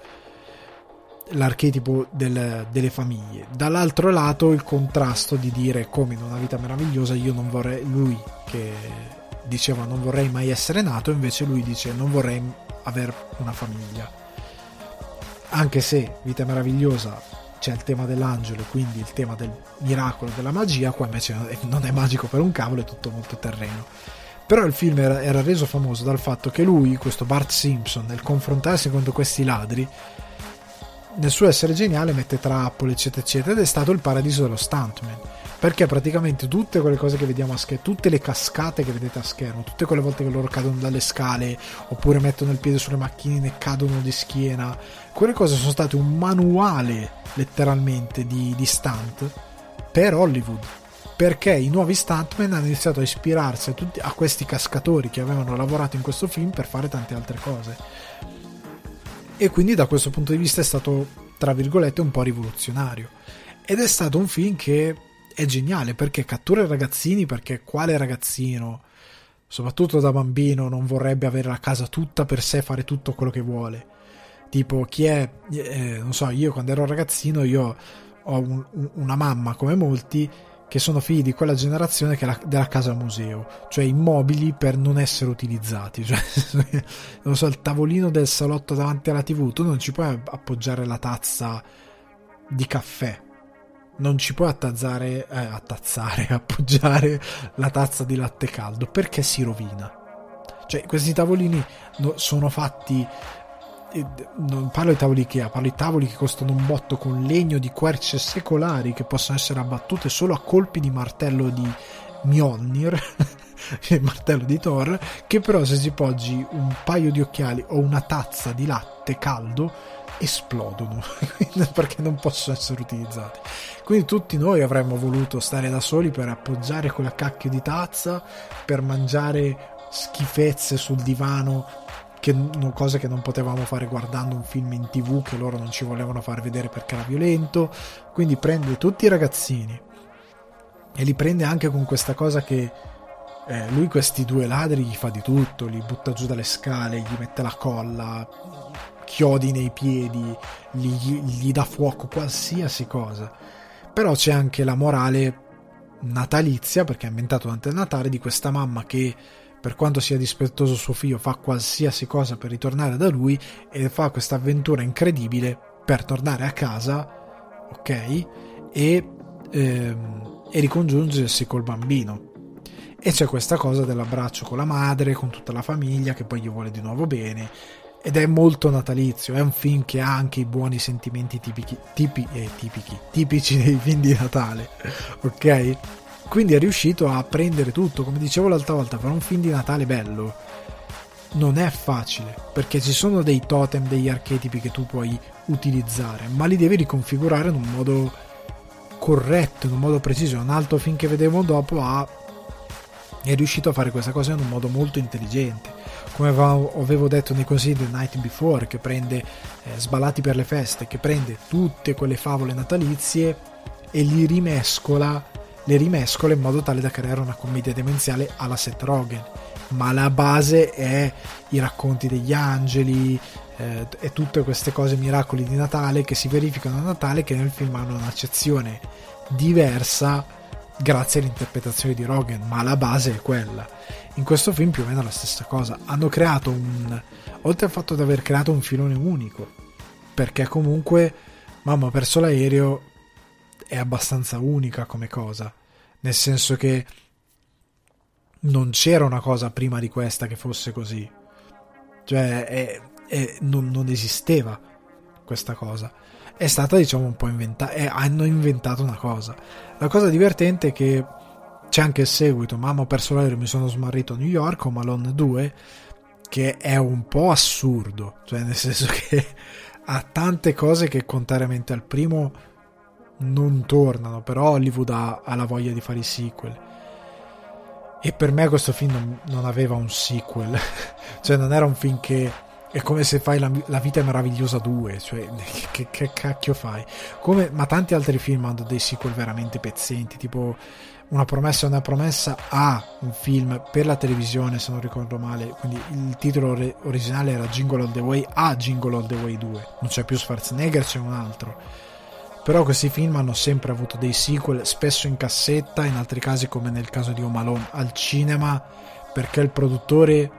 l'archetipo del, delle famiglie, dall'altro lato il contrasto di dire come in Una vita meravigliosa io non vorrei, lui che diceva non vorrei mai essere nato, invece lui dice non vorrei avere una famiglia. Anche se Vita meravigliosa c'è il tema dell'angelo, quindi il tema del miracolo, della magia, qua invece non è magico per un cavolo, è tutto molto terreno. Però il film era, era reso famoso dal fatto che lui, questo Bart Simpson, nel confrontarsi contro questi ladri, nel suo essere geniale mette trappole eccetera eccetera, ed è stato il paradiso dello stuntman, perché praticamente tutte quelle cose che vediamo a schermo, tutte le cascate che vedete a schermo, tutte quelle volte che loro cadono dalle scale oppure mettono il piede sulle macchinine e cadono di schiena, quelle cose sono state un manuale letteralmente di, di stunt per Hollywood, perché i nuovi stuntman hanno iniziato a ispirarsi a, tutti, a questi cascatori che avevano lavorato in questo film per fare tante altre cose. E quindi da questo punto di vista è stato, tra virgolette, un po' rivoluzionario. Ed è stato un film che è geniale, perché cattura i ragazzini, perché quale ragazzino, soprattutto da bambino, non vorrebbe avere la casa tutta per sé, fare tutto quello che vuole? Tipo, chi è, eh, non so, io quando ero ragazzino, io ho un, una mamma, come molti, che sono figli di quella generazione che è la, della casa museo, cioè immobili per non essere utilizzati, cioè, non so, il tavolino del salotto davanti alla tivù, tu non ci puoi appoggiare la tazza di caffè, non ci puoi attazzare, eh, attazzare, appoggiare la tazza di latte caldo, perché si rovina. Cioè, questi tavolini no, sono fatti, non parlo di tavoli Ikea, parlo di tavoli che costano un botto, con legno di querce secolari che possono essere abbattute solo a colpi di martello di Mjolnir, il martello di Thor, che però se ci poggi un paio di occhiali o una tazza di latte caldo esplodono perché non possono essere utilizzati. Quindi tutti noi avremmo voluto stare da soli per appoggiare quella cacchio di tazza, per mangiare schifezze sul divano, che, cose che non potevamo fare guardando un film in tv che loro non ci volevano far vedere perché era violento. Quindi prende tutti i ragazzini e li prende anche con questa cosa che eh, lui questi due ladri gli fa di tutto, li butta giù dalle scale, gli mette la colla, chiodi nei piedi, gli, gli dà fuoco, qualsiasi cosa. Però c'è anche la morale natalizia, perché è ambientato durante il Natale, di questa mamma che, per quanto sia dispettoso suo figlio, fa qualsiasi cosa per ritornare da lui e fa questa avventura incredibile per tornare a casa, ok, e, ehm, e ricongiungersi col bambino. E c'è questa cosa dell'abbraccio con la madre, con tutta la famiglia che poi gli vuole di nuovo bene, ed è molto natalizio. È un film che ha anche i buoni sentimenti tipici, tipi, eh, tipici, tipici dei film di Natale, ok? Quindi è riuscito a prendere tutto. Come dicevo l'altra volta, fare un film di Natale bello non è facile, perché ci sono dei totem, degli archetipi che tu puoi utilizzare, ma li devi riconfigurare in un modo corretto, in un modo preciso. Un altro film che vedevo dopo ha è riuscito a fare questa cosa in un modo molto intelligente, come avevo detto nei consigli del Night Before, che prende eh, Sballati per le feste, che prende tutte quelle favole natalizie e li rimescola le rimescola in modo tale da creare una commedia demenziale alla Seth Rogen, ma la base è i racconti degli angeli eh, e tutte queste cose, miracoli di Natale che si verificano a Natale, che nel film hanno un'accezione diversa grazie all'interpretazione di Rogen, ma la base è quella. In questo film più o meno la stessa cosa. Hanno creato un, oltre al fatto di aver creato un filone unico, perché comunque Mamma ho perso l'aereo è abbastanza unica come cosa, nel senso che non c'era una cosa prima di questa che fosse così. cioè è, è, non, non esisteva questa cosa, è stata diciamo un po' inventata, e hanno inventato una cosa. La cosa divertente è che c'è anche il seguito, Mamma ho perso l'aereo, mi sono smarrito a New York, o Malone due, che è un po' assurdo, cioè nel senso che ha tante cose che contrariamente al primo non tornano, però Hollywood ha, ha la voglia di fare i sequel, e per me questo film non, non aveva un sequel cioè non era un film che è come se fai la, la vita è meravigliosa due, cioè che, che cacchio fai, come, ma tanti altri film hanno dei sequel veramente pezzenti, tipo Una promessa è una promessa ha un film per la televisione, se non ricordo male, quindi il titolo ori- originale era Jingle All The Way, ha Jingle All The Way due, non c'è più Schwarzenegger, c'è un altro, però questi film hanno sempre avuto dei sequel, spesso in cassetta, in altri casi come nel caso di Home Alone al cinema, perché il produttore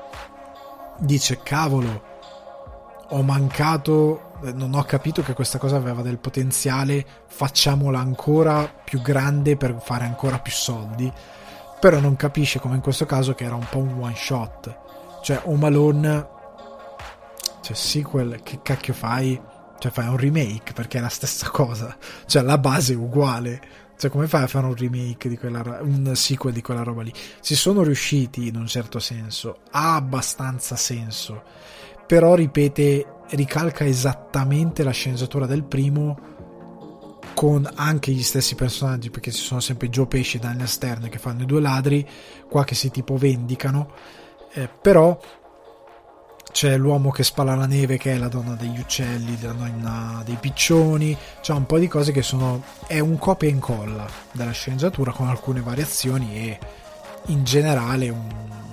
dice cavolo, ho mancato, non ho capito che questa cosa aveva del potenziale, facciamola ancora più grande per fare ancora più soldi, però non capisce, come in questo caso, che era un po' un one shot, cioè Home Alone, cioè sequel, che cacchio fai? Cioè fai un remake, perché è la stessa cosa, cioè la base è uguale, cioè come fai a fare un remake di quella, un sequel di quella roba lì? Ci sono riusciti in un certo senso, ha abbastanza senso, però ripete, ricalca esattamente la sceneggiatura del primo, con anche gli stessi personaggi, perché ci sono sempre Joe Pesci e Daniel Stern che fanno i due ladri, qua che si tipo vendicano, eh, però c'è l'uomo che spala la neve, che è la donna degli uccelli, la donna dei piccioni, c'è un po' di cose che sono, è un copia e incolla della sceneggiatura con alcune variazioni, e in generale un,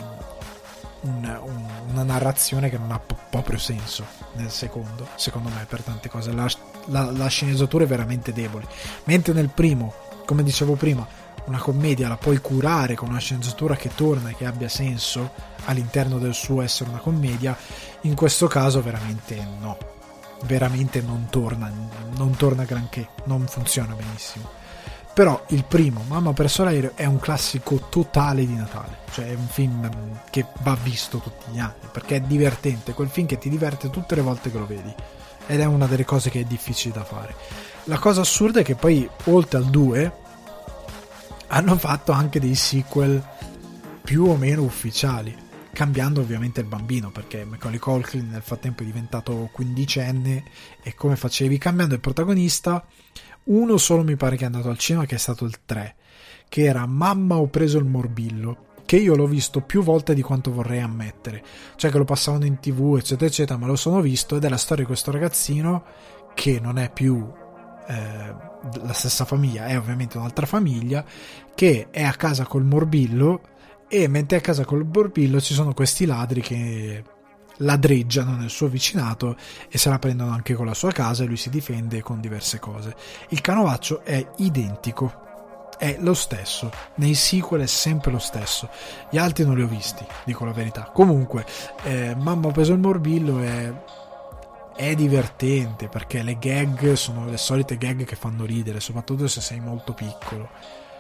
un, un, una narrazione che non ha po- proprio senso nel secondo, secondo me, per tante cose la, la, la sceneggiatura è veramente debole, mentre nel primo, come dicevo prima, una commedia la puoi curare con una sceneggiatura che torna e che abbia senso all'interno del suo essere una commedia. In questo caso veramente no, veramente non torna, non torna granché, non funziona benissimo. Però il primo, Mamma ho perso l'aereo, è un classico totale di Natale, cioè è un film che va visto tutti gli anni, perché è divertente, quel film che ti diverte tutte le volte che lo vedi, ed è una delle cose che è difficile da fare. La cosa assurda è che poi, oltre al due, hanno fatto anche dei sequel più o meno ufficiali, cambiando ovviamente il bambino, perché Macaulay Culkin nel frattempo è diventato quindicenne, e come facevi cambiando il protagonista. Uno solo mi pare che è andato al cinema, che è stato il tre, che era Mamma ho preso il morbillo, che io l'ho visto più volte di quanto vorrei ammettere, cioè che lo passavano in tv eccetera eccetera, ma lo sono visto, ed è la storia di questo ragazzino che non è più eh, la stessa famiglia, è ovviamente un'altra famiglia, che è a casa col morbillo, e mentre è a casa col morbillo ci sono questi ladri che ladreggiano nel suo vicinato e se la prendono anche con la sua casa, e lui si difende con diverse cose. Il canovaccio è identico, è lo stesso, nei sequel è sempre lo stesso, gli altri non li ho visti, dico la verità. Comunque eh, Mamma ho preso il morbillo è, è divertente, perché le gag sono le solite gag che fanno ridere, soprattutto se sei molto piccolo,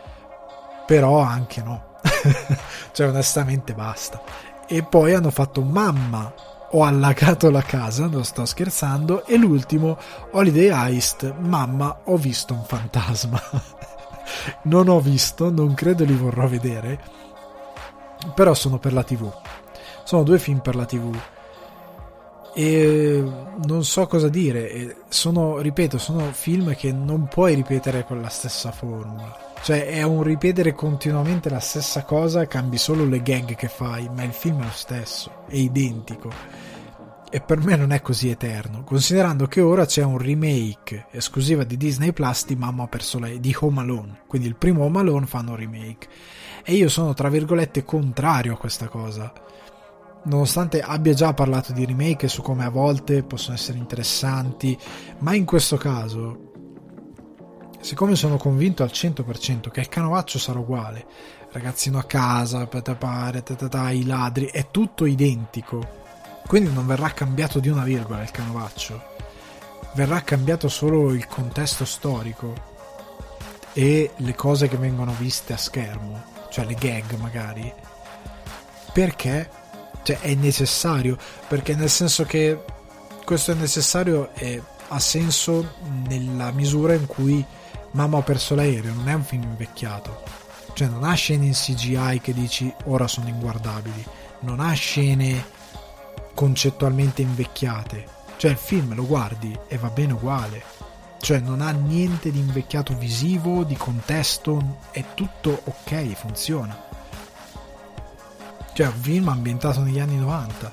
però anche no cioè onestamente basta. E poi hanno fatto Mamma ho allagato la casa, non sto scherzando, e l'ultimo Holiday Heist, Mamma ho visto un fantasma non ho visto, non credo li vorrò vedere, però sono per la tv, sono due film per la tv e non so cosa dire, sono, ripeto, sono film che non puoi ripetere con la stessa formula, cioè è un ripetere continuamente la stessa cosa, cambi solo le gag che fai, ma il film è lo stesso, è identico, e per me non è così eterno, considerando che ora c'è un remake esclusiva di Disney Plus di Mamma ha perso l'aereo, di Home Alone, quindi il primo Home Alone fanno un remake, e io sono tra virgolette contrario a questa cosa, nonostante abbia già parlato di remake su come a volte possono essere interessanti, ma in questo caso, siccome sono convinto al cento per cento che il canovaccio sarà uguale, ragazzino a casa, patapare, tatata, i ladri, è tutto identico, quindi non verrà cambiato di una virgola il canovaccio, verrà cambiato solo il contesto storico e le cose che vengono viste a schermo, cioè le gag magari, perché cioè è necessario, perché nel senso che questo è necessario e ha senso nella misura in cui Mamma ho perso l'aereo non è un film invecchiato, cioè non ha scene in C G I che dici ora sono inguardabili, non ha scene concettualmente invecchiate, cioè il film lo guardi e va bene uguale, cioè non ha niente di invecchiato visivo, di contesto, è tutto ok, funziona. Cioè un film ambientato negli anni novanta,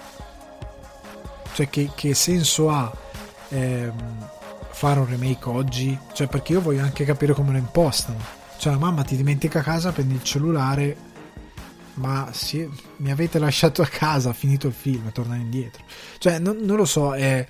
cioè che, che senso ha ehm, fare un remake oggi? Cioè perché io voglio anche capire come lo impostano, cioè la mamma ti dimentica a casa, prendi il cellulare, ma sì, mi avete lasciato a casa, finito il film, tornare indietro, cioè non, non lo so, è,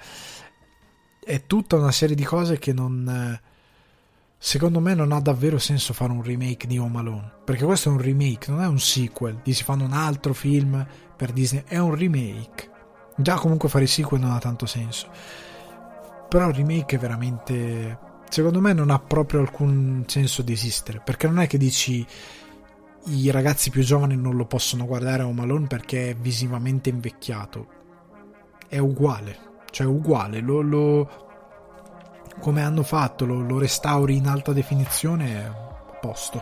è tutta una serie di cose che non, secondo me non ha davvero senso fare un remake di Home Alone, perché questo è un remake, non è un sequel, di si fanno un altro film per Disney, è un remake, già comunque fare i sequel non ha tanto senso, però il remake è veramente, secondo me non ha proprio alcun senso di esistere, perché non è che dici i ragazzi più giovani non lo possono guardare a Home Alone perché è visivamente invecchiato, è uguale, cioè uguale, lo, lo come hanno fatto, lo, lo restauri in alta definizione, a posto.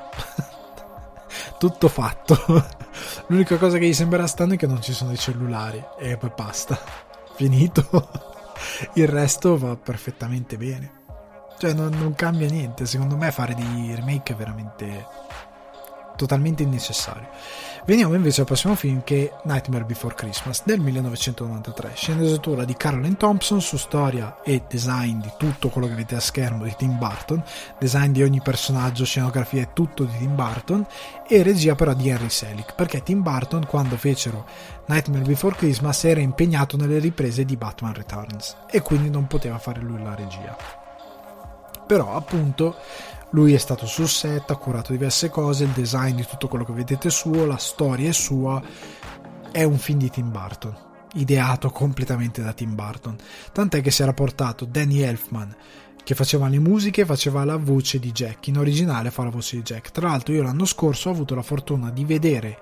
Tutto fatto. L'unica cosa che gli sembra strano è che non ci sono i cellulari e poi basta, finito. Il resto va perfettamente bene, cioè non, non cambia niente. Secondo me fare di remake è veramente totalmente innecessario. Veniamo invece al prossimo film, che è Nightmare Before Christmas del millenovecentonovantatré, sceneggiatura di Caroline Thompson su storia e design di tutto quello che vedete a schermo di Tim Burton, design di ogni personaggio, scenografia è tutto di Tim Burton, e regia però di Henry Selick, perché Tim Burton quando fecero Nightmare Before Christmas era impegnato nelle riprese di Batman Returns e quindi non poteva fare lui la regia, però appunto lui è stato sul set, ha curato diverse cose, il design di tutto quello che vedete è suo, la storia è sua, è un film di Tim Burton, ideato completamente da Tim Burton, tant'è che si era portato Danny Elfman che faceva le musiche, faceva la voce di Jack, in originale fa la voce di Jack. Tra l'altro io l'anno scorso ho avuto la fortuna di vedere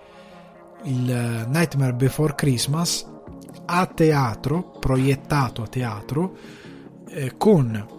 il Nightmare Before Christmas a teatro, proiettato a teatro, eh, con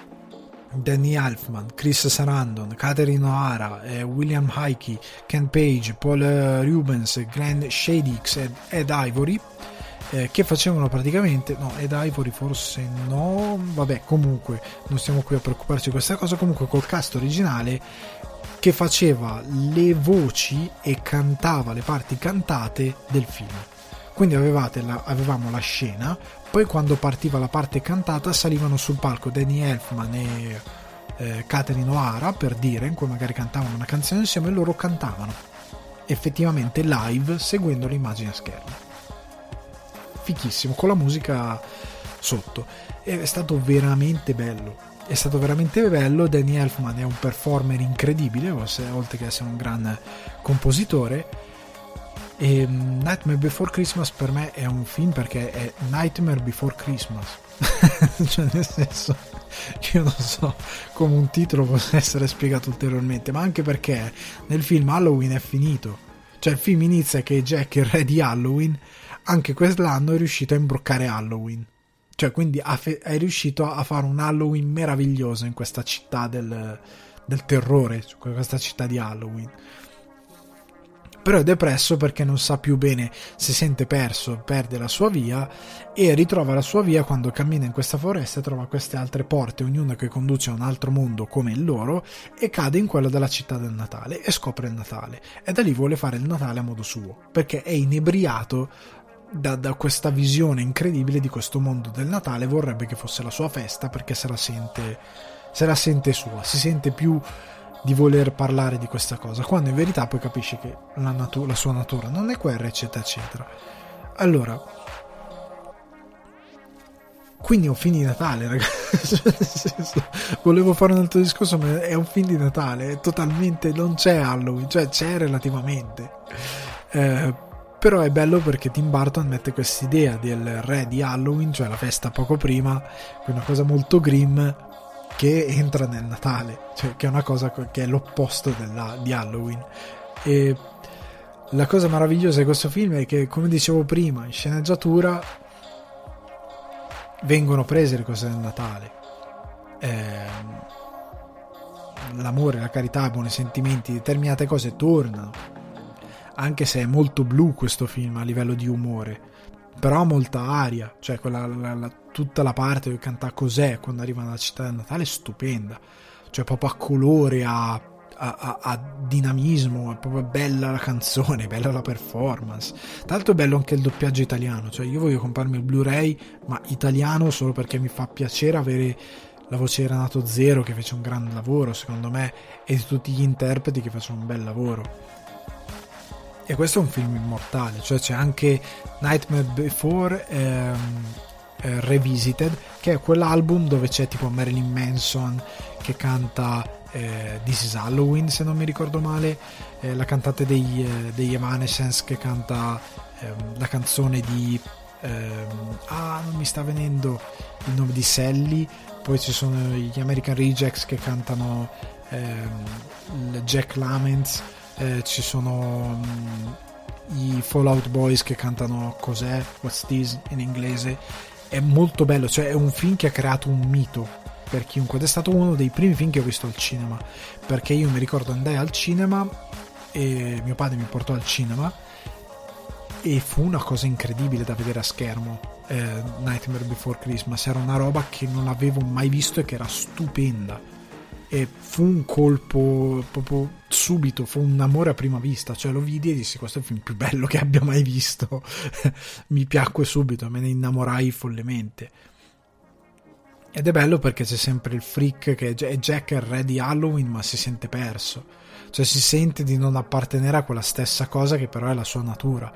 Danny Elfman, Chris Sarandon, Catherine O'Hara, eh, William Hickey, Ken Page, Paul Rubens, Glenn Shadix ed Ed Ivory, eh, che facevano praticamente, no, Ed Ivory forse no, vabbè, comunque non stiamo qui a preoccuparci di questa cosa, comunque col cast originale che faceva le voci e cantava le parti cantate del film. Quindi avevate la, avevamo la scena, poi quando partiva la parte cantata salivano sul palco Danny Elfman e eh, Catherine O'Hara, per dire, in cui magari cantavano una canzone insieme, e loro cantavano effettivamente live seguendo l'immagine a schermo. Fichissimo, con la musica sotto. È stato veramente bello. È stato veramente bello. Danny Elfman è un performer incredibile, oltre che essere un gran compositore. E Nightmare Before Christmas per me è un film perché è Nightmare Before Christmas. Cioè, nel senso, io non so come un titolo possa essere spiegato ulteriormente, ma anche perché nel film Halloween è finito, cioè il film inizia che Jack è il re di Halloween, anche quest'anno è riuscito a imbroccare Halloween, cioè quindi è riuscito a fare un Halloween meraviglioso in questa città del, del terrore, questa città di Halloween. Però è depresso perché non sa più bene, si sente perso, perde la sua via e ritrova la sua via quando cammina in questa foresta e trova queste altre porte, ognuna che conduce a un altro mondo come il loro, e cade in quello della città del Natale e scopre il Natale, e da lì vuole fare il Natale a modo suo perché è inebriato da, da questa visione incredibile di questo mondo del Natale. Vorrebbe che fosse la sua festa perché se la sente, se la sente sua, si sente più di voler parlare di questa cosa, quando in verità poi capisce che la, natu- la sua natura non è quella, eccetera eccetera. Allora, quindi è un film di Natale, ragazzi. Nel senso, volevo fare un altro discorso, ma è un film di Natale, è totalmente, non c'è Halloween, cioè c'è relativamente, eh, però è bello perché Tim Burton mette quest'idea del re di Halloween, cioè la festa poco prima, che è una cosa molto grim, che entra nel Natale, cioè che è una cosa che è l'opposto della, di Halloween. E la cosa meravigliosa di questo film è che, come dicevo prima, in sceneggiatura vengono prese le cose del Natale, eh, l'amore, la carità, i buoni sentimenti, determinate cose tornano, anche se è molto blu questo film a livello di umore, però ha molta aria, cioè quella, la, la, tutta la parte che canta Cos'è quando arriva nella città del Natale è stupenda, cioè proprio a colore, a, a, a, a dinamismo, è proprio bella la canzone, bella la performance. Tanto è bello anche il doppiaggio italiano, cioè io voglio comprarmi il Blu-ray ma italiano solo perché mi fa piacere avere la voce di Renato Zero che fece un gran lavoro secondo me, e di tutti gli interpreti che facevano un bel lavoro. E questo è un film immortale, cioè c'è anche Nightmare Before ehm, eh, Revisited, che è quell'album dove c'è tipo Marilyn Manson che canta eh, This is Halloween, se non mi ricordo male, eh, la cantante dei, eh, degli Evanescence che canta ehm, la canzone di ehm, ah non mi sta venendo il nome di Sally, poi ci sono gli American Rejects che cantano ehm, Jack Laments, eh, ci sono um, i Fallout Boys che cantano Cos'è, What's This in inglese. È molto bello, cioè è un film che ha creato un mito per chiunque, ed è stato uno dei primi film che ho visto al cinema, perché io mi ricordo andai al cinema e mio padre mi portò al cinema e fu una cosa incredibile da vedere a schermo. eh, Nightmare Before Christmas era una roba che non avevo mai visto e che era stupenda, e fu un colpo proprio subito, fu un amore a prima vista, cioè lo vidi e dissi questo è il film più bello che abbia mai visto. Mi piacque subito, me ne innamorai follemente. Ed è bello perché c'è sempre il freak che è Jack, è il re di Halloween, ma si sente perso, cioè si sente di non appartenere a quella stessa cosa che però è la sua natura,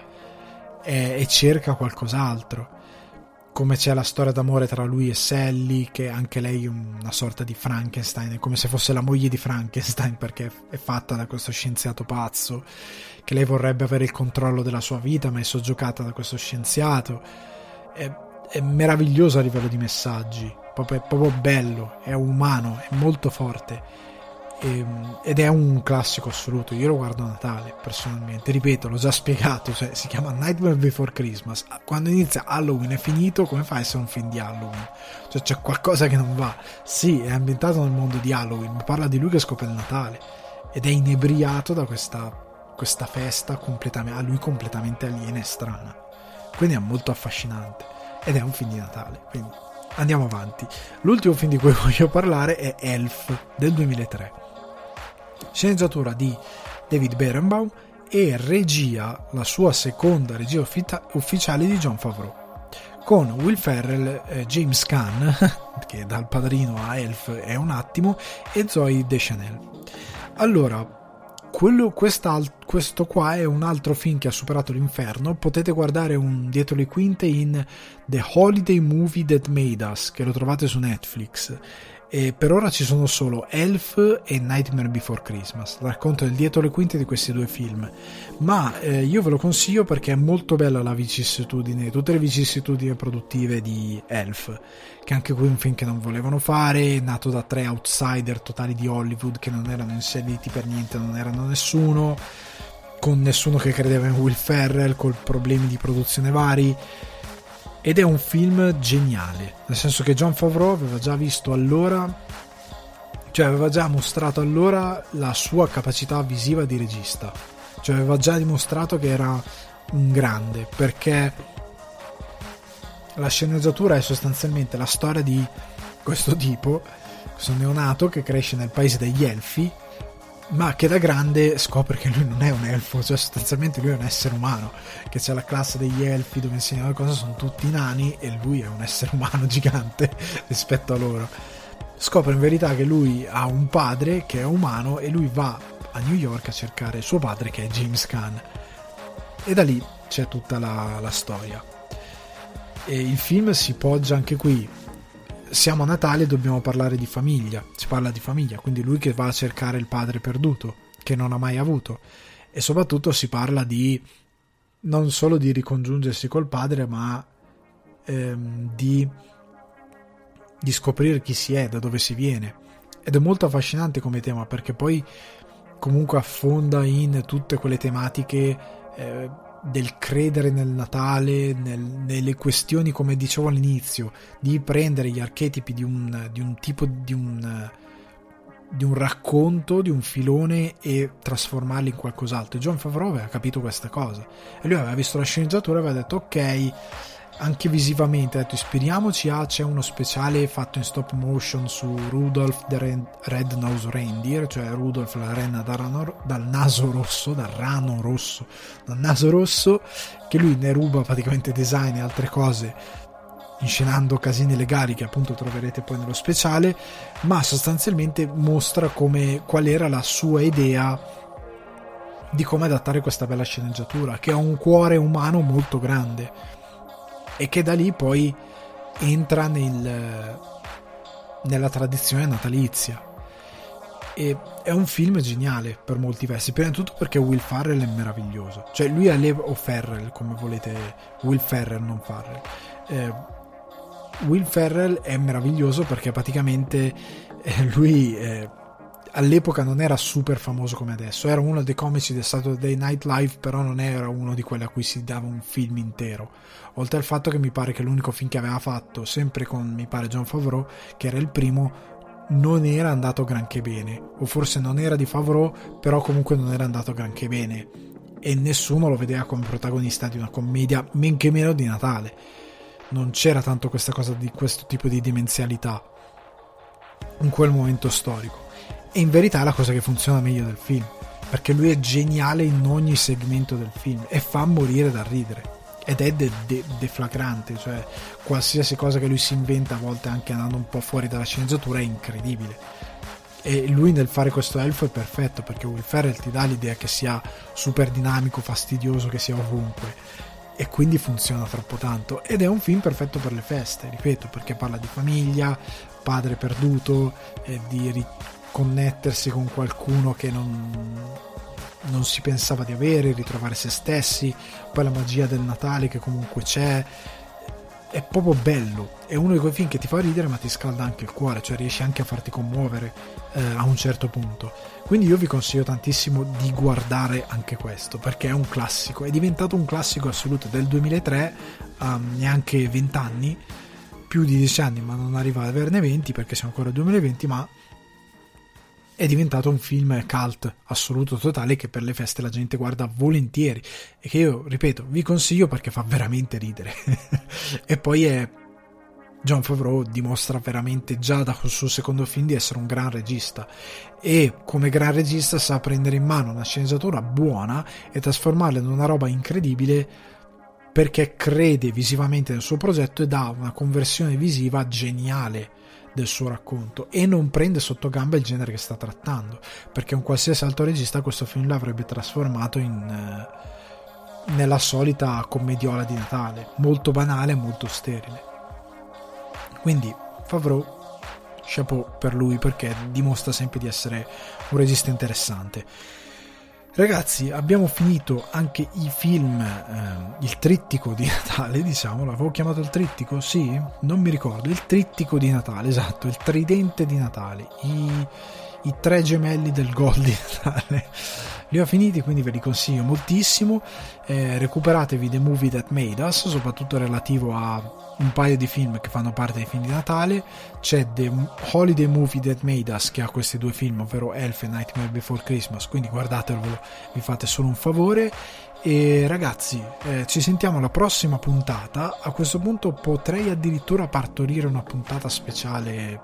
e, e cerca qualcos'altro. Come c'è la storia d'amore tra lui e Sally, che anche lei è una sorta di Frankenstein, è come se fosse la moglie di Frankenstein perché è fatta da questo scienziato pazzo, che lei vorrebbe avere il controllo della sua vita ma è soggiogata da questo scienziato. È, è meraviglioso a livello di messaggi, proprio, è proprio bello, è umano, è molto forte, e, ed è un classico assoluto. Io lo guardo a Natale personalmente, ripeto, l'ho già spiegato, cioè si chiama Nightmare Before Christmas. Quando inizia Halloween è finito, come fa a essere un film di Halloween? Cioè c'è qualcosa che non va. Sì, è ambientato nel mondo di Halloween, ma parla di lui che scopre il Natale ed è inebriato da questa, questa festa completamente, a lui completamente aliena e strana, quindi è molto affascinante ed è un film di Natale. Quindi andiamo avanti. L'ultimo film di cui voglio parlare è Elf del duemilatré, sceneggiatura di David Berenbaum e regia, la sua seconda regia uffi- ufficiale di Jon Favreau, con Will Ferrell, eh, James Caan che dal Padrino a Elf è un attimo, e Zooey Deschanel. Allora, quello, questo qua è un altro film che ha superato l'inferno. Potete guardare un dietro le quinte in The Holiday Movie That Made Us, che lo trovate su Netflix, e per ora ci sono solo Elf e Nightmare Before Christmas. Racconto il dietro le quinte di questi due film, ma eh, io ve lo consiglio perché è molto bella la vicissitudine, tutte le vicissitudini produttive di Elf, che anche qui è un film che non volevano fare, nato da tre outsider totali di Hollywood che non erano inseriti per niente, non erano nessuno, con nessuno che credeva in Will Ferrell, con problemi di produzione vari. Ed è un film geniale, nel senso che Jon Favreau aveva già visto allora, cioè aveva già mostrato allora la sua capacità visiva di regista, cioè aveva già dimostrato che era un grande, perché la sceneggiatura è sostanzialmente la storia di questo tipo, questo neonato che cresce nel paese degli elfi, ma che da grande scopre che lui non è un elfo, cioè sostanzialmente lui è un essere umano, che c'è la classe degli elfi dove insegnano le cose, sono tutti nani e lui è un essere umano gigante rispetto a loro. Scopre in verità che lui ha un padre che è umano e lui va a New York a cercare suo padre, che è James Caan, e da lì c'è tutta la, la storia. E il film si poggia anche qui, siamo a Natale, dobbiamo parlare di famiglia, si parla di famiglia, quindi lui che va a cercare il padre perduto che non ha mai avuto, e soprattutto si parla di non solo di ricongiungersi col padre, ma ehm, di di scoprire chi si è, da dove si viene. Ed è molto affascinante come tema, perché poi comunque affonda in tutte quelle tematiche eh, del credere nel Natale, nel, nelle questioni, come dicevo all'inizio, di prendere gli archetipi di un, di un tipo di un di un racconto, di un filone, e trasformarli in qualcos'altro. Jon Favreau aveva capito questa cosa e lui aveva visto la sceneggiatura e aveva detto ok, anche visivamente ha detto ispiriamoci a, c'è uno speciale fatto in stop motion su Rudolph the Red-Nosed Reindeer, cioè Rudolph la renna dal, rano, dal naso rosso, dal rano rosso, dal naso rosso, che lui ne ruba praticamente design e altre cose, inscenando casini legali che appunto troverete poi nello speciale, ma sostanzialmente mostra come, qual era la sua idea di come adattare questa bella sceneggiatura, che ha un cuore umano molto grande e che da lì poi entra nel, nella tradizione natalizia. E è un film geniale per molti versi, prima di tutto perché Will Ferrell è meraviglioso, cioè lui è o Ferrell come volete, Will Ferrell non Ferrell, eh, Will Ferrell è meraviglioso perché praticamente eh, lui eh, all'epoca non era super famoso come adesso, era uno dei comici del Saturday Night Live, però non era uno di quelli a cui si dava un film intero, oltre al fatto che mi pare che l'unico film che aveva fatto, sempre con mi pare Jon Favreau, che era il primo, non era andato granché bene, o forse non era di Favreau, però comunque non era andato granché bene e nessuno lo vedeva come protagonista di una commedia, men che meno di Natale. Non c'era tanto questa cosa di questo tipo di demenzialità in quel momento storico, e in verità è la cosa che funziona meglio del film, perché lui è geniale in ogni segmento del film e fa morire da ridere, ed è de- de- deflagrante, cioè qualsiasi cosa che lui si inventa, a volte anche andando un po' fuori dalla sceneggiatura, è incredibile, e lui nel fare questo elfo è perfetto, perché Will Ferrell ti dà l'idea che sia super dinamico, fastidioso, che sia ovunque, e quindi funziona troppo tanto, ed è un film perfetto per le feste, ripeto, perché parla di famiglia, padre perduto, eh, di riconnettersi con qualcuno che non, non si pensava di avere, ritrovare se stessi, poi la magia del Natale che comunque c'è, è proprio bello, è uno di quei film che ti fa ridere ma ti scalda anche il cuore, cioè riesci anche a farti commuovere eh, a un certo punto. Quindi io vi consiglio tantissimo di guardare anche questo, perché è un classico, è diventato un classico assoluto del duemilatré, a neanche venti anni, più di dieci anni, ma non arriva ad averne venti perché siamo ancora nel duemilaventi, ma è diventato un film cult assoluto, totale, che per le feste la gente guarda volentieri e che io, ripeto, vi consiglio perché fa veramente ridere. E poi è Jon Favreau dimostra veramente già dal suo secondo film di essere un gran regista, e come gran regista sa prendere in mano una sceneggiatura buona e trasformarla in una roba incredibile, perché crede visivamente nel suo progetto e dà una conversione visiva geniale del suo racconto, e non prende sotto gamba il genere che sta trattando, perché un qualsiasi altro regista questo film l'avrebbe trasformato in eh, nella solita commediola di Natale, molto banale, molto sterile. Quindi Favreau, chapeau per lui, perché dimostra sempre di essere un regista interessante. Ragazzi, abbiamo finito anche i film, eh, il trittico di Natale, diciamo, l'avevo chiamato il trittico? Sì? Non mi ricordo, il trittico di Natale, esatto, il tridente di Natale, i, i tre gemelli del gol di Natale. Li ho finiti, quindi ve li consiglio moltissimo. Eh, recuperatevi The Movie That Made Us, soprattutto relativo a un paio di film che fanno parte dei film di Natale. C'è The Holiday Movie That Made Us, che ha questi due film, ovvero Elf e Nightmare Before Christmas, quindi guardatelo, vi fate solo un favore. E ragazzi, eh, ci sentiamo alla prossima puntata. A questo punto potrei addirittura partorire una puntata speciale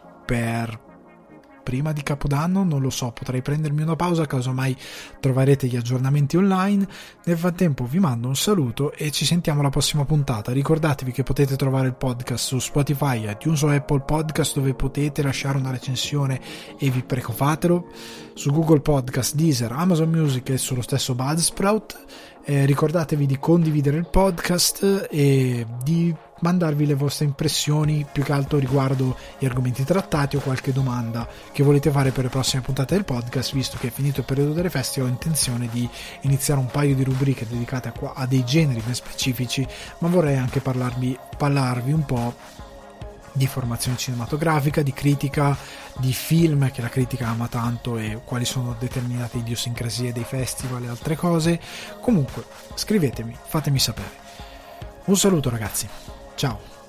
per prima di Capodanno, non lo so, potrei prendermi una pausa, casomai troverete gli aggiornamenti online. Nel frattempo vi mando un saluto e ci sentiamo alla prossima puntata. Ricordatevi che potete trovare il podcast su Spotify, iTunes o Apple Podcast, dove potete lasciare una recensione, e vi prego fatelo, su Google Podcast, Deezer, Amazon Music e sullo stesso Buzzsprout. Eh, ricordatevi di condividere il podcast e di mandarvi le vostre impressioni, più che altro riguardo gli argomenti trattati, o qualche domanda che volete fare per le prossime puntate del podcast, visto che è finito il periodo delle feste. Ho intenzione di iniziare un paio di rubriche dedicate a, qua, a dei generi ben specifici, ma vorrei anche parlarvi, parlarvi un po' di formazione cinematografica, di critica, di film che la critica ama tanto e quali sono determinate idiosincrasie dei festival e altre cose. Comunque, scrivetemi, fatemi sapere. Un saluto ragazzi, ciao!